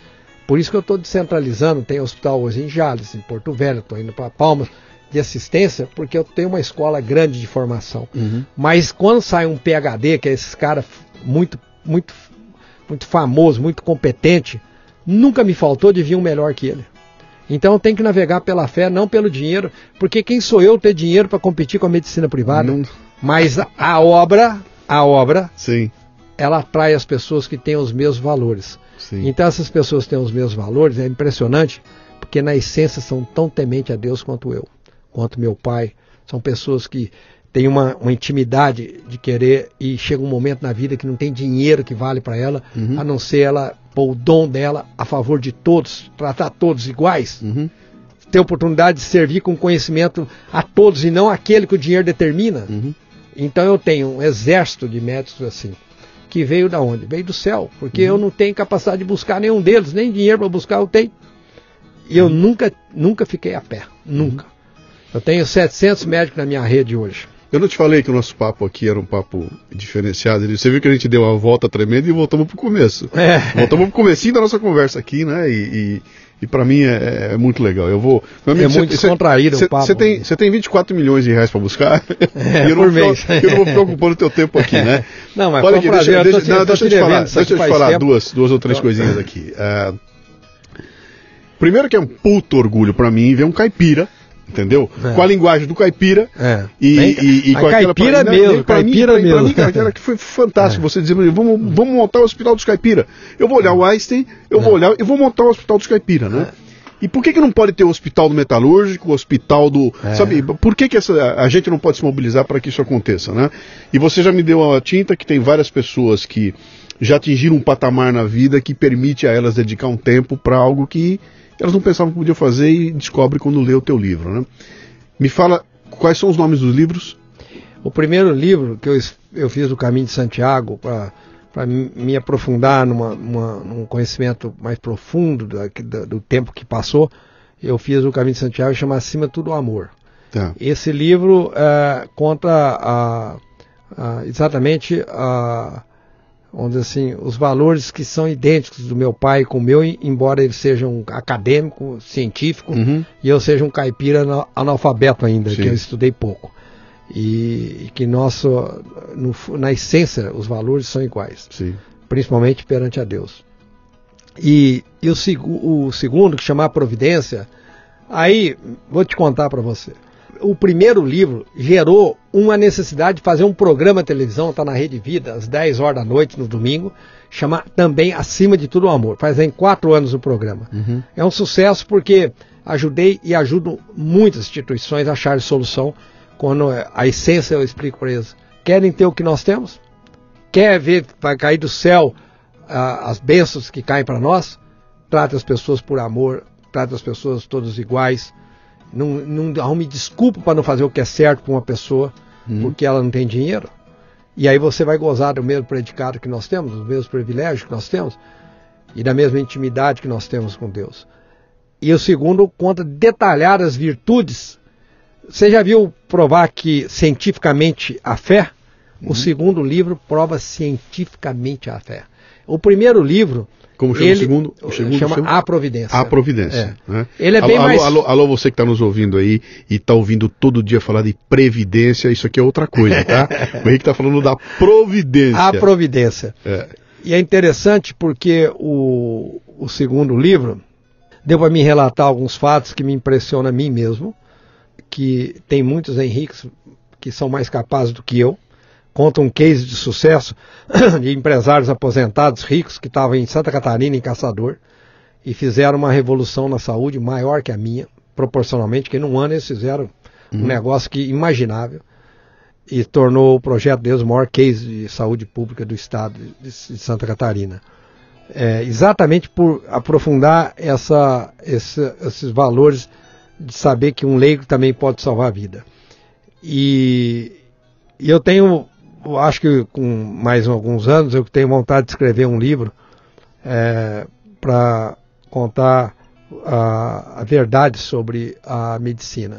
Por isso que eu estou descentralizando, tem hospital hoje em Jales, em Porto Velho, estou indo para Palmas, de assistência, porque eu tenho uma escola grande de formação. Uhum. Mas quando sai um P H D, que é esses caras muito, muito, muito famoso, muito competente, nunca me faltou de vir um melhor que ele. Então eu tenho que navegar pela fé, não pelo dinheiro, porque quem sou eu ter dinheiro para competir com a medicina privada? Não. Mas a, a obra, a obra, sim, ela atrai as pessoas que têm os mesmos valores. Sim. Então essas pessoas que têm os mesmos valores, é impressionante, porque na essência são tão tementes a Deus quanto eu, quanto meu pai. São pessoas que têm uma, uma intimidade de querer, e chega um momento na vida que não tem dinheiro que vale para ela, uhum. a não ser ela pôr o dom dela a favor de todos, tratar todos iguais, uhum. ter oportunidade de servir com conhecimento a todos e não aquele que o dinheiro determina. Uhum. Então eu tenho um exército de médicos assim, que veio da onde? Veio do céu, porque uhum. eu não tenho capacidade de buscar nenhum deles, nem dinheiro para buscar eu tenho. E eu uhum. nunca, nunca fiquei a pé, nunca. Uhum. Eu tenho setecentos médicos na minha rede hoje. Eu não te falei que o nosso papo aqui era um papo diferenciado. Você viu que a gente deu uma volta tremenda e voltamos pro começo. É. Voltamos pro comecinho da nossa conversa aqui, né? E, e, e para mim é, é muito legal. Eu vou. Meu amigo, é muito descontraído o papo. Você tem, tem vinte e quatro milhões de reais para buscar? É, e eu por não, mês. Eu não vou preocupando o teu tempo aqui, né? Não, mas olha aqui, deixa, prazer, deixa, eu tô, não, eu deixa eu te falar, deixa eu te falar duas, duas ou três coisinhas aqui. Uh, primeiro que é um puto orgulho para mim ver um caipira. Entendeu? É. Com a linguagem do caipira é. e, Bem, e, e com aquela... Caipira pra, mesmo, né, pra caipira mim, mesmo. Pra mim, cara, cara, que foi fantástico é. você dizer, vamos, vamos montar o Hospital dos Caipira. Eu vou olhar o Einstein, eu é. vou olhar e vou montar o Hospital dos Caipira, né? É. E por que que não pode ter o Hospital do Metalúrgico, o Hospital do... É. Sabe, por que que essa, a gente não pode se mobilizar para que isso aconteça, né? E você já me deu a tinta que tem várias pessoas que já atingiram um patamar na vida que permite a elas dedicar um tempo para algo que elas não pensavam que podiam fazer e descobre quando lê o teu livro, né? Me fala, quais são os nomes dos livros? O primeiro livro que eu, eu fiz o Caminho de Santiago para me aprofundar numa, uma, num conhecimento mais profundo da, da, do tempo que passou, eu fiz o Caminho de Santiago e chama Acima de Tudo o Amor. Tá. Esse livro é, conta a, a, exatamente a, vamos dizer assim, os valores que são idênticos do meu pai com o meu, embora ele seja um acadêmico, científico, uhum. e eu seja um caipira analfabeto ainda, Sim. que eu estudei pouco. E, e que nosso, no, na essência, os valores são iguais, Sim. principalmente perante a Deus. E, e o, o segundo, que chama a Providência, aí vou te contar para você. O primeiro livro gerou uma necessidade de fazer um programa de televisão, está na Rede Vida, às dez horas da noite, no domingo, chama também Acima de Tudo o Amor. Fazem quatro anos o programa. Uhum. É um sucesso porque ajudei e ajudo muitas instituições a achar solução, quando a essência eu explico para eles. Querem ter o que nós temos? Quer ver que vai cair do céu uh, as bênçãos que caem para nós? Trate as pessoas por amor, trate as pessoas todas iguais. Não, não arrume desculpa para não fazer o que é certo com uma pessoa, uhum. porque ela não tem dinheiro. E aí você vai gozar do mesmo predicado que nós temos, dos mesmos privilégios que nós temos, e da mesma intimidade que nós temos com Deus. E o segundo conta detalhar as virtudes. Você já viu provar que cientificamente a fé? Uhum. O segundo livro prova cientificamente a fé. O primeiro livro... Como chama ele, o segundo? O segundo chama, chama A Providência. A Providência. É. Né? Ele é bem alô, mais... alô, alô, você que está nos ouvindo aí e está ouvindo todo dia falar de previdência, isso aqui é outra coisa, tá? O Henrique está falando da Providência. A Providência. É. E é interessante porque o, o segundo livro deu para me relatar alguns fatos que me impressionam a mim mesmo, que tem muitos Henriques que são mais capazes do que eu. Conta um case de sucesso de empresários aposentados ricos que estavam em Santa Catarina, em Caçador, e fizeram uma revolução na saúde maior que a minha, proporcionalmente, que num ano eles fizeram uhum. um negócio que imaginável, e tornou o projeto deles o maior case de saúde pública do estado de, de Santa Catarina. É, exatamente por aprofundar essa, esse, esses valores de saber que um leigo também pode salvar a vida. E, e eu tenho... Eu acho que com mais alguns anos eu tenho vontade de escrever um livro é, para contar a, a verdade sobre a medicina.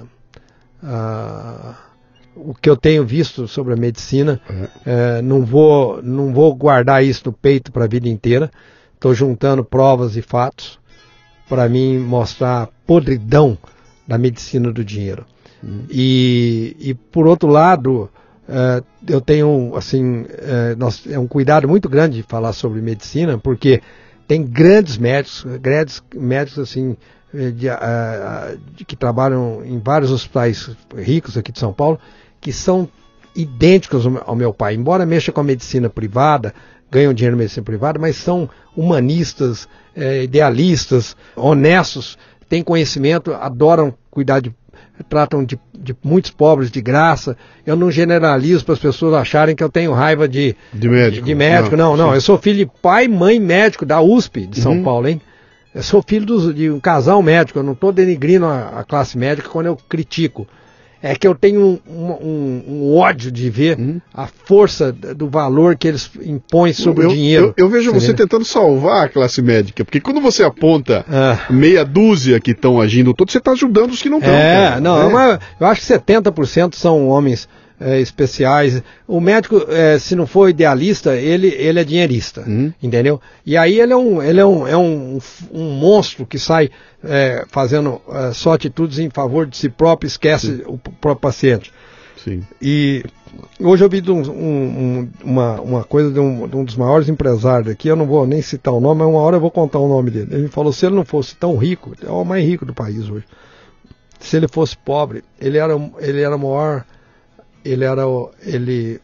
Ah, o que eu tenho visto sobre a medicina, uhum. é, não vou, não vou guardar isso no peito para a vida inteira. Estou juntando provas e fatos para mim mostrar a podridão da medicina do dinheiro. Uhum. E, e, por outro lado, uh, eu tenho, assim, uh, nós, é um cuidado muito grande de falar sobre medicina, porque tem grandes médicos, grandes médicos, assim, de, uh, de, que trabalham em vários hospitais ricos aqui de São Paulo, que são idênticos ao, ao meu pai, embora mexa com a medicina privada, ganham dinheiro na medicina privada, mas são humanistas, eh, idealistas, honestos, têm conhecimento, adoram cuidar de, tratam de, de muitos pobres de graça. Eu não generalizo para as pessoas acharem que eu tenho raiva de, de médico. De, de médico. Não, não, não. Eu sou filho de pai e mãe médico da U S P de São uhum. Paulo, hein? Eu sou filho dos, de um casal médico, eu não estou denigrindo a, a classe médica quando eu critico. É que eu tenho um, um, um ódio de ver hum. a força do valor que eles impõem sobre eu, o dinheiro. Eu, eu vejo você, você tentando salvar a classe médica, porque quando você aponta ah. meia dúzia que estão agindo todos, você está ajudando os que não estão. É, cara. não, é. Mas eu acho que setenta por cento são homens é, especiais. O médico, é, se não for idealista, ele, ele é dinheirista, hum. entendeu? E aí ele é um, ele é um, é um, um monstro que sai É, fazendo uh, só atitudes em favor de si próprio, esquece Sim. o próprio paciente. Sim. E hoje eu vi de um, um, uma, uma coisa de um, de um dos maiores empresários aqui, eu não vou nem citar o nome, mas uma hora eu vou contar o nome dele. Ele falou, se ele não fosse tão rico, é o mais rico do país hoje, se ele fosse pobre, ele era, ele era maior, ele era, ele,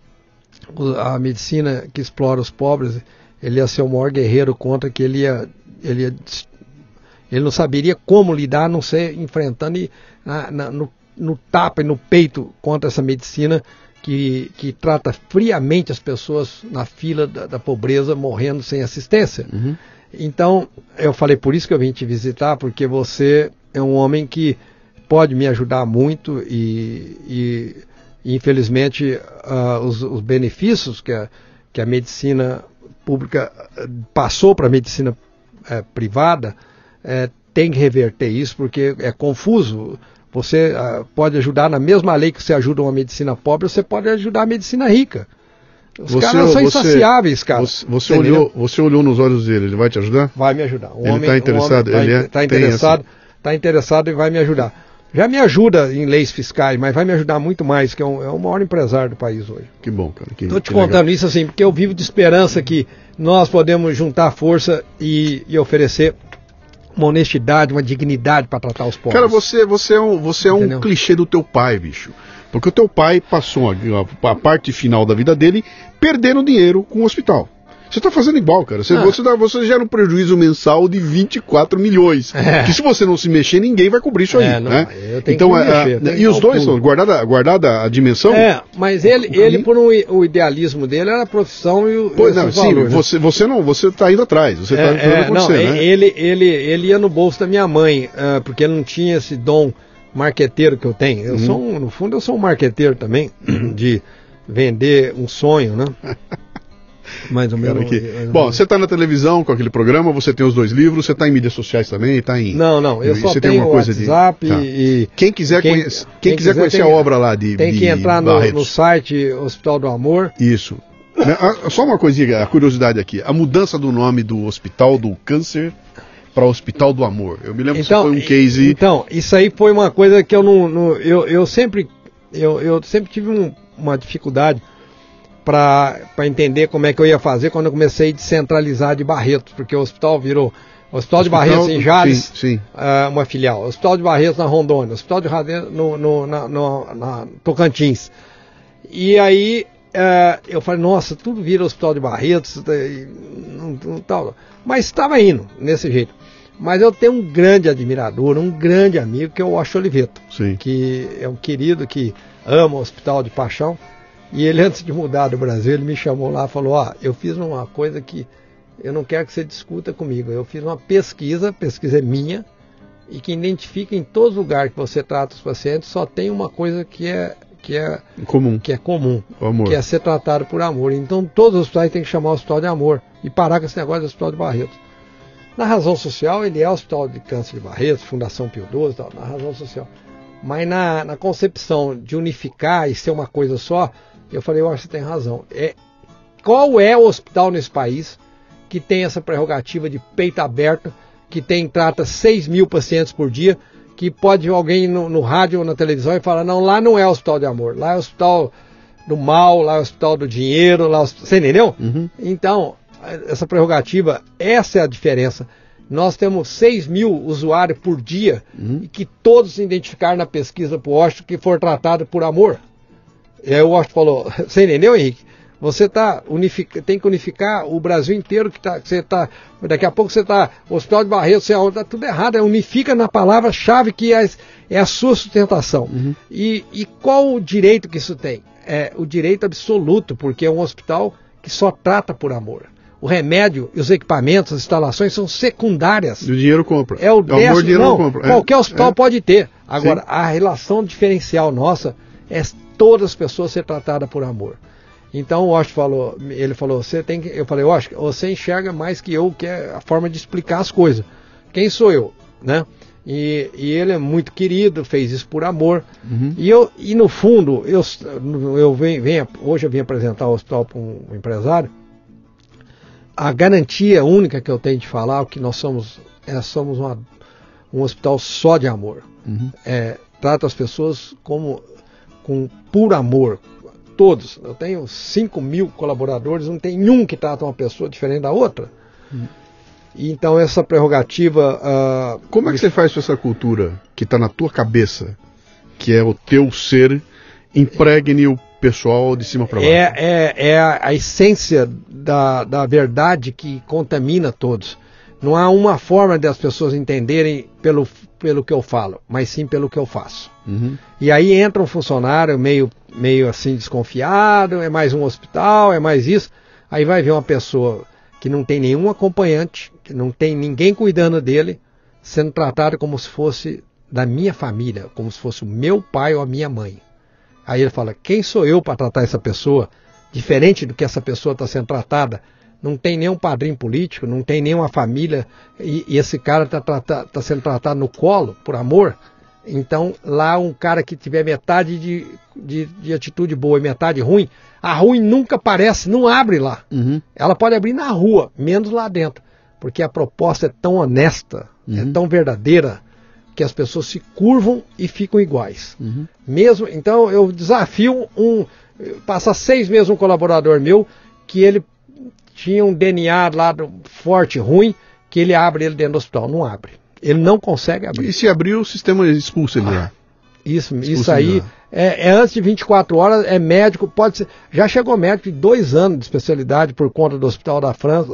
a medicina que explora os pobres, ele ia ser o maior guerreiro contra que ele ia, ele ia Ele não saberia como lidar, a não ser enfrentando e, na, na, no, no tapa e no peito contra essa medicina que, que trata friamente as pessoas na fila da, da pobreza, morrendo sem assistência. Uhum. Então, eu falei, por isso que eu vim te visitar, porque você é um homem que pode me ajudar muito e, e, e infelizmente, uh, os, os benefícios que a, que a medicina pública passou para a medicina uh, privada, É, tem que reverter isso, porque é confuso. Você uh, pode ajudar na mesma lei que você ajuda uma medicina pobre, você pode ajudar a medicina rica. Os você, caras são você, insaciáveis, cara. Você, você, olhou, você olhou nos olhos dele, ele vai te ajudar? Vai me ajudar. Um ele está interessado? Um ele tá, é, tá interessado, tá interessado e vai me ajudar. Já me ajuda em leis fiscais, mas vai me ajudar muito mais, que é, um, é o maior empresário do país hoje. Que bom, cara. Estou te contando legal. Isso assim, porque eu vivo de esperança que nós podemos juntar força e, e oferecer uma honestidade, uma dignidade para tratar os pobres. Cara, você, você é, um, você é um clichê do teu pai, bicho. Porque o teu pai passou a, a parte final da vida dele perdendo dinheiro com o hospital. Você está fazendo igual, cara. Você, ah. você, dá, você gera um prejuízo mensal de vinte e quatro milhões. É. Que se você não se mexer, ninguém vai cobrir isso aí. É, não, né? Então, é, mexer, e os dois, são, guardada, guardada a dimensão? É, mas ele, ele por um, o idealismo dele, era a profissão e o pois não, sim, valores, você, né? você não, você está indo atrás. Você está é, é, não, você, né? ele, ele, ele ia no bolso da minha mãe, uh, porque ele não tinha esse dom marqueteiro que eu tenho. Eu uhum. sou um, no fundo, eu sou um marqueteiro também, de vender um sonho, né? Mais ou menos. Que... Bom, você está na televisão com aquele programa, você tem os dois livros, você está em mídias sociais também, está em... Não, não, eu só você tenho tem uma coisa WhatsApp de... tá. e... Quem quiser, quem, conhece, quem quem quiser, quiser conhecer tem, a obra lá de Tem que de entrar no, no site Hospital do Amor. Isso. Só uma coisinha, a curiosidade aqui, a mudança do nome do Hospital do Câncer para Hospital do Amor. Eu me lembro então, que foi um case... Então, isso aí foi uma coisa que eu não... não eu, eu sempre eu, eu sempre tive um, uma dificuldade para entender como é que eu ia fazer quando eu comecei a descentralizar de Barretos, porque o hospital virou o Hospital, hospital de Barretos em Jales, sim, sim. Uh, uma filial, o Hospital de Barretos na Rondônia, o Hospital de Barretos no, no, na, no na Tocantins. E aí uh, eu falei, nossa, tudo vira Hospital de Barretos, não, não, tal. Mas estava indo nesse jeito. Mas eu tenho um grande admirador, um grande amigo, que é o Ocho Oliveto, sim. que é um querido que ama o Hospital de Paixão. E ele, antes de mudar do Brasil, ele me chamou lá e falou, ó, eu fiz uma coisa que eu não quero que você discuta comigo. Eu fiz uma pesquisa, a pesquisa é minha, e que identifica em todos os lugares que você trata os pacientes, só tem uma coisa que é, que é comum, que é, comum, o amor. Que é ser tratado por amor. Então todos os hospitais têm que chamar o Hospital de Amor e parar com esse negócio do Hospital de Barretos. Na razão social, ele é o Hospital de Câncer de Barretos, Fundação Pio doze, tal, na razão social. Mas na, na concepção de unificar e ser uma coisa só, eu falei, eu acho que você tem razão. É, qual é o hospital nesse país que tem essa prerrogativa de peito aberto que tem, trata seis mil pacientes por dia, que pode alguém no, no rádio ou na televisão e falar, não, lá não é hospital de amor, lá é hospital do mal, lá é hospital do dinheiro, lá é hospital... Você entendeu? Uhum. Então, essa prerrogativa, essa é a diferença. Nós temos seis mil usuários por dia, uhum, e que todos se identificaram na pesquisa para o Washington que for tratado por amor. E aí o Washington falou, você entendeu, Henrique? Você tá unifica, tem que unificar o Brasil inteiro, que, tá, que você tá, daqui a pouco você está, Hospital de Barreto, você está tudo errado, é, unifica na palavra-chave que é, é a sua sustentação. Uhum. E, e qual o direito que isso tem? É o direito absoluto, porque é um hospital que só trata por amor. O remédio e os equipamentos, as instalações são secundárias. E o dinheiro compra. É o décimo, amor, dinheiro não, não compra. Qualquer é, hospital é. pode ter. Agora, Sim. a relação diferencial nossa é todas as pessoas ser tratadas por amor. Então o Washington falou, ele falou, você tem que, eu falei, Washington, você enxerga mais que eu, que é a forma de explicar as coisas. Quem sou eu, né? E, e ele é muito querido, fez isso por amor. Uhum. E, eu, e no fundo, eu, eu venho, venho, hoje eu vim apresentar o hospital para um empresário. A garantia única que eu tenho de falar é que nós somos, é, somos uma, um hospital só de amor. Uhum. É, trata as pessoas como, com puro amor. Todos. Eu tenho cinco mil colaboradores, não tem um que trata uma pessoa diferente da outra. Uhum. E então essa prerrogativa... Uh, Como é que você faz com essa cultura que está na tua cabeça, que é o teu ser, impregne o pessoal de cima para baixo? É, é, é a, a essência da, da verdade que contamina todos. Não há uma forma de as pessoas entenderem pelo, pelo que eu falo, mas sim pelo que eu faço. Uhum. E aí entra um funcionário meio, meio assim desconfiado, é mais um hospital, é mais isso. Aí vai ver uma pessoa que não tem nenhum acompanhante, que não tem ninguém cuidando dele, sendo tratado como se fosse da minha família, como se fosse o meu pai ou a minha mãe. Aí ele fala, quem sou eu para tratar essa pessoa, diferente do que essa pessoa está sendo tratada? Não tem nenhum padrinho político, não tem nenhuma família, e, e esse cara está tá, tá sendo tratado no colo, por amor. Então, lá um cara que tiver metade de, de, de atitude boa e metade ruim, a ruim nunca aparece, não abre lá. Uhum. Ela pode abrir na rua, menos lá dentro. Porque a proposta é tão honesta, uhum, é tão verdadeira, que as pessoas se curvam e ficam iguais. Uhum. Mesmo, então, eu desafio um, passar seis meses um colaborador meu, que ele tinha um D N A lá do, forte, ruim, que ele abre ele dentro do hospital. Não abre. Ele não consegue abrir. E se abrir, o sistema expulsa ele lá. Ah, isso, isso aí é, é antes de vinte e quatro horas, é médico, pode ser. Já chegou médico de dois anos de especialidade por conta do Hospital da França,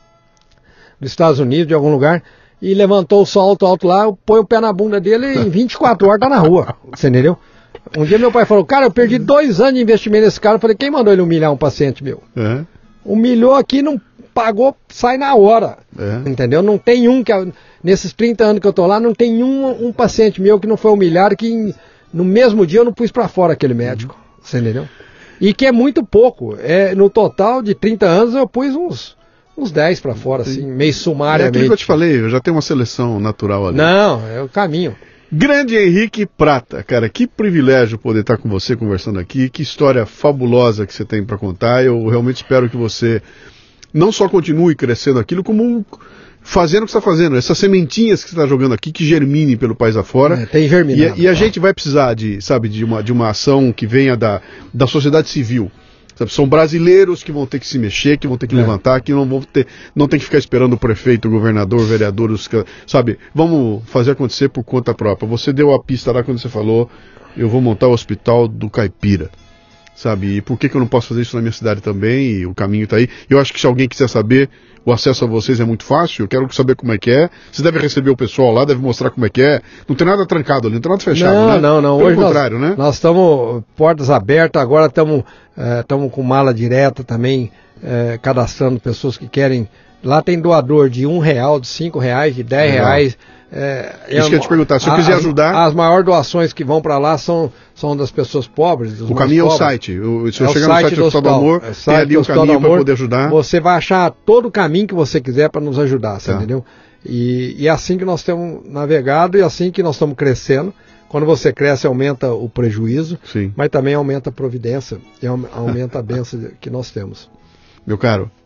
dos Estados Unidos, de algum lugar, e levantou o salto alto lá, põe o pé na bunda dele e em vinte e quatro horas tá na rua. Você entendeu? Um dia meu pai falou, cara, eu perdi dois anos de investimento nesse cara. Eu falei, quem mandou ele humilhar um paciente meu? É. Humilhou aqui, não pagou, sai na hora. É. Entendeu? Não tem um que... Nesses trinta anos que eu tô lá, não tem um, um paciente meu que não foi humilhado, que em, no mesmo dia eu não pus para fora aquele médico. Uhum. Você entendeu? E que é muito pouco. É, no total de trinta anos eu pus uns, uns dez para fora, assim, meio sumariamente. É aquilo que eu te falei, eu já tenho uma seleção natural ali. Não, é o caminho. Grande Henrique Prata, cara, que privilégio poder estar com você conversando aqui, que história fabulosa que você tem para contar. Eu realmente espero que você não só continue crescendo aquilo, como um, fazendo o que você está fazendo, essas sementinhas que você está jogando aqui, que germinem pelo país afora. É, tem germinado. E, e a gente vai precisar de, sabe, de uma, de uma ação que venha da, da sociedade civil. Sabe, são brasileiros que vão ter que se mexer, que vão ter que é. levantar, que não vão ter, não tem que ficar esperando o prefeito, o governador, o vereador, os, sabe, vamos fazer acontecer por conta própria. Você deu a pista lá quando você falou, eu vou montar o hospital do Caipira, sabe, e por que, que eu não posso fazer isso na minha cidade também, e o caminho está aí. Eu acho que se alguém quiser saber, o acesso a vocês é muito fácil, eu quero saber como é que é, você deve receber o pessoal lá, deve mostrar como é que é, não tem nada trancado ali, não tem nada fechado, não, né? Não, não, Pelo hoje contrário, nós, né? Nós estamos portas abertas, agora estamos estamos é, com mala direta também, é, cadastrando pessoas que querem, lá tem doador de um real, de cinco reais, de dez reais. É, Isso que eu ia te perguntar, se eu quiser as, ajudar... As maiores doações que vão para lá são, são das pessoas pobres. O caminho pobres. é o site. O, se eu é chegar no site do Hospital do Amor, é tem ali um caminho para poder ajudar. Você vai achar todo o caminho que você quiser para nos ajudar, você tá. entendeu? E, e é assim que nós temos navegado e assim que nós estamos crescendo. Quando você cresce, aumenta o prejuízo, Sim. mas também aumenta a providência e aumenta a bênção que nós temos. Meu caro,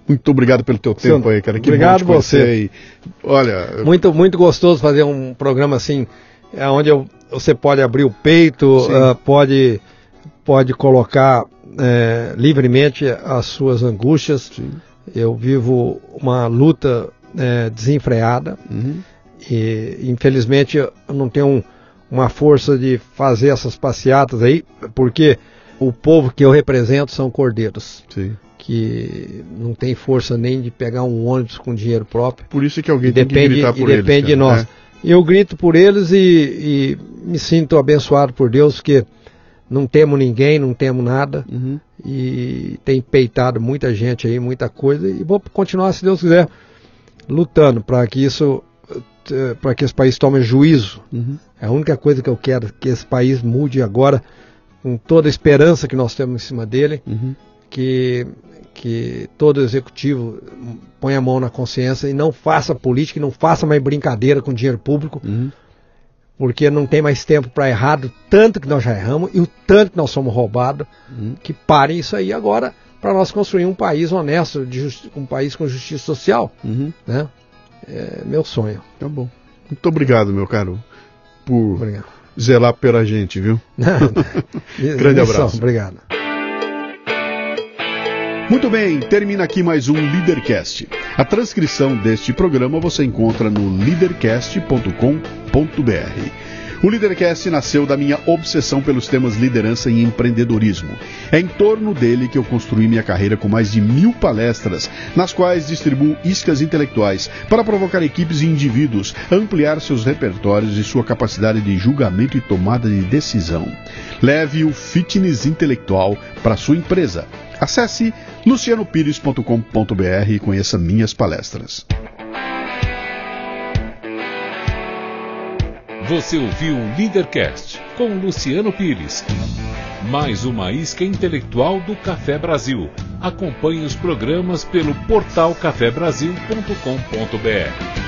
Muito obrigado pelo teu tempo Seu, aí, cara. Que obrigado bom te você. E, olha, muito, muito gostoso fazer um programa assim, é onde eu, você pode abrir o peito, uh, pode, pode colocar é, livremente as suas angústias. Sim. Eu vivo uma luta é, desenfreada uhum. e infelizmente eu não tenho um, uma força de fazer essas passeatas aí, porque o povo que eu represento são cordeiros. Sim. Que não tem força nem de pegar um ônibus com dinheiro próprio. Por isso que alguém depende, tem que gritar por e eles. Depende de nós. É. Eu grito por eles e, e me sinto abençoado por Deus, porque não temo ninguém, não temo nada. Uhum. E tem peitado muita gente aí, muita coisa. E vou continuar, se Deus quiser, lutando para que isso, para que esse país tome juízo. Uhum. É a única coisa que eu quero, que esse país mude agora, com toda a esperança que nós temos em cima dele. Uhum. Que, que todo executivo ponha a mão na consciência e não faça política, e não faça mais brincadeira com dinheiro público, uhum. porque não tem mais tempo para errar do tanto que nós já erramos e o tanto que nós somos roubados, uhum. que parem isso aí agora para nós construir um país honesto, de justi- um país com justiça social. Uhum. Né? É meu sonho. Tá bom. Muito obrigado, meu caro, por obrigado. zelar pela gente, viu? Grande abraço. Obrigado. Muito bem, termina aqui mais um Leadercast. A transcrição deste programa você encontra no leadercast ponto com ponto b r. O Leadercast nasceu da minha obsessão pelos temas liderança e empreendedorismo. É em torno dele que eu construí minha carreira com mais de mil palestras, nas quais distribuo iscas intelectuais para provocar equipes e indivíduos a ampliar seus repertórios e sua capacidade de julgamento e tomada de decisão. Leve o fitness intelectual para sua empresa. Acesse luciano pires ponto com ponto b r e conheça minhas palestras. Você ouviu o Leadercast com Luciano Pires. Mais uma isca intelectual do Café Brasil. Acompanhe os programas pelo portal café brasil ponto com ponto b r.